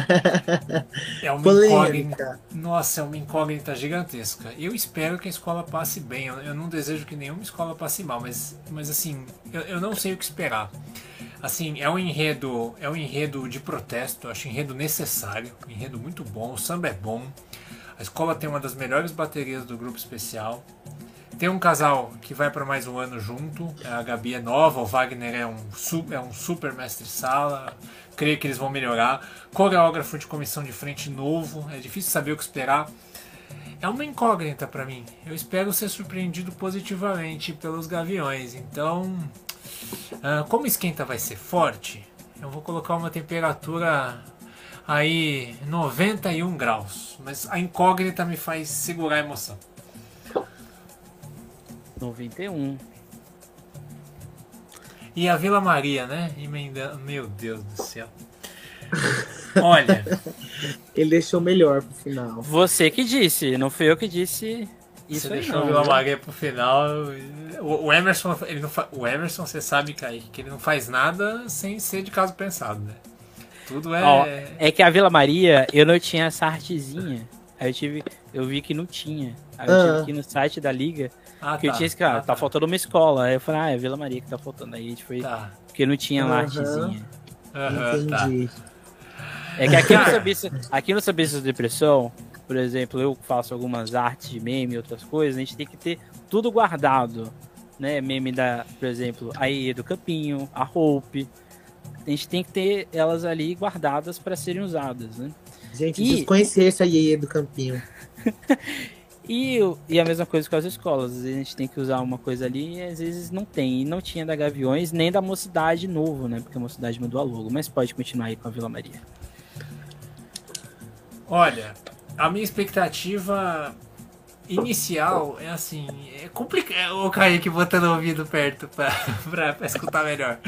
É uma Polêmica. incógnita. Nossa, é uma incógnita gigantesca. Eu espero que a escola passe bem. Eu, eu não desejo que nenhuma escola passe mal, mas, mas assim, eu, eu não sei o que esperar. Assim, é um enredo, é um enredo de protesto, eu acho um enredo necessário, um enredo muito bom, o samba é bom. A escola tem uma das melhores baterias do grupo especial. Tem um casal que vai para mais um ano junto. A Gabi é nova, o Wagner é um, su- é um super mestre-sala. Creio que eles vão melhorar. Coreógrafo de comissão de frente novo. É difícil saber o que esperar. É uma incógnita para mim. Eu espero ser surpreendido positivamente pelos Gaviões. Então, ah, como o esquenta vai ser forte, eu vou colocar uma temperatura aí noventa e um graus. Mas a incógnita me faz segurar a emoção. noventa e um. E a Vila Maria, né? Emendando. Meu Deus do céu. Olha. Ele deixou melhor pro final. Você que disse, não fui eu que disse isso Você aí, deixou não. a Vila Maria pro final. O, o Emerson, ele não fa... o Emerson, você sabe, Kaique, que ele não faz nada sem ser de caso pensado, né? Tudo é. Ó, é que a Vila Maria, eu não tinha essa artezinha. Aí eu tive. Eu vi que não tinha. Aí eu Ah. tive que ir no site da Liga. Ah, que tá. eu tinha escrito, ah, Ah, tá faltando uma escola. Aí eu falei, ah, é Vila Maria que tá faltando. Aí a gente foi. Tá. Porque não tinha lá a Aham. artezinha. Aham, tá. Entendi. É que aqui no Sabistas, aqui no Sabistas de Depressão, por exemplo, eu faço algumas artes de meme e outras coisas, a gente tem que ter tudo guardado, né? Meme da, por exemplo, a Iê do Campinho, a Hope. A gente tem que ter elas ali guardadas para serem usadas, né? Gente, E- desconheci essa Iê do Campinho. E, o- e a mesma coisa com as escolas. Às vezes a gente tem que usar uma coisa ali e às vezes não tem. E não tinha da Gaviões nem da Mocidade novo, né? Porque a Mocidade mudou a logo. Mas pode continuar aí com a Vila Maria. Olha, a minha expectativa inicial é assim, é complicado. O Kaique botando o ouvido perto pra, pra, pra escutar melhor.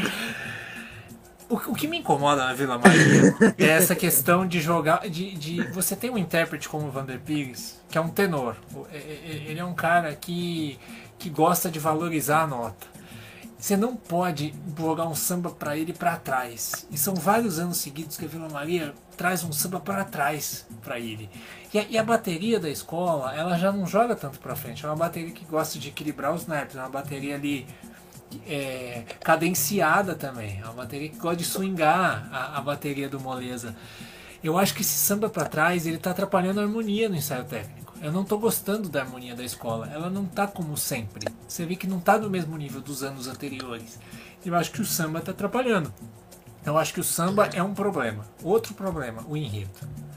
O, o que me incomoda na Vila Maria é essa questão de jogar. De, de você tem um intérprete como o Vander Pires, que é um tenor. O- é- é- Ele é um cara que, que gosta de valorizar a nota. Você não pode jogar um samba pra ele pra trás. E são vários anos seguidos que a Vila Maria traz um samba para trás pra ele. E a, e a bateria da escola, ela já não joga tanto pra frente. É uma bateria que gosta de equilibrar os naipes. É uma bateria ali é, cadenciada também. É uma bateria que gosta de swingar a, a bateria do Moleza. Eu acho que esse samba pra trás, ele tá atrapalhando a harmonia no ensaio técnico. Eu não tô gostando da harmonia da escola. Ela não tá como sempre. Você vê que não tá no mesmo nível dos anos anteriores. Eu acho que o samba tá atrapalhando. Eu acho que o samba é um problema. Outro problema, o enredo.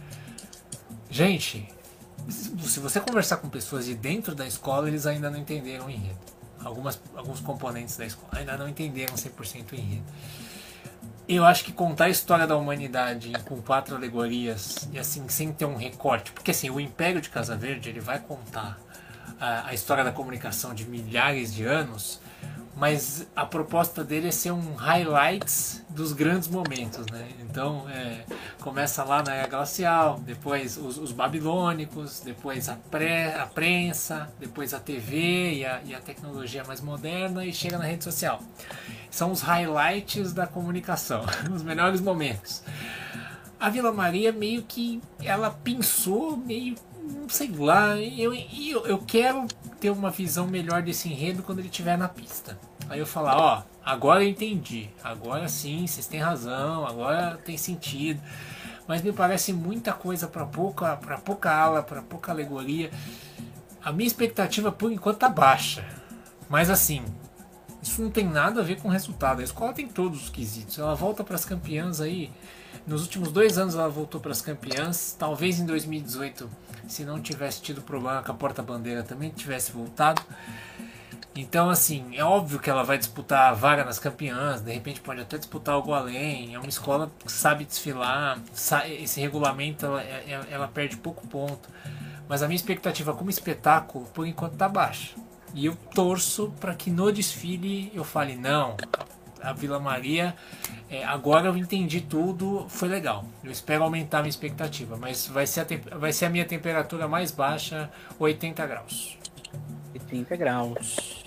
Gente, se você conversar com pessoas de dentro da escola, eles ainda não entenderam o enredo. Algumas, alguns componentes da escola ainda não entenderam cem por cento o enredo. Eu acho que contar a história da humanidade com quatro alegorias e assim, sem ter um recorte, porque assim, o Império de Casa Verde, ele vai contar a, a história da comunicação de milhares de anos, mas a proposta dele é ser um highlights dos grandes momentos, né? Então, é, começa lá na Era Glacial, depois os, os babilônicos, depois a, pré, a prensa, depois a T V e a, e a tecnologia mais moderna e chega na rede social. São os highlights da comunicação, os melhores momentos. A Vila Maria meio que ela pensou meio, não sei lá, eu, eu, eu quero ter uma visão melhor desse enredo quando ele estiver na pista. Aí eu falar, ó, agora eu entendi, agora sim, vocês têm razão, agora tem sentido. Mas me parece muita coisa para pouca, para pouca ala, para pouca alegoria. A minha expectativa por enquanto tá baixa. Mas assim, isso não tem nada a ver com o resultado. A escola tem todos os quesitos. Ela volta para as campeãs aí. Nos últimos dois anos ela voltou para as campeãs. Talvez em dois mil e dezoito, se não tivesse tido problema com a porta-bandeira, também tivesse voltado. Então, assim, é óbvio que ela vai disputar a vaga nas campeãs. De repente pode até disputar algo além. É uma escola que sabe desfilar. Esse regulamento, ela, ela perde pouco ponto. Mas a minha expectativa como espetáculo, por enquanto, tá baixa. E eu torço para que no desfile eu fale, não, a Vila Maria, é, agora eu entendi tudo, foi legal. Eu espero aumentar a minha expectativa, mas vai ser a, vai ser a minha temperatura mais baixa, oitenta graus. oitenta graus.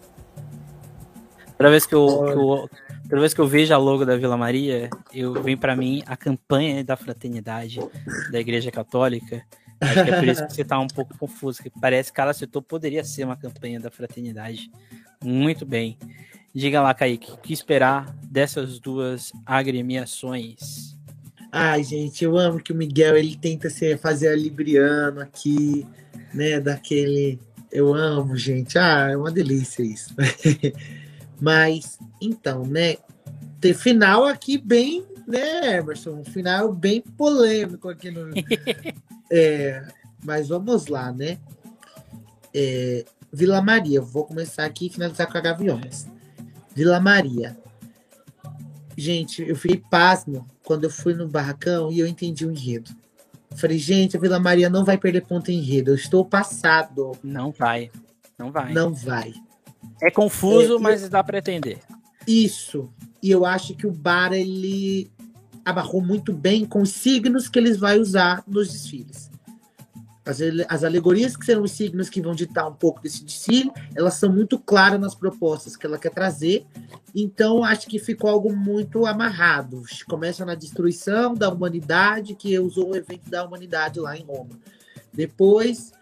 Toda vez que eu, que eu, toda vez que eu vejo a logo da Vila Maria, eu vem para mim a campanha da fraternidade da Igreja Católica. Acho que é por isso que você tá um pouco confuso, que parece que Cala Setor poderia ser uma campanha da fraternidade. Muito bem. Diga lá, Kaique, o que esperar dessas duas agremiações? Ai, gente, eu amo que o Miguel, ele tenta ser, fazer a libriano aqui, né, daquele... Eu amo, gente. Ah, é uma delícia isso. Mas, então, né, tem final aqui bem, né, Emerson? Um final bem polêmico aqui no... É, mas vamos lá, né? É, Vila Maria, vou começar aqui e finalizar com a Gaviões. Vila Maria. Gente, eu fiquei pasmo quando eu fui no barracão e eu entendi o enredo. Falei, gente, a Vila Maria não vai perder ponto em enredo. Eu estou passado. Não vai. Não vai. Não vai. É confuso, É, mas dá para entender. Isso. E eu acho que o Bar, ele abarrou muito bem com os signos que eles vão usar nos desfiles. As, as alegorias que serão os signos que vão ditar um pouco desse desfile, elas são muito claras nas propostas que ela quer trazer. Então, acho que ficou algo muito amarrado. Começa na destruição da humanidade, que usou o evento da humanidade lá em Roma. Depois,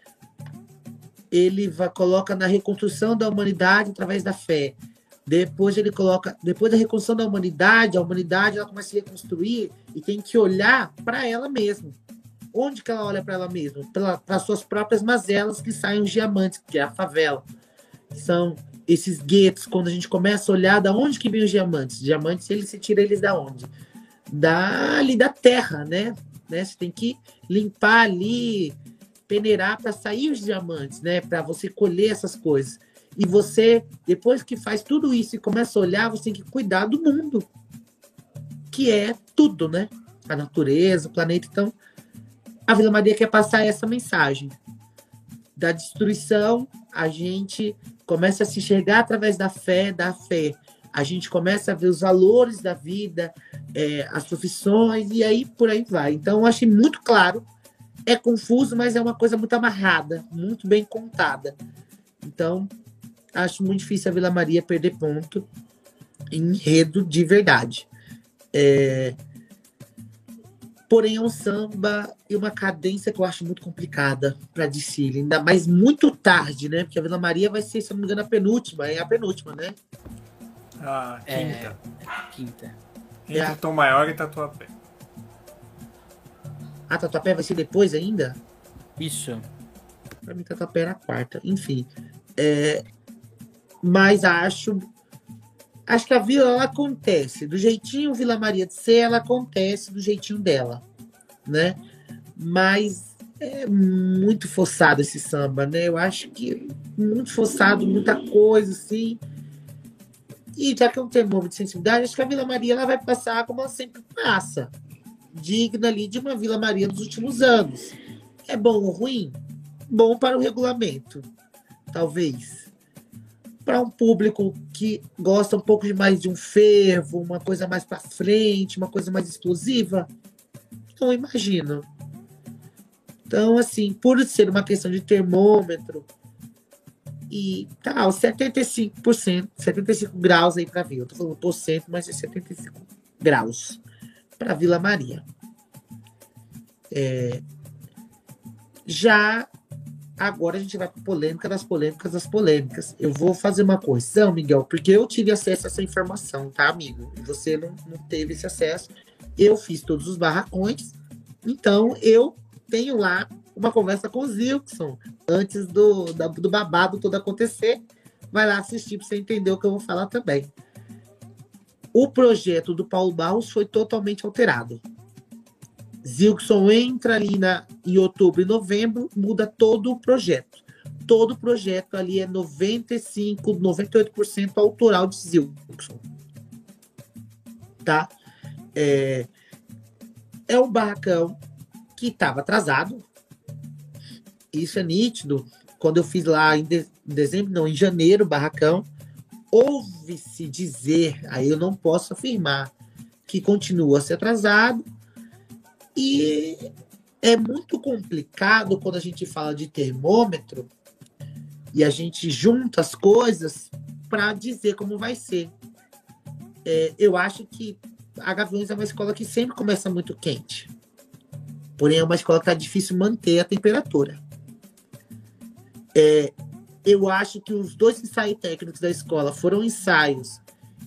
ele vai, coloca na reconstrução da humanidade através da fé. Depois ele coloca, depois da reconstrução da humanidade, a humanidade ela começa a se reconstruir e tem que olhar para ela mesma. Onde que ela olha para ela mesma? Para as suas próprias mazelas que saem os diamantes, que é a favela. São esses guetos, quando a gente começa a olhar da onde que vem os diamantes. Diamantes, ele se tira eles da onde? Da, ali da terra, né? né? Você tem que limpar ali, peneirar para sair os diamantes, né? Para você colher essas coisas. E você, depois que faz tudo isso e começa a olhar, você tem que cuidar do mundo, que é tudo, né? A natureza, o planeta. Então, a Vila Maria quer passar essa mensagem. Da destruição, a gente começa a se enxergar através da fé, da fé. A gente começa a ver os valores da vida, é, as profissões, e aí por aí vai. Então, eu achei muito claro. É confuso, mas é uma coisa muito amarrada, muito bem contada. Então, acho muito difícil a Vila Maria perder ponto em enredo de verdade. É... Porém, é um samba e uma cadência que eu acho muito complicada para desfile. Ainda mais muito tarde, né? Porque a Vila Maria vai ser, se não me engano, a penúltima. É a penúltima, né? A quinta. É... Quinta. Entre é. Tom Maior e Tatuapé. Ah, Tatuapé vai ser depois ainda? Isso. Para mim, Tatuapé era a quarta. Enfim. É... Mas acho... Acho que a Vila, ela acontece. Do jeitinho Vila Maria de ser, ela acontece do jeitinho dela, né? Mas é muito forçado esse samba, né? Eu acho que muito forçado, muita coisa, assim. E já que é um termômetro de sensibilidade, acho que a Vila Maria ela vai passar como ela sempre passa. Digna ali de uma Vila Maria dos últimos anos. É bom ou ruim? Bom para o regulamento, talvez. Para um público que gosta um pouco mais de um fervo, uma coisa mais para frente, uma coisa mais explosiva, não imagino. Então, assim, por ser uma questão de termômetro e tal, setenta e cinco por cento, setenta e cinco graus aí para Vila. Eu tô falando por cento, mas é setenta e cinco graus para Vila Maria. É, já agora a gente vai para polêmica das polêmicas das polêmicas. Eu vou fazer uma correção, Miguel, porque eu tive acesso a essa informação, tá, amigo? E você não, não teve esse acesso. Eu fiz todos os barracões, então eu tenho lá uma conversa com o Zilkson antes do, da, do babado todo acontecer. Vai lá assistir para você entender o que eu vou falar também. O projeto do Paulo Barros foi totalmente alterado. Zilkson entra ali na, em outubro e novembro, muda todo o projeto. Todo o projeto ali é noventa e cinco, noventa e oito por cento autoral de Zilkson. Tá? É, é um barracão que estava atrasado. Isso é nítido. Quando eu fiz lá em, de, em dezembro, não, em janeiro, o barracão, ouve-se dizer, aí eu não posso afirmar, que continua a ser atrasado. E é muito complicado quando a gente fala de termômetro e a gente junta as coisas para dizer como vai ser. É, eu acho que a Gaviões é uma escola que sempre começa muito quente. Porém, é uma escola que está difícil manter a temperatura. É, eu acho que os dois ensaios técnicos da escola foram ensaios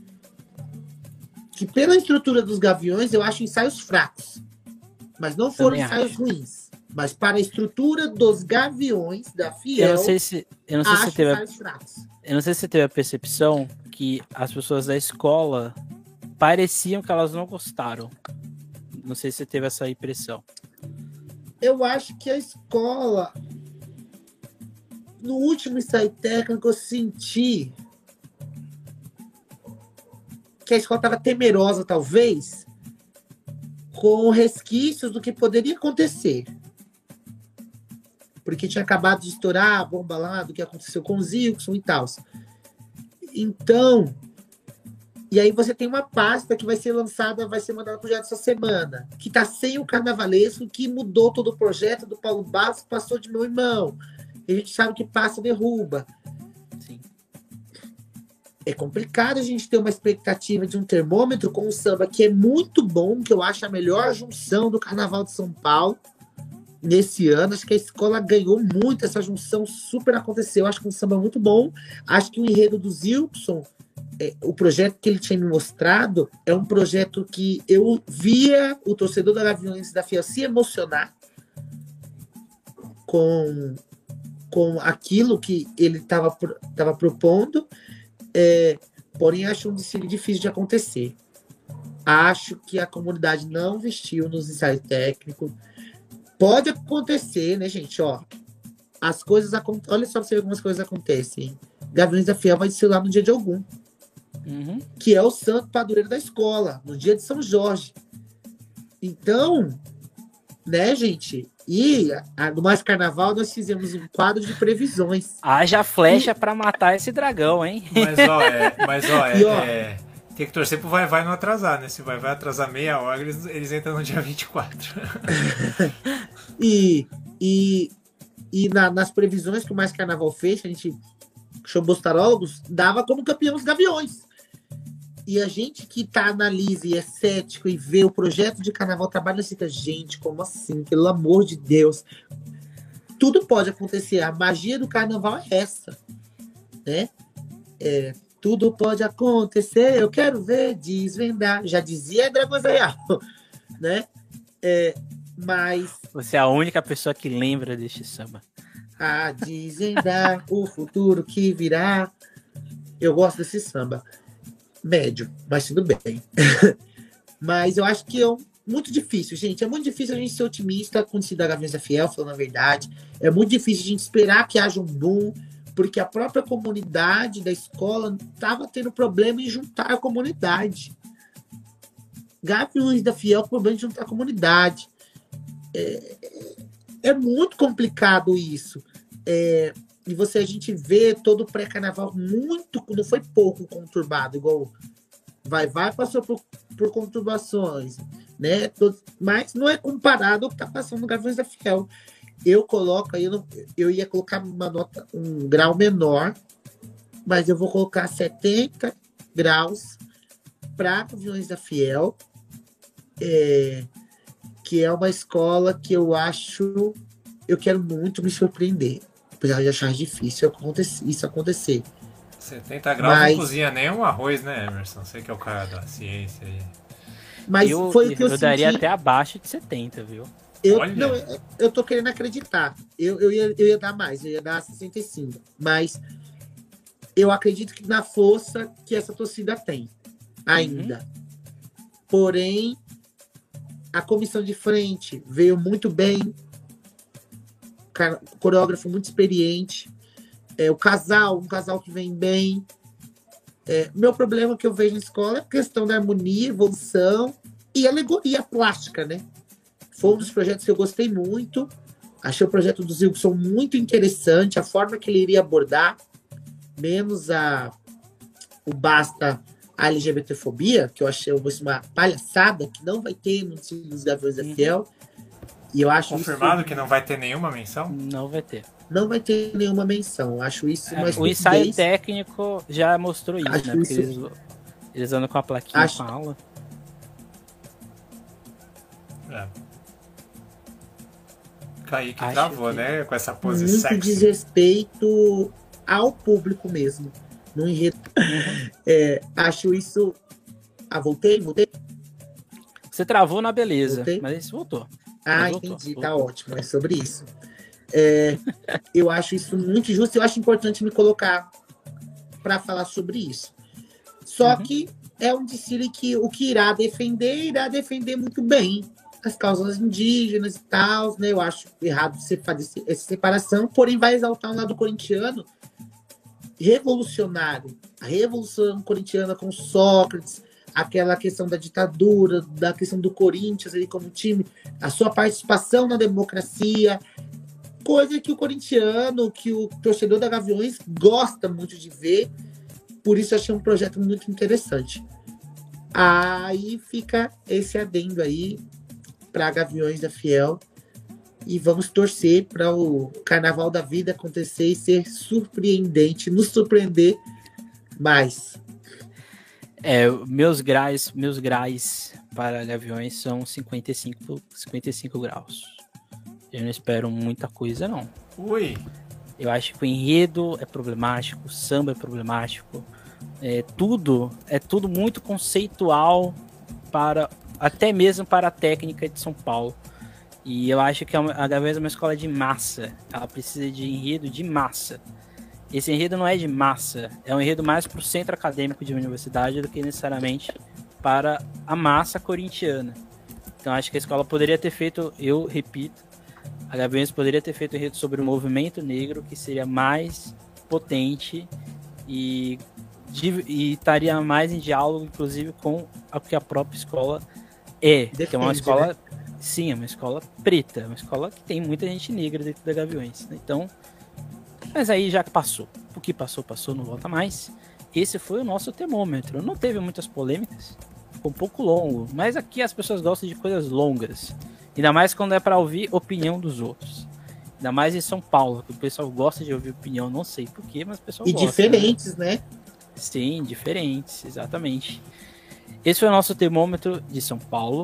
que, pela estrutura dos Gaviões, eu acho ensaios fracos. Mas não foram Também ensaios acho. ruins. Mas para a estrutura dos Gaviões da Fiel, Eu não sei se, eu não sei se acho você teve a, ensaios fracos. eu não sei se você teve a percepção que as pessoas da escola pareciam que elas não gostaram. Não sei se você teve essa impressão. Eu acho que a escola, no último ensaio técnico, eu senti que a escola estava temerosa, talvez, com resquícios do que poderia acontecer. Porque tinha acabado de estourar a bomba lá do que aconteceu com o Zilson e tal. Então, e aí você tem uma pasta que vai ser lançada, vai ser mandada para o projeto essa semana, que está sem o carnavalesco, que mudou todo o projeto do Paulo Bastos, passou de mão em mão. E a gente sabe que passa, derruba. Sim. É complicado a gente ter uma expectativa de um termômetro com um samba que é muito bom, que eu acho a melhor junção do Carnaval de São Paulo nesse ano. Acho que a escola ganhou muito, essa junção super aconteceu. Acho que um samba muito bom. Acho que o enredo do Zilson, é, o projeto que ele tinha me mostrado, é um projeto que eu via o torcedor da Gaviões da Fiel se emocionar com, com aquilo que ele estava tava propondo. É, porém, acho um desfile difícil de acontecer. Acho que a comunidade não vestiu nos ensaios técnicos. Pode acontecer, né, gente? Ó, as coisas acontecem. Olha só pra você ver como as coisas acontecem. Gaviões da Fiel vai desfilar no dia de Ogum, Uhum. que é o santo padroeiro da escola, no dia de São Jorge. Então, né, gente? E a, no Mais Carnaval nós fizemos um quadro de previsões. Haja flecha pra matar esse dragão, hein? Mas, ó, é, mas, ó, é, E, ó, é, tem que torcer pro Vai Vai não atrasar, né? Se o Vai Vai atrasar meia hora, eles, eles entram no dia vinte e quatro. E, e, e na- nas previsões que o Mais Carnaval fez, que a gente, showbostarólogos, dava como campeão os Gaviões. E a gente que tá analisa e é cético e vê o projeto de carnaval trabalha, fica, gente, como assim? Pelo amor de Deus. Tudo pode acontecer. A magia do carnaval é essa, né? É, tudo pode acontecer. Eu quero ver desvendar. Já dizia Dragões Real, né? É, mas Você é a única pessoa que lembra deste samba. a desvendar o futuro que virá. Eu gosto desse samba. Médio, mas tudo bem. Mas eu acho que é um- muito difícil, gente. É muito difícil a gente ser otimista com o desfile da Gaviões da Fiel, falando a verdade. É muito difícil a gente esperar que haja um boom, porque a própria comunidade da escola estava tendo problema em juntar a comunidade. Gaviões da Fiel, problema de juntar a comunidade. É, é muito complicado isso. É, e você, a gente vê todo o pré-carnaval muito, não foi pouco conturbado, igual Vai Vai passou por, por conturbações, né? Todo- mas não é comparado ao que está passando no Gaviões da Fiel. Eu coloco aí, eu, não- eu ia colocar uma nota, um grau menor, mas eu vou colocar setenta graus para Gaviões da Fiel, é, que é uma escola que eu acho, eu quero muito me surpreender, apesar de achar difícil acontecer- isso acontecer. setenta graus Mas- não cozinha nem um arroz, né, Emerson? Você que é o cara da ciência aí. Mas eu foi o que eu, eu daria senti. até abaixo de setenta, viu? Eu, Olha. não, eu, eu tô querendo acreditar. Eu, eu, ia, eu ia dar mais, eu ia dar sessenta e cinco. Mas eu acredito que na força que essa torcida tem ainda. Porém, a comissão de frente veio muito bem. Cara- coreógrafo muito experiente. É, o casal, um casal que vem bem. É, meu problema que eu vejo na escola é a questão da harmonia, evolução e alegoria plástica, né? Foi um dos projetos que eu gostei muito. Achei o projeto do Zilson muito interessante, a forma que ele iria abordar, menos a o basta a LGBTfobia, que eu achei uma palhaçada, que não vai ter no desfile dos Gaviões da Uhum. Fiel. E eu acho Confirmado isso, que não vai ter nenhuma menção? Não vai ter. não vai ter nenhuma menção. Eu acho isso É, uma O ensaio estupidez. técnico já mostrou isso, Acho né? Porque isso- eles, eles andam com a plaquinha Acho- com a aula. É. Kaique Acho travou, que- né? Com essa pose Muito sexy. desrespeito ao público mesmo. No enredo. É, acho isso. Ah, voltei? Voltei? Você travou na beleza, Voltei. mas voltou. Ah, Mas voltou, entendi, voltou. tá ótimo, é sobre isso. É, eu acho isso muito injusto, eu acho importante me colocar para falar sobre isso. Só Uhum. que é um desfile que o que irá defender, irá defender muito bem as causas indígenas e tal, né? Eu acho errado você fazer essa separação, porém vai exaltar um lado corintiano revolucionário. A revolução corintiana com Sócrates, aquela questão da ditadura, da questão do Corinthians ali como time, a sua participação na democracia, coisa que o corintiano, que o torcedor da Gaviões gosta muito de ver, por isso eu achei um projeto muito interessante. Aí fica esse adendo aí para Gaviões da Fiel, e vamos torcer para o Carnaval da Vida acontecer e ser surpreendente, nos surpreender mais. É, meus graus, meus graus para Gaviões são cinquenta e cinco graus. Eu não espero muita coisa, não. Ui! Eu acho que o enredo é problemático, o samba é problemático, é tudo, é tudo muito conceitual para, até mesmo para a técnica de São Paulo. E eu acho que a Gaviões é uma escola de massa. Ela precisa de enredo de massa. Esse enredo não é de massa. É um enredo mais para o centro acadêmico de uma universidade do que necessariamente para a massa corintiana. Então acho que a escola poderia ter feito, eu repito, a Gaviões poderia ter feito um enredo sobre o movimento negro, que seria mais potente e, e estaria mais em diálogo, inclusive, com o que a própria escola é. Defende, que é uma escola... Né? Sim, é uma escola preta, uma escola que tem muita gente negra dentro da Gaviões, né? Então, mas aí já passou. O que passou, passou, não volta mais. Esse foi o nosso termômetro. Não teve muitas polêmicas, ficou um pouco longo, mas aqui as pessoas gostam de coisas longas. Ainda mais quando é para ouvir opinião dos outros. Ainda mais em São Paulo, que o pessoal gosta de ouvir opinião, não sei porquê, mas o pessoal e gosta. E diferentes, né? né? Sim, diferentes, exatamente. Esse foi o nosso termômetro de São Paulo.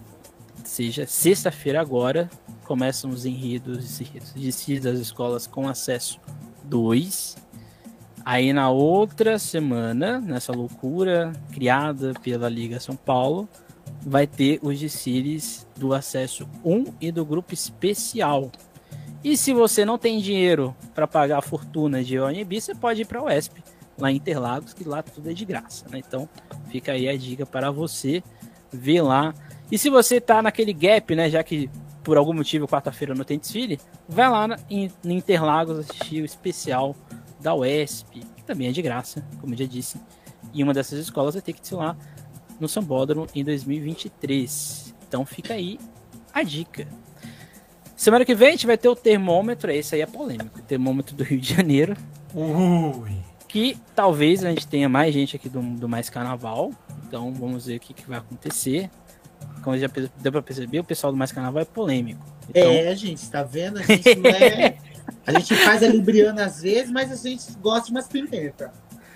Seja, sexta-feira agora, começam os enredos de das escolas com acesso dois. Aí na outra semana, nessa loucura criada pela Liga São Paulo, vai ter os desfiles do acesso um e do grupo especial. E se você não tem dinheiro para pagar a fortuna de O N B, você pode ir para a U E S P, lá em Interlagos, que lá tudo é de graça, né? Então fica aí a dica para você ver lá. E se você tá naquele gap, né, já que por algum motivo quarta-feira não tem desfile, vai lá na, em, em Interlagos assistir o especial da U E S P, que também é de graça, como eu já disse. E uma dessas escolas vai ter que desfilar no Sambódromo em dois mil e vinte e três. Então fica aí a dica. Semana que vem a gente vai ter o termômetro, esse aí é polêmico, o termômetro do Rio de Janeiro. Ui. Que talvez a gente tenha mais gente aqui do, do Mais Carnaval. Então vamos ver o que, que vai acontecer. Como já deu pra perceber, o pessoal do Mais Carnaval é polêmico. Então... É, gente, tá vendo? A gente não é... A gente faz a libriana às vezes, mas a gente gosta de umas pimentas.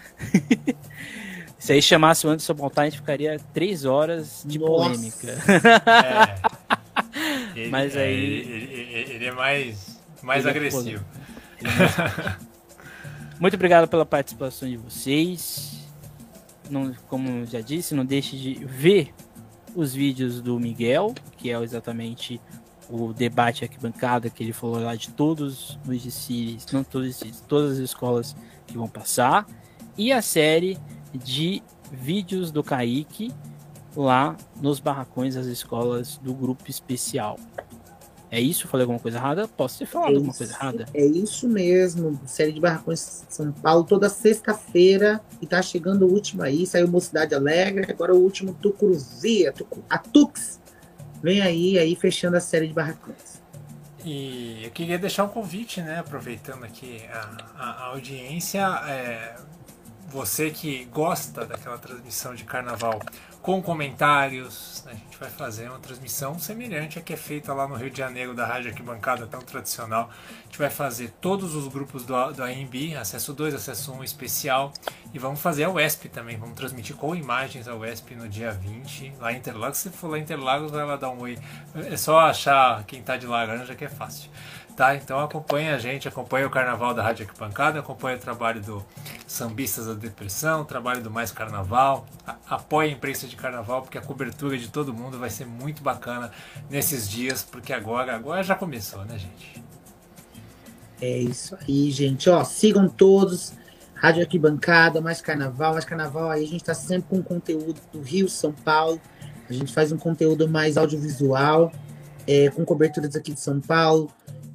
Se aí chamasse o Anderson Montar, a gente ficaria três horas de Nossa. polêmica. É. Ele, mas aí... Ele, ele, ele é mais, mais ele agressivo. É mais... Muito obrigado pela participação de vocês. Não, como já disse, não deixe de ver os vídeos do Miguel, que é exatamente o debate arquibancada que ele falou lá de todos os desfiles, não todos os desfiles, todas as escolas que vão passar, e a série de vídeos do Kaique lá nos barracões das escolas do grupo especial. É isso? Falei alguma coisa errada? Posso ter falado é alguma isso, coisa errada? É isso mesmo. Série de barracões São Paulo, toda sexta-feira. E tá chegando o último aí. Saiu Mocidade Alegre. Agora o último Tucuruzi, a Tux. Vem aí, aí fechando a série de barracões. E eu queria deixar um convite, né? Aproveitando aqui a, a, a audiência. É, você que gosta daquela transmissão de carnaval com comentários, a gente vai fazer uma transmissão semelhante à que é feita lá no Rio de Janeiro da Rádio Arquibancada, tão tradicional. A gente vai fazer todos os grupos do, do A M B, acesso dois, acesso um especial, e vamos fazer a U E S P também, vamos transmitir com imagens a U E S P no dia vinte, lá em Interlagos. Se for lá em Interlagos, vai lá dar um oi, é só achar quem tá de laranja que é fácil. Tá, então acompanha a gente, acompanha o Carnaval da Rádio Arquibancada, acompanha o trabalho do Sambistas da Depressão, o trabalho do Mais Carnaval, apoia a imprensa de Carnaval, porque a cobertura de todo mundo vai ser muito bacana nesses dias, porque agora, agora já começou, né, gente? É isso aí, gente. Ó, sigam todos, Rádio Arquibancada, Mais Carnaval, Mais Carnaval aí, a gente tá sempre com conteúdo do Rio, São Paulo, a gente faz um conteúdo mais audiovisual, é, com coberturas aqui de São Paulo.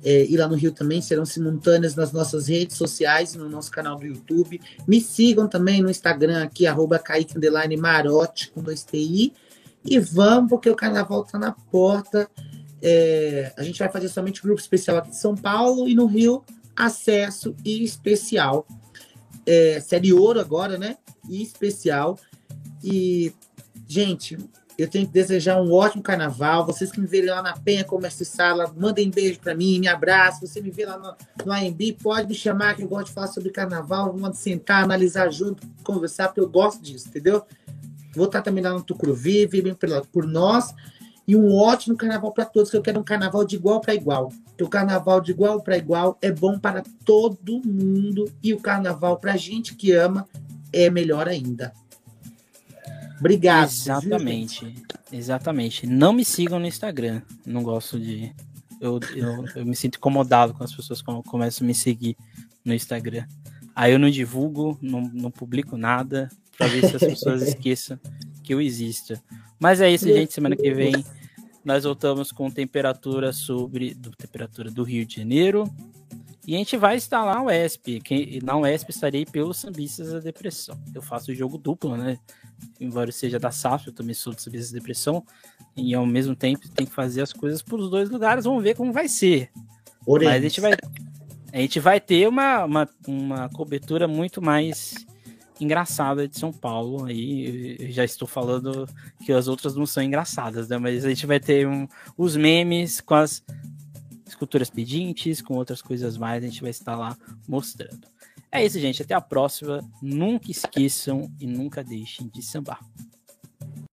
É, e lá no Rio também serão simultâneas nas nossas redes sociais, no nosso canal do YouTube. Me sigam também no Instagram aqui, arroba Kaique underline Marotti, com dois T I. E vamos, porque o carnaval tá na porta. É, a gente vai fazer somente grupo especial aqui de São Paulo e no Rio, acesso e especial. É, série ouro agora, né? E especial. E, gente, eu tenho que desejar um ótimo carnaval. Vocês que me verem lá na Penha, Comércio e Sala, mandem beijo pra mim, me abraçam. Você me vê lá no, no A M B, pode me chamar, que eu gosto de falar sobre carnaval. Vamos sentar, analisar junto, conversar, porque eu gosto disso, entendeu? Vou estar também lá no Tucuruvi, vivem por nós. E um ótimo carnaval para todos, que eu quero um carnaval de igual para igual. Porque o carnaval de igual para igual é bom para todo mundo. E o carnaval, para a gente que ama, é melhor ainda. Obrigado. Exatamente. Viu, exatamente. Não me sigam no Instagram. Não gosto de... Eu, eu, eu me sinto incomodado com as pessoas quando começam a me seguir no Instagram. Aí eu não divulgo, não, não publico nada, para ver se as pessoas esqueçam que eu existo. Mas é isso, gente. Semana que vem nós voltamos com temperatura sobre do, temperatura do Rio de Janeiro. E a gente vai estar lá na U E S P. Quem, na U E S P estarei pelos Sambistas da Depressão. Eu faço o jogo duplo, né? Embora eu seja da S A F, eu também sou do Sambistas da Depressão. E ao mesmo tempo tem que fazer as coisas para os dois lugares. Vamos ver como vai ser. Oremos. Mas a gente vai, a gente vai ter uma, uma, uma cobertura muito mais engraçada de São Paulo. Aí eu já estou falando que as outras não são engraçadas, né? Mas a gente vai ter um, os memes com as esculturas pedintes, com outras coisas mais, a gente vai estar lá mostrando. É isso, gente. Até a próxima. Nunca esqueçam e nunca deixem de sambar.